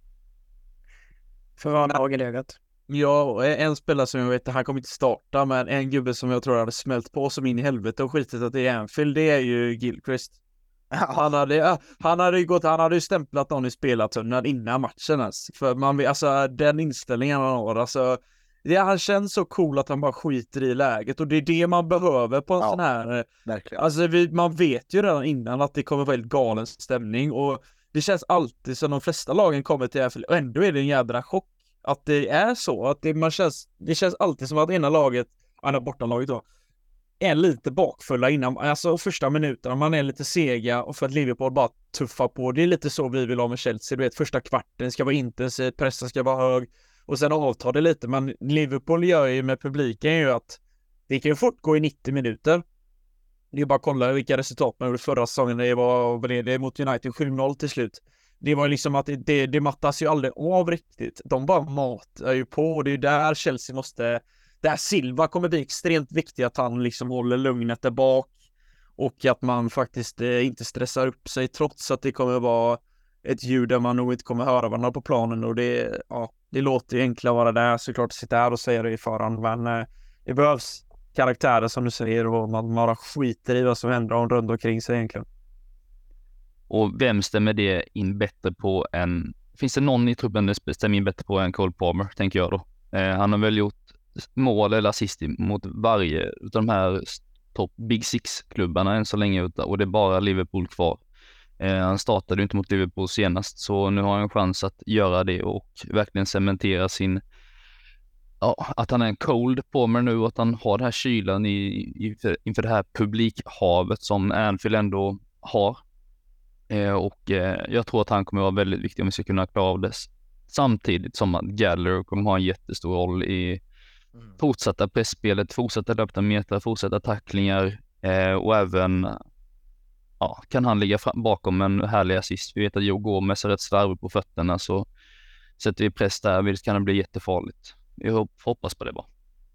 för vad han har i ögat. Ja, en spelare som jag vet, han kommer inte starta, men en gubbe som jag tror hade smält på som in i helvete och skitit att det är Anfield, det är ju Gilchrist. Han hade, han hade ju gått, han hade ju stämplat någon i spelartunneln innan matchen ens. För man, alltså den inställningen han har, alltså det, han känns så cool att han bara skiter i läget, och det är det man behöver på en Ja, sån här, verkligen. alltså vi, man vet ju redan innan att det kommer vara väldigt galen stämning, och det känns alltid som de flesta lagen kommer till Anfield, och ändå är det en jädra chock att det är så, att det, man känns, det känns alltid som att ena laget, andra bortalaget då, är lite bakfulla innan, alltså första minuterna, man är lite sega, och för att Liverpool bara tuffar på. Det är lite så vi vill ha med Chelsea, du vet, första kvarten ska vara intensivt, pressen ska vara hög, och sen avtar det lite. Men Liverpool gör ju med publiken ju att det kan ju fort gå i nittio minuter. Det är bara att kolla vilka resultat man gjorde förra säsongen. Det var det, det mot United sju noll till slut. Det var liksom att det, det, det mattas ju aldrig av riktigt. De bara matar ju på, och det är där Chelsea måste, där Silva kommer bli extremt viktig, att han liksom håller lugnet där bak, och att man faktiskt eh, inte stressar upp sig, trots att det kommer vara ett ljud där man nog inte kommer höra varandra på planen. Och det, ja, det låter ju enklare att vara där, såklart att sitta här och säga det i förhand, men eh, det behövs karaktärer som du säger, och man bara skiter i vad som händer om runt omkring sig egentligen. Och vem stämmer det in bättre på än... Finns det någon i truppen det stämmer in bättre på än Cole Palmer, tänker jag då. Eh, han har väl gjort mål eller assist mot varje av de här topp Big Six-klubbarna än så länge, och det är bara Liverpool kvar. Eh, han startade ju inte mot Liverpool senast, så nu har han en chans att göra det och verkligen cementera sin... Ja, att han är en cold Palmer nu, och att han har den här kylan i, i, inför det här publikhavet som Anfield ändå har. Eh, och eh, jag tror att han kommer vara väldigt viktig om vi ska kunna klara av det. Samtidigt som att Gallagher kommer ha en jättestor roll i mm. fortsatta pressspelet, fortsatta löpta meter, fortsatta tacklingar, eh, och även ja, kan han ligga fram, bakom en härlig assist. Vi vet att Joe Gomez är rätt slarvig på fötterna, så sätter vi press där, vilket kan det bli jättefarligt. Jag hoppas på det bara.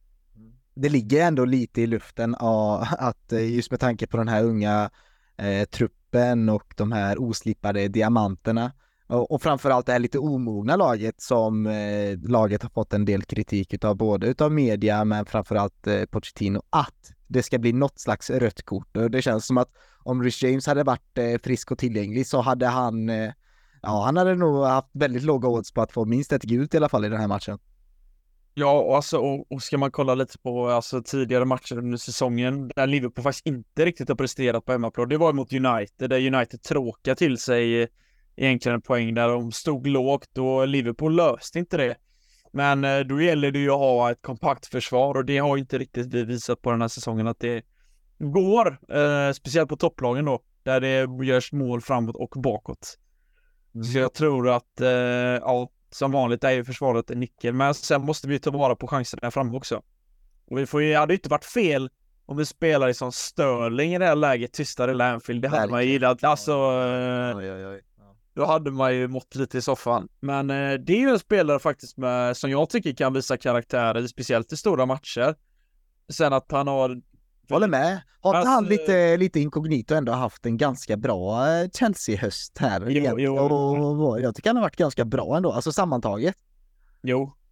Det ligger ändå lite i luften ja, att just med tanke på den här unga eh, truppen och de här oslipade diamanterna, och, och framförallt det här lite omogna laget som eh, laget har fått en del kritik utav, både utav media men framförallt eh, Pochettino, att det ska bli något slags rött kort. Och det känns som att om Rhys James hade varit eh, frisk och tillgänglig, så hade han eh, ja, han hade nog haft väldigt låga odds på att få minst ett gult i alla fall i den här matchen. Ja, och, alltså, och, och ska man kolla lite på alltså, tidigare matcher under säsongen där Liverpool faktiskt inte riktigt har presterat på hemmaplan, det var mot United, där United tråkade till sig egentligen en poäng där de stod lågt, och Liverpool löste inte det. Men eh, då gäller det ju att ha ett kompakt försvar, och det har inte riktigt visat på den här säsongen att det går, eh, speciellt på topplagen då, där det görs mål framåt och bakåt. Mm. Så jag tror att eh, ja, som vanligt är ju försvaret en nyckel, men sen måste vi ta vara på chanserna där framme också. Och vi får ju, hade ju inte varit fel om vi spelar i som Sterling i det här läget, tystare i Anfield. Det hade man ju gillat, alltså eh, oj, oj, oj. Ja. Då hade man ju mått lite i soffan. Men eh, det är ju en spelare faktiskt med, som jag tycker kan visa karaktärer, speciellt i stora matcher. Sen att han har... Håller med. Har alltså, han lite, lite inkognito ändå haft en ganska bra Chelsea-höst här? Jo, jo. Och, och jag tycker han har varit ganska bra ändå, alltså sammantaget. Jo,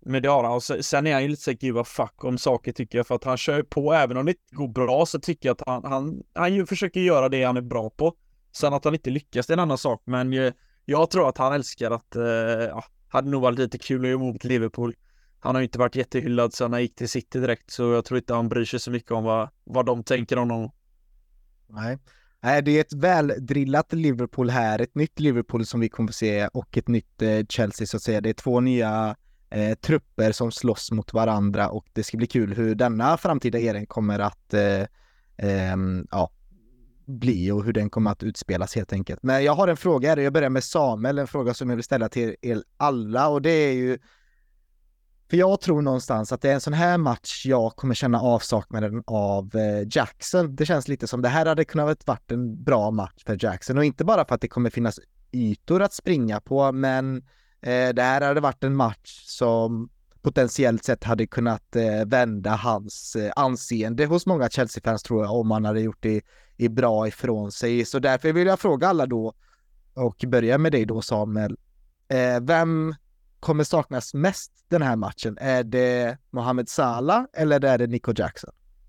Men det har han. Och sen är han ju lite såhär, give a fuck om saker tycker jag. För att han kör på, även om det inte går bra så tycker jag att han, han, han ju försöker göra det han är bra på. Sen att han inte lyckas det är en annan sak. Men jag, jag tror att han älskar att, eh, ja, hade nog varit lite kul att göra mot Liverpool. Han har ju inte varit jättehyllad så han gick till City direkt. Så jag tror inte han bryr sig så mycket om vad, vad de tänker om honom. Nej. Nej, det är ett väldrillat Liverpool här, ett nytt Liverpool som vi kommer att se och ett nytt eh, Chelsea så att säga. Det är två nya eh, trupper som slåss mot varandra och det ska bli kul hur denna framtida eran kommer att eh, eh, ja, bli och hur den kommer att utspelas helt enkelt. Men jag har en fråga här, jag börjar med Samuel, en fråga som jag vill ställa till er alla och det är ju för jag tror någonstans att det är en sån här match jag kommer känna avsaknaden av eh, Jackson. Det känns lite som det här hade kunnat varit en bra match för Jackson. Och inte bara för att det kommer finnas ytor att springa på, men eh, det här hade varit en match som potentiellt sett hade kunnat eh, vända hans eh, anseende hos många Chelsea-fans tror jag, om man hade gjort det i bra ifrån sig. Så därför vill jag fråga alla då, och börja med dig då Samuel. Eh, vem kommer saknas mest den här matchen? Är det Mohamed Salah eller är det Nico Jackson?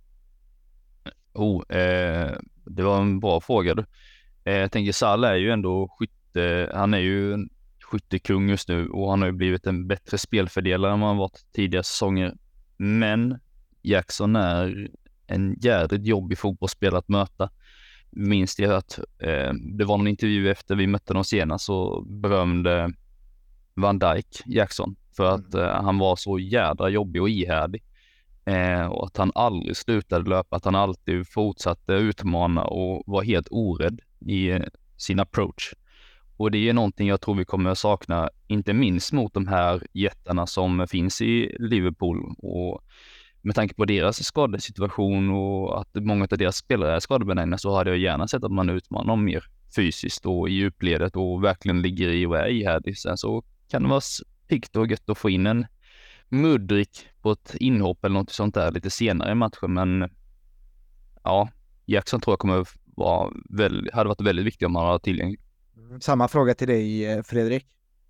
Oh, eh, det var en bra fråga. Eh, jag tänker Salah är ju ändå skytte, han är ju en skyttekung just nu och han har ju blivit en bättre spelfördelare än vad han varit tidigare säsonger. Men Jackson är en jävligt jobbig fotbollsspelare att möta. Minns jag att eh, det var en intervju efter vi mötte dem senast så berömde Van Dijk Jackson för att mm. eh, han var så jädra jobbig och ihärdig eh, och att han aldrig slutade löpa, att han alltid fortsatte utmana och var helt orädd i eh, sin approach. Och det är någonting jag tror vi kommer att sakna, inte minst mot de här jättarna som finns i Liverpool och med tanke på deras skadesituation och att många av deras spelare är skadebenägna så hade jag gärna sett att man utmanar dem mer fysiskt och i djupledet och verkligen ligger i och är ihärdig. Sen så kan det vara piggt och gött att få in en Mudrik på ett inhopp eller något sånt där lite senare i matchen. Men ja, Jackson tror jag kommer vara väldigt, hade varit väldigt viktig om han hade tillgänglig. Samma fråga till dig Fredrik.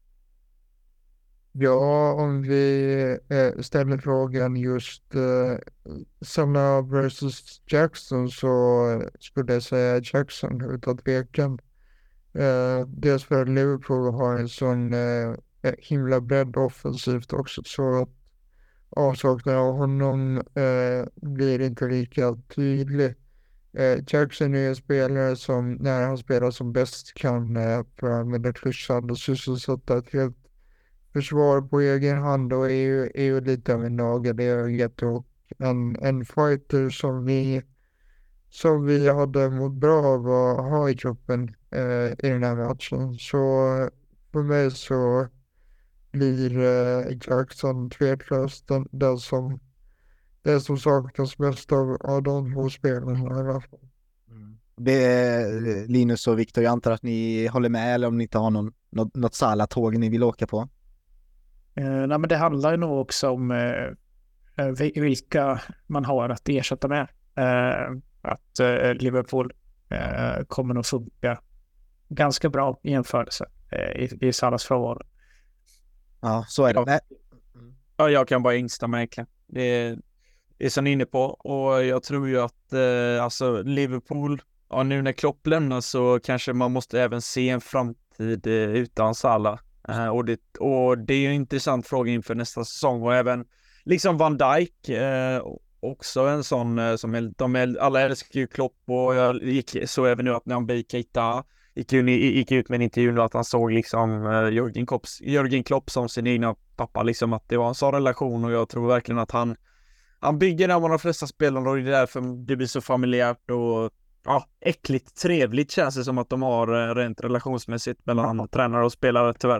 Ja, om vi eh, ställer frågan just eh, Salah versus Jackson så skulle jag säga Jackson utan tvekan. Eh, dels för att Liverpool har en sån eh, himla bredd offensivt också så att avsaknaden av honom eh, blir inte lika tydlig. Eh, Jackson är en spelare som när han spelar som bäst kan eh, för att använda klyschan och sysselsätta ett helt försvar på egen hand och är ju, är ju lite av en nagel i ögat och en, en fighter som vi som vi hade mått bra av att ha i truppen eh, i den här matchen. Så för mig så blir eh, Jackson tveklöst den, den, som, den som saknas mest av, av de två spelarna i alla fall. Det är Linus och Viktor, jag antar att ni håller med eller om ni inte har någon, något, något Salah-tåg ni vill åka på? Eh, nej, men det handlar ju nog också om eh, vilka man har att ersätta med. Eh, att eh, Liverpool eh, kommer att funka ganska bra i jämförelse eh, i, i Salahs frånvaro. Ja, så är det. Ja. Ja, jag kan bara instämma egentligen. Det är, det är som ni är inne på. Och jag tror ju att eh, alltså Liverpool, ja, nu när Klopp lämnar så kanske man måste även se en framtid eh, utan Salah. Uh, och, det, och det är ju en intressant fråga inför nästa säsong och även liksom Van Dijk uh, också en sån uh, som är, de är, alla älskar ju Klopp och jag gick, så även nu att när han blev Keita gick, gick ut med en intervju nu att han såg liksom uh, Jürgen, Klopp, Jürgen Klopp som sin egna pappa liksom att det var en sån relation och jag tror verkligen att han han bygger den med de flesta spelarna och det är därför det blir så familjärt och ja, äckligt trevligt känns det som att de har uh, rent relationsmässigt mellan ja. tränare och spelare tyvärr.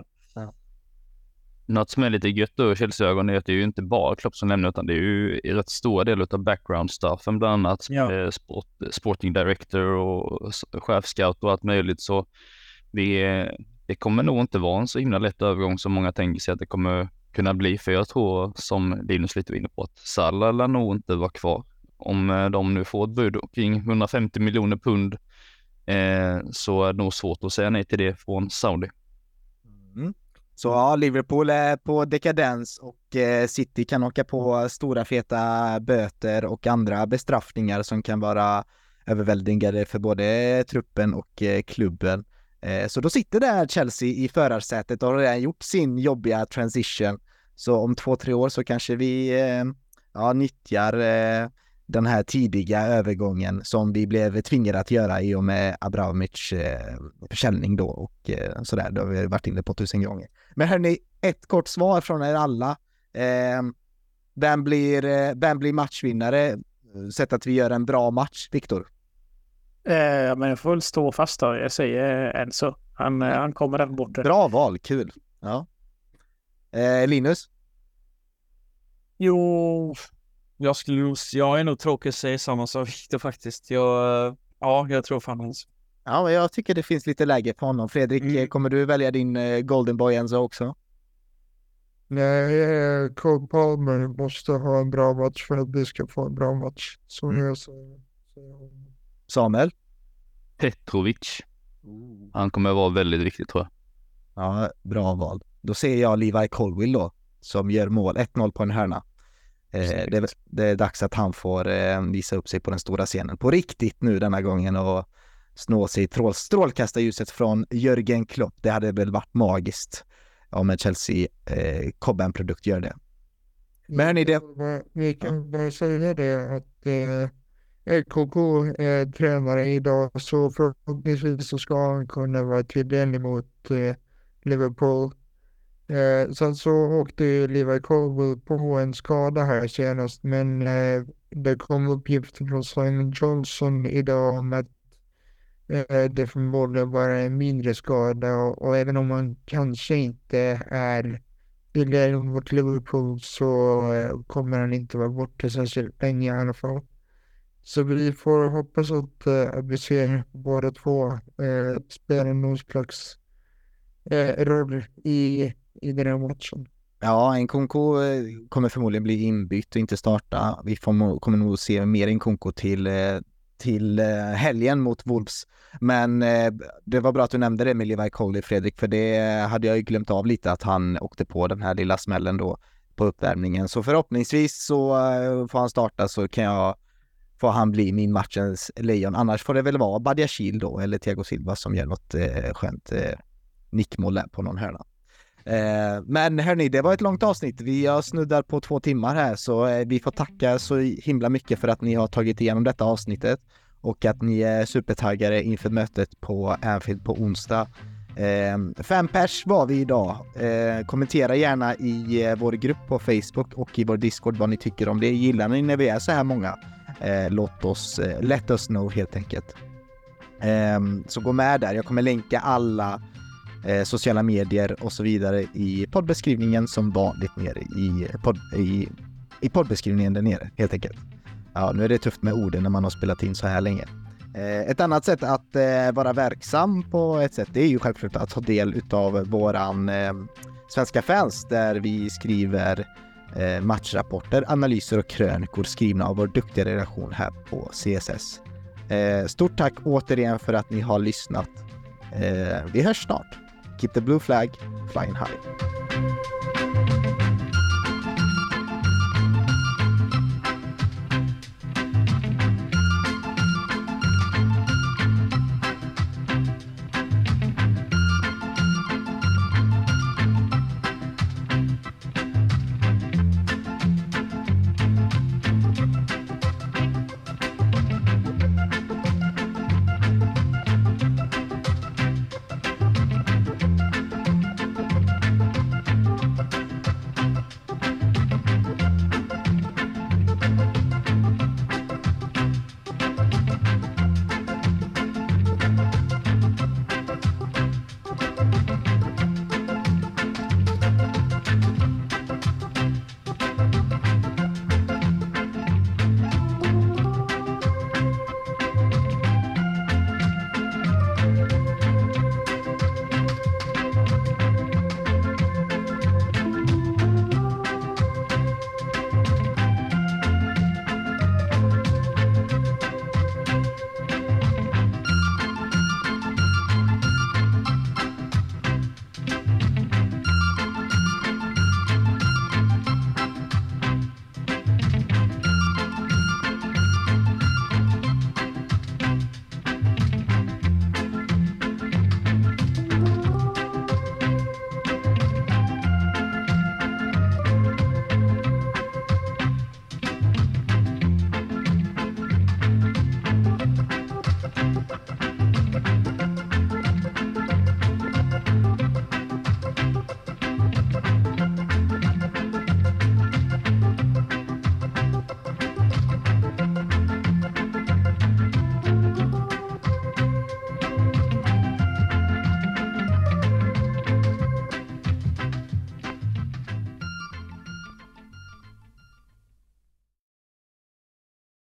Något som är lite gött då i Chelsea-ögon är att det är ju inte bara Klopp som lämnar utan det är ju i rätt stora delar av background-stuffen, bland annat ja. eh, sport, sporting director och chefscout och allt möjligt. Så det, det kommer nog inte vara en så himla lätt övergång som många tänker sig att det kommer kunna bli. För jag tror, som Linus lite var inne på, att Salah lär nog inte vara kvar. Om de nu får ett bud kring hundrafemtio miljoner pund eh, så är det nog svårt att säga nej till det från Saudi. Mm. Så ja, Liverpool är på dekadens och eh, City kan åka på stora feta böter och andra bestraffningar som kan vara överväldigande för både truppen och eh, klubben. Eh, så då sitter där Chelsea i förarsätet och har redan gjort sin jobbiga transition. Så om två, tre år så kanske vi eh, ja, nyttjar eh, den här tidiga övergången som vi blev tvingade att göra i och med Abramovic eh, försäljning då och eh, sådär. Det har vi varit inne på tusen gånger. Men hörni, ett kort svar från er alla. Eh, vem, blir, eh, vem blir matchvinnare? Sett att vi gör en bra match, Viktor? Eh, men jag får väl stå fast då. Jag säger Enzo. Han, eh, han kommer där borta. Bra val, kul. Ja. Eh, Linus? Jo, jag skulle nog, jag är nog tråkig att säga samma som Victor faktiskt. Jag, ja, jag tror fan hans. Ja, men jag tycker det finns lite läge för honom. Fredrik, Mm. kommer du välja din eh, Golden Boy Enzo också? Nej, eh, Cole Palmer måste ha en bra match för att vi ska få en bra match. Så Mm. jag säger. säger- Samuel? Petrovic. Han kommer att vara väldigt viktig tror jag. Ja, bra val. Då ser jag Levi Colwill då, som gör mål. ett noll på en hörna. Eh, det, är- det är dags att han får eh, visa upp sig på den stora scenen. På riktigt nu denna gången och snå sig i trål, strålkastarljuset från Jürgen Klopp. Det hade väl varit magiskt om en Chelsea eh, Cobham-produkt gör det. Men hörni, det- Vi kan bara säga det att eh, L K K är tränare idag, så förhoppningsvis så ska han kunna vara tillgänglig mot eh, Liverpool. Eh, sen så åkte ju Levi Colwill på en skada här senast, men eh, det kom uppgifter från Simon Johnson idag om att eh, det förmodligen bara är en mindre skada, och, och även om man kanske inte är tillgänglig mot Liverpool så eh, kommer han inte vara borta särskilt länge i alla fall. Så vi får hoppas att, eh, att vi ser båda två eh, spela någon slags eh, roll i, i den här matchen. Ja, Nkunku eh, kommer förmodligen bli inbytt och inte starta. Vi får, må- kommer nog se mer Nkunku till, eh, till eh, helgen mot Wolves. Men eh, det var bra att du nämnde det med Levi Colwill, Fredrik, för det hade jag ju glömt av lite att han åkte på den här lilla smällen då på uppvärmningen. Så förhoppningsvis så eh, får han starta, så kan jag får han bli min matchens lejon. Annars får det väl vara Badiashile då eller Thiago Silva som gör något eh, skönt eh, nickmål där på någon hörna. Eh, men hörni, det var ett långt avsnitt. Vi har snuddar på två timmar här, så eh, vi får tacka så himla mycket för att ni har tagit igenom detta avsnittet och att ni är supertaggade inför mötet på Anfield på onsdag. Eh, fem pers var vi idag. Eh, kommentera gärna i eh, vår grupp på Facebook och i vår Discord vad ni tycker om det. Gillar ni när vi är så här många? Eh, låt oss, eh, let us know helt enkelt. Eh, så gå med där. Jag kommer länka alla eh, sociala medier och så vidare i poddbeskrivningen som vanligt nere i, podd, i, i poddbeskrivningen där nere helt enkelt. Ja, nu är det tufft med orden när man har spelat in så här länge. Eh, ett annat sätt att eh, vara verksam på ett sätt, det är ju självklart att ta del utav våran eh, Svenska fans, där vi skriver eh, matchrapporter, analyser och krönikor skrivna av vår duktiga redaktion här på C S S. Eh, stort tack återigen för att ni har lyssnat. Eh, vi hörs snart. Keep the blue flag flying high.